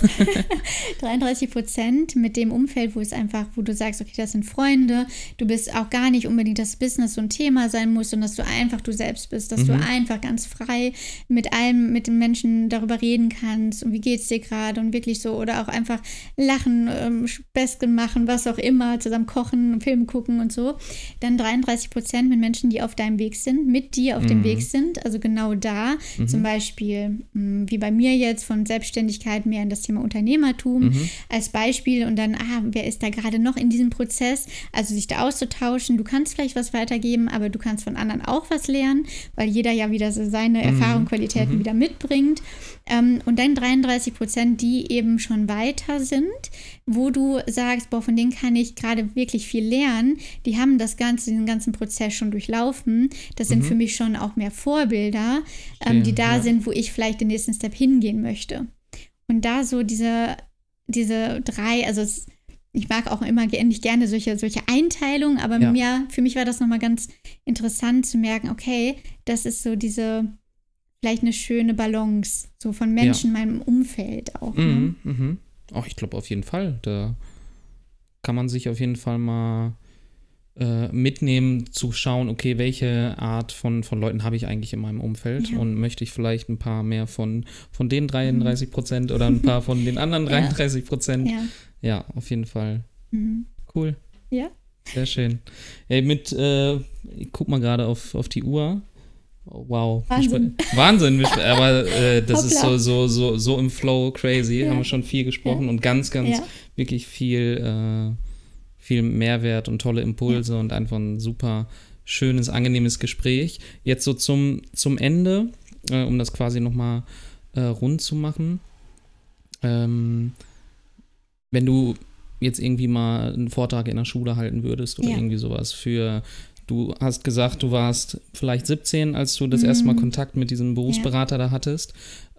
33% mit dem Umfeld, wo du sagst, okay, das sind Freunde, du bist auch gar nicht unbedingt das Business so ein Thema sein muss und dass du einfach du selbst bist, dass du einfach ganz frei mit den Menschen darüber reden kannst und wie geht's dir gerade und wirklich so oder auch einfach lachen, Späßchen machen, was auch immer, zusammen kochen, Film gucken und so. Dann 33% mit Menschen, die auf deinem Weg sind, mit dir auf dem Weg sind, also genau da, zum Beispiel wie bei mir jetzt von Selbstständigkeit mehr in das Thema Unternehmertum als Beispiel und dann, wer ist da gerade noch in diesem Prozess, also sich da auszutauschen, du kannst vielleicht was weitergeben, aber du kannst von anderen auch was lernen, weil jeder ja wieder so seine Erfahrungen, Qualitäten wieder mitbringt und dann 33%, die eben schon weiter sind, wo du sagst, von denen kann ich gerade wirklich viel lernen, die haben diesen ganzen Prozess schon durchlaufen, das sind für mich schon auch mehr Vorbilder, die da sind, wo ich vielleicht den nächsten Step hingehen möchte. Und da so diese 3, also ich mag auch immer nicht gerne solche Einteilungen, aber für mich war das nochmal ganz interessant zu merken, okay, das ist so vielleicht eine schöne Balance, so von Menschen in meinem Umfeld auch. Ne? Oh, ich glaube auf jeden Fall. Da kann man sich auf jeden Fall mal mitnehmen, zu schauen, okay, welche Art von Leuten habe ich eigentlich in meinem Umfeld und möchte ich vielleicht ein paar mehr von den 33% oder ein paar von den anderen 33%. Ja, auf jeden Fall. Cool. Ja. Sehr schön. Ich guck mal gerade auf die Uhr. Oh, wow. Wahnsinn. Aber das ist so im Flow crazy. Haben wir schon viel gesprochen und ganz wirklich viel Mehrwert und tolle Impulse und einfach ein super schönes, angenehmes Gespräch. Jetzt so zum Ende, um das quasi nochmal rund zu machen. Wenn du jetzt irgendwie mal einen Vortrag in der Schule halten würdest oder irgendwie sowas du hast gesagt, du warst vielleicht 17, als du das erste Mal Kontakt mit diesem Berufsberater da hattest.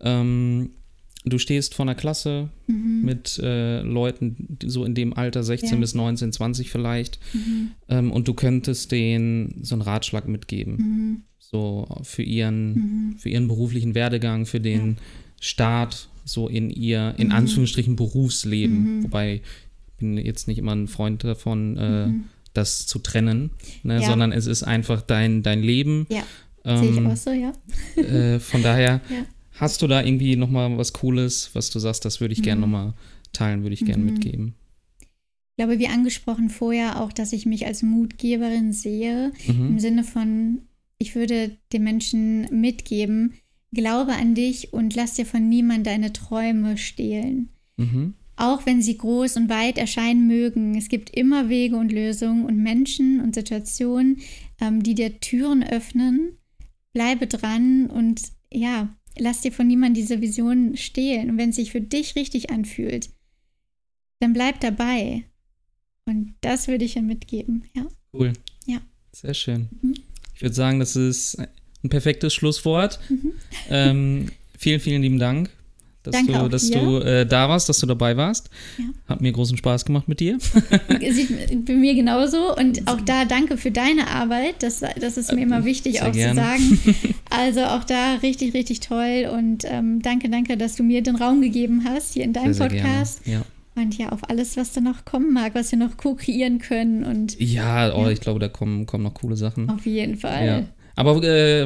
Du stehst vor einer Klasse mit Leuten, so in dem Alter, 16 bis 19, 20 vielleicht, und du könntest denen so einen Ratschlag mitgeben, so für ihren beruflichen Werdegang, für den Start so in ihr, in Anführungsstrichen, Berufsleben. Wobei, ich bin jetzt nicht immer ein Freund davon, das zu trennen, sondern es ist einfach dein Leben. Ja, sehe ich auch so, ja. Von daher, hast du da irgendwie nochmal was Cooles, was du sagst, das würde ich gerne nochmal teilen, würde ich gerne mitgeben? Ich glaube, wie angesprochen vorher auch, dass ich mich als Mutgeberin sehe, im Sinne von, ich würde den Menschen mitgeben, glaube an dich und lass dir von niemand deine Träume stehlen. Auch wenn sie groß und weit erscheinen mögen, es gibt immer Wege und Lösungen und Menschen und Situationen, die dir Türen öffnen. Bleibe dran und lass dir von niemandem diese Vision stehlen. Und wenn es sich für dich richtig anfühlt, dann bleib dabei. Und das würde ich ja mitgeben. Ja. Cool. Ja. Sehr schön. Ich würde sagen, das ist ein perfektes Schlusswort. Vielen, vielen lieben Dank, dass du da warst, dass du dabei warst. Ja. Hat mir großen Spaß gemacht mit dir. Sieht bei mir genauso. Und auch da danke für deine Arbeit. Das ist mir immer wichtig auch zu sagen. Also auch da richtig, richtig toll. Und danke, dass du mir den Raum gegeben hast hier in deinem sehr Podcast. Gerne. Ja. Und auf alles, was da noch kommen mag, was wir noch co-kreieren können. Und, ich glaube, da kommen noch coole Sachen. Auf jeden Fall. Ja. Aber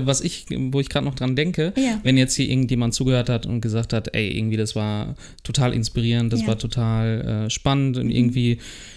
wo ich gerade noch dran denke, wenn jetzt hier irgendjemand zugehört hat und gesagt hat, ey, irgendwie das war total inspirierend, das war total spannend und irgendwie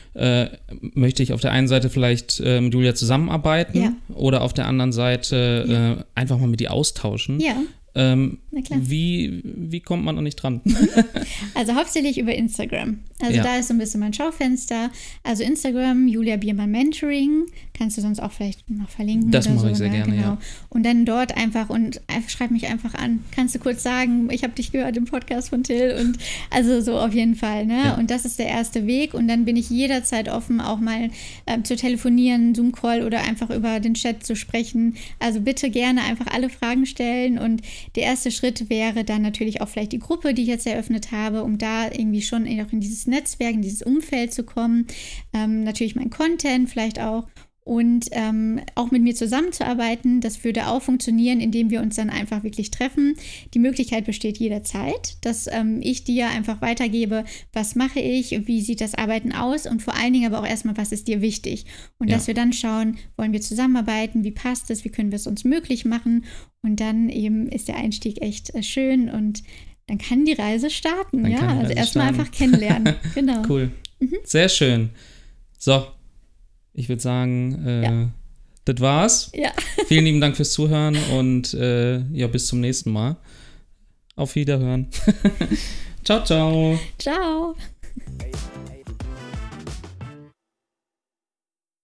möchte ich auf der einen Seite vielleicht mit Julia zusammenarbeiten oder auf der anderen Seite einfach mal mit ihr austauschen. Ja. Na klar. Wie kommt man noch nicht dran? Also hauptsächlich über Instagram. Also da ist so ein bisschen mein Schaufenster. Also Instagram, Julia Biermann Mentoring. Kannst du sonst auch vielleicht noch verlinken. Das mache ich sehr gerne, genau. Und dann dort einfach schreib mich einfach an. Kannst du kurz sagen, ich habe dich gehört im Podcast von Till. Und also so auf jeden Fall. Ne? Ja. Und das ist der erste Weg. Und dann bin ich jederzeit offen, auch mal zu telefonieren, Zoom-Call oder einfach über den Chat zu sprechen. Also bitte gerne einfach alle Fragen stellen. Und der erste Schritt wäre dann natürlich auch vielleicht die Gruppe, die ich jetzt eröffnet habe, um da irgendwie schon auch in dieses Netzwerk, in dieses Umfeld zu kommen. Natürlich mein Content vielleicht auch. Und auch mit mir zusammenzuarbeiten, das würde auch funktionieren, indem wir uns dann einfach wirklich treffen. Die Möglichkeit besteht jederzeit, dass ich dir einfach weitergebe, was mache ich, wie sieht das Arbeiten aus und vor allen Dingen aber auch erstmal, was ist dir wichtig. Und dass wir dann schauen, wollen wir zusammenarbeiten, wie passt es, wie können wir es uns möglich machen. Und dann eben ist der Einstieg echt schön und dann kann die Reise starten. Also erstmal einfach kennenlernen. Genau. Cool. Sehr schön. So. Ich würde sagen, das war's. Ja. Vielen lieben Dank fürs Zuhören und bis zum nächsten Mal. Auf Wiederhören. Ciao, ciao. Ciao.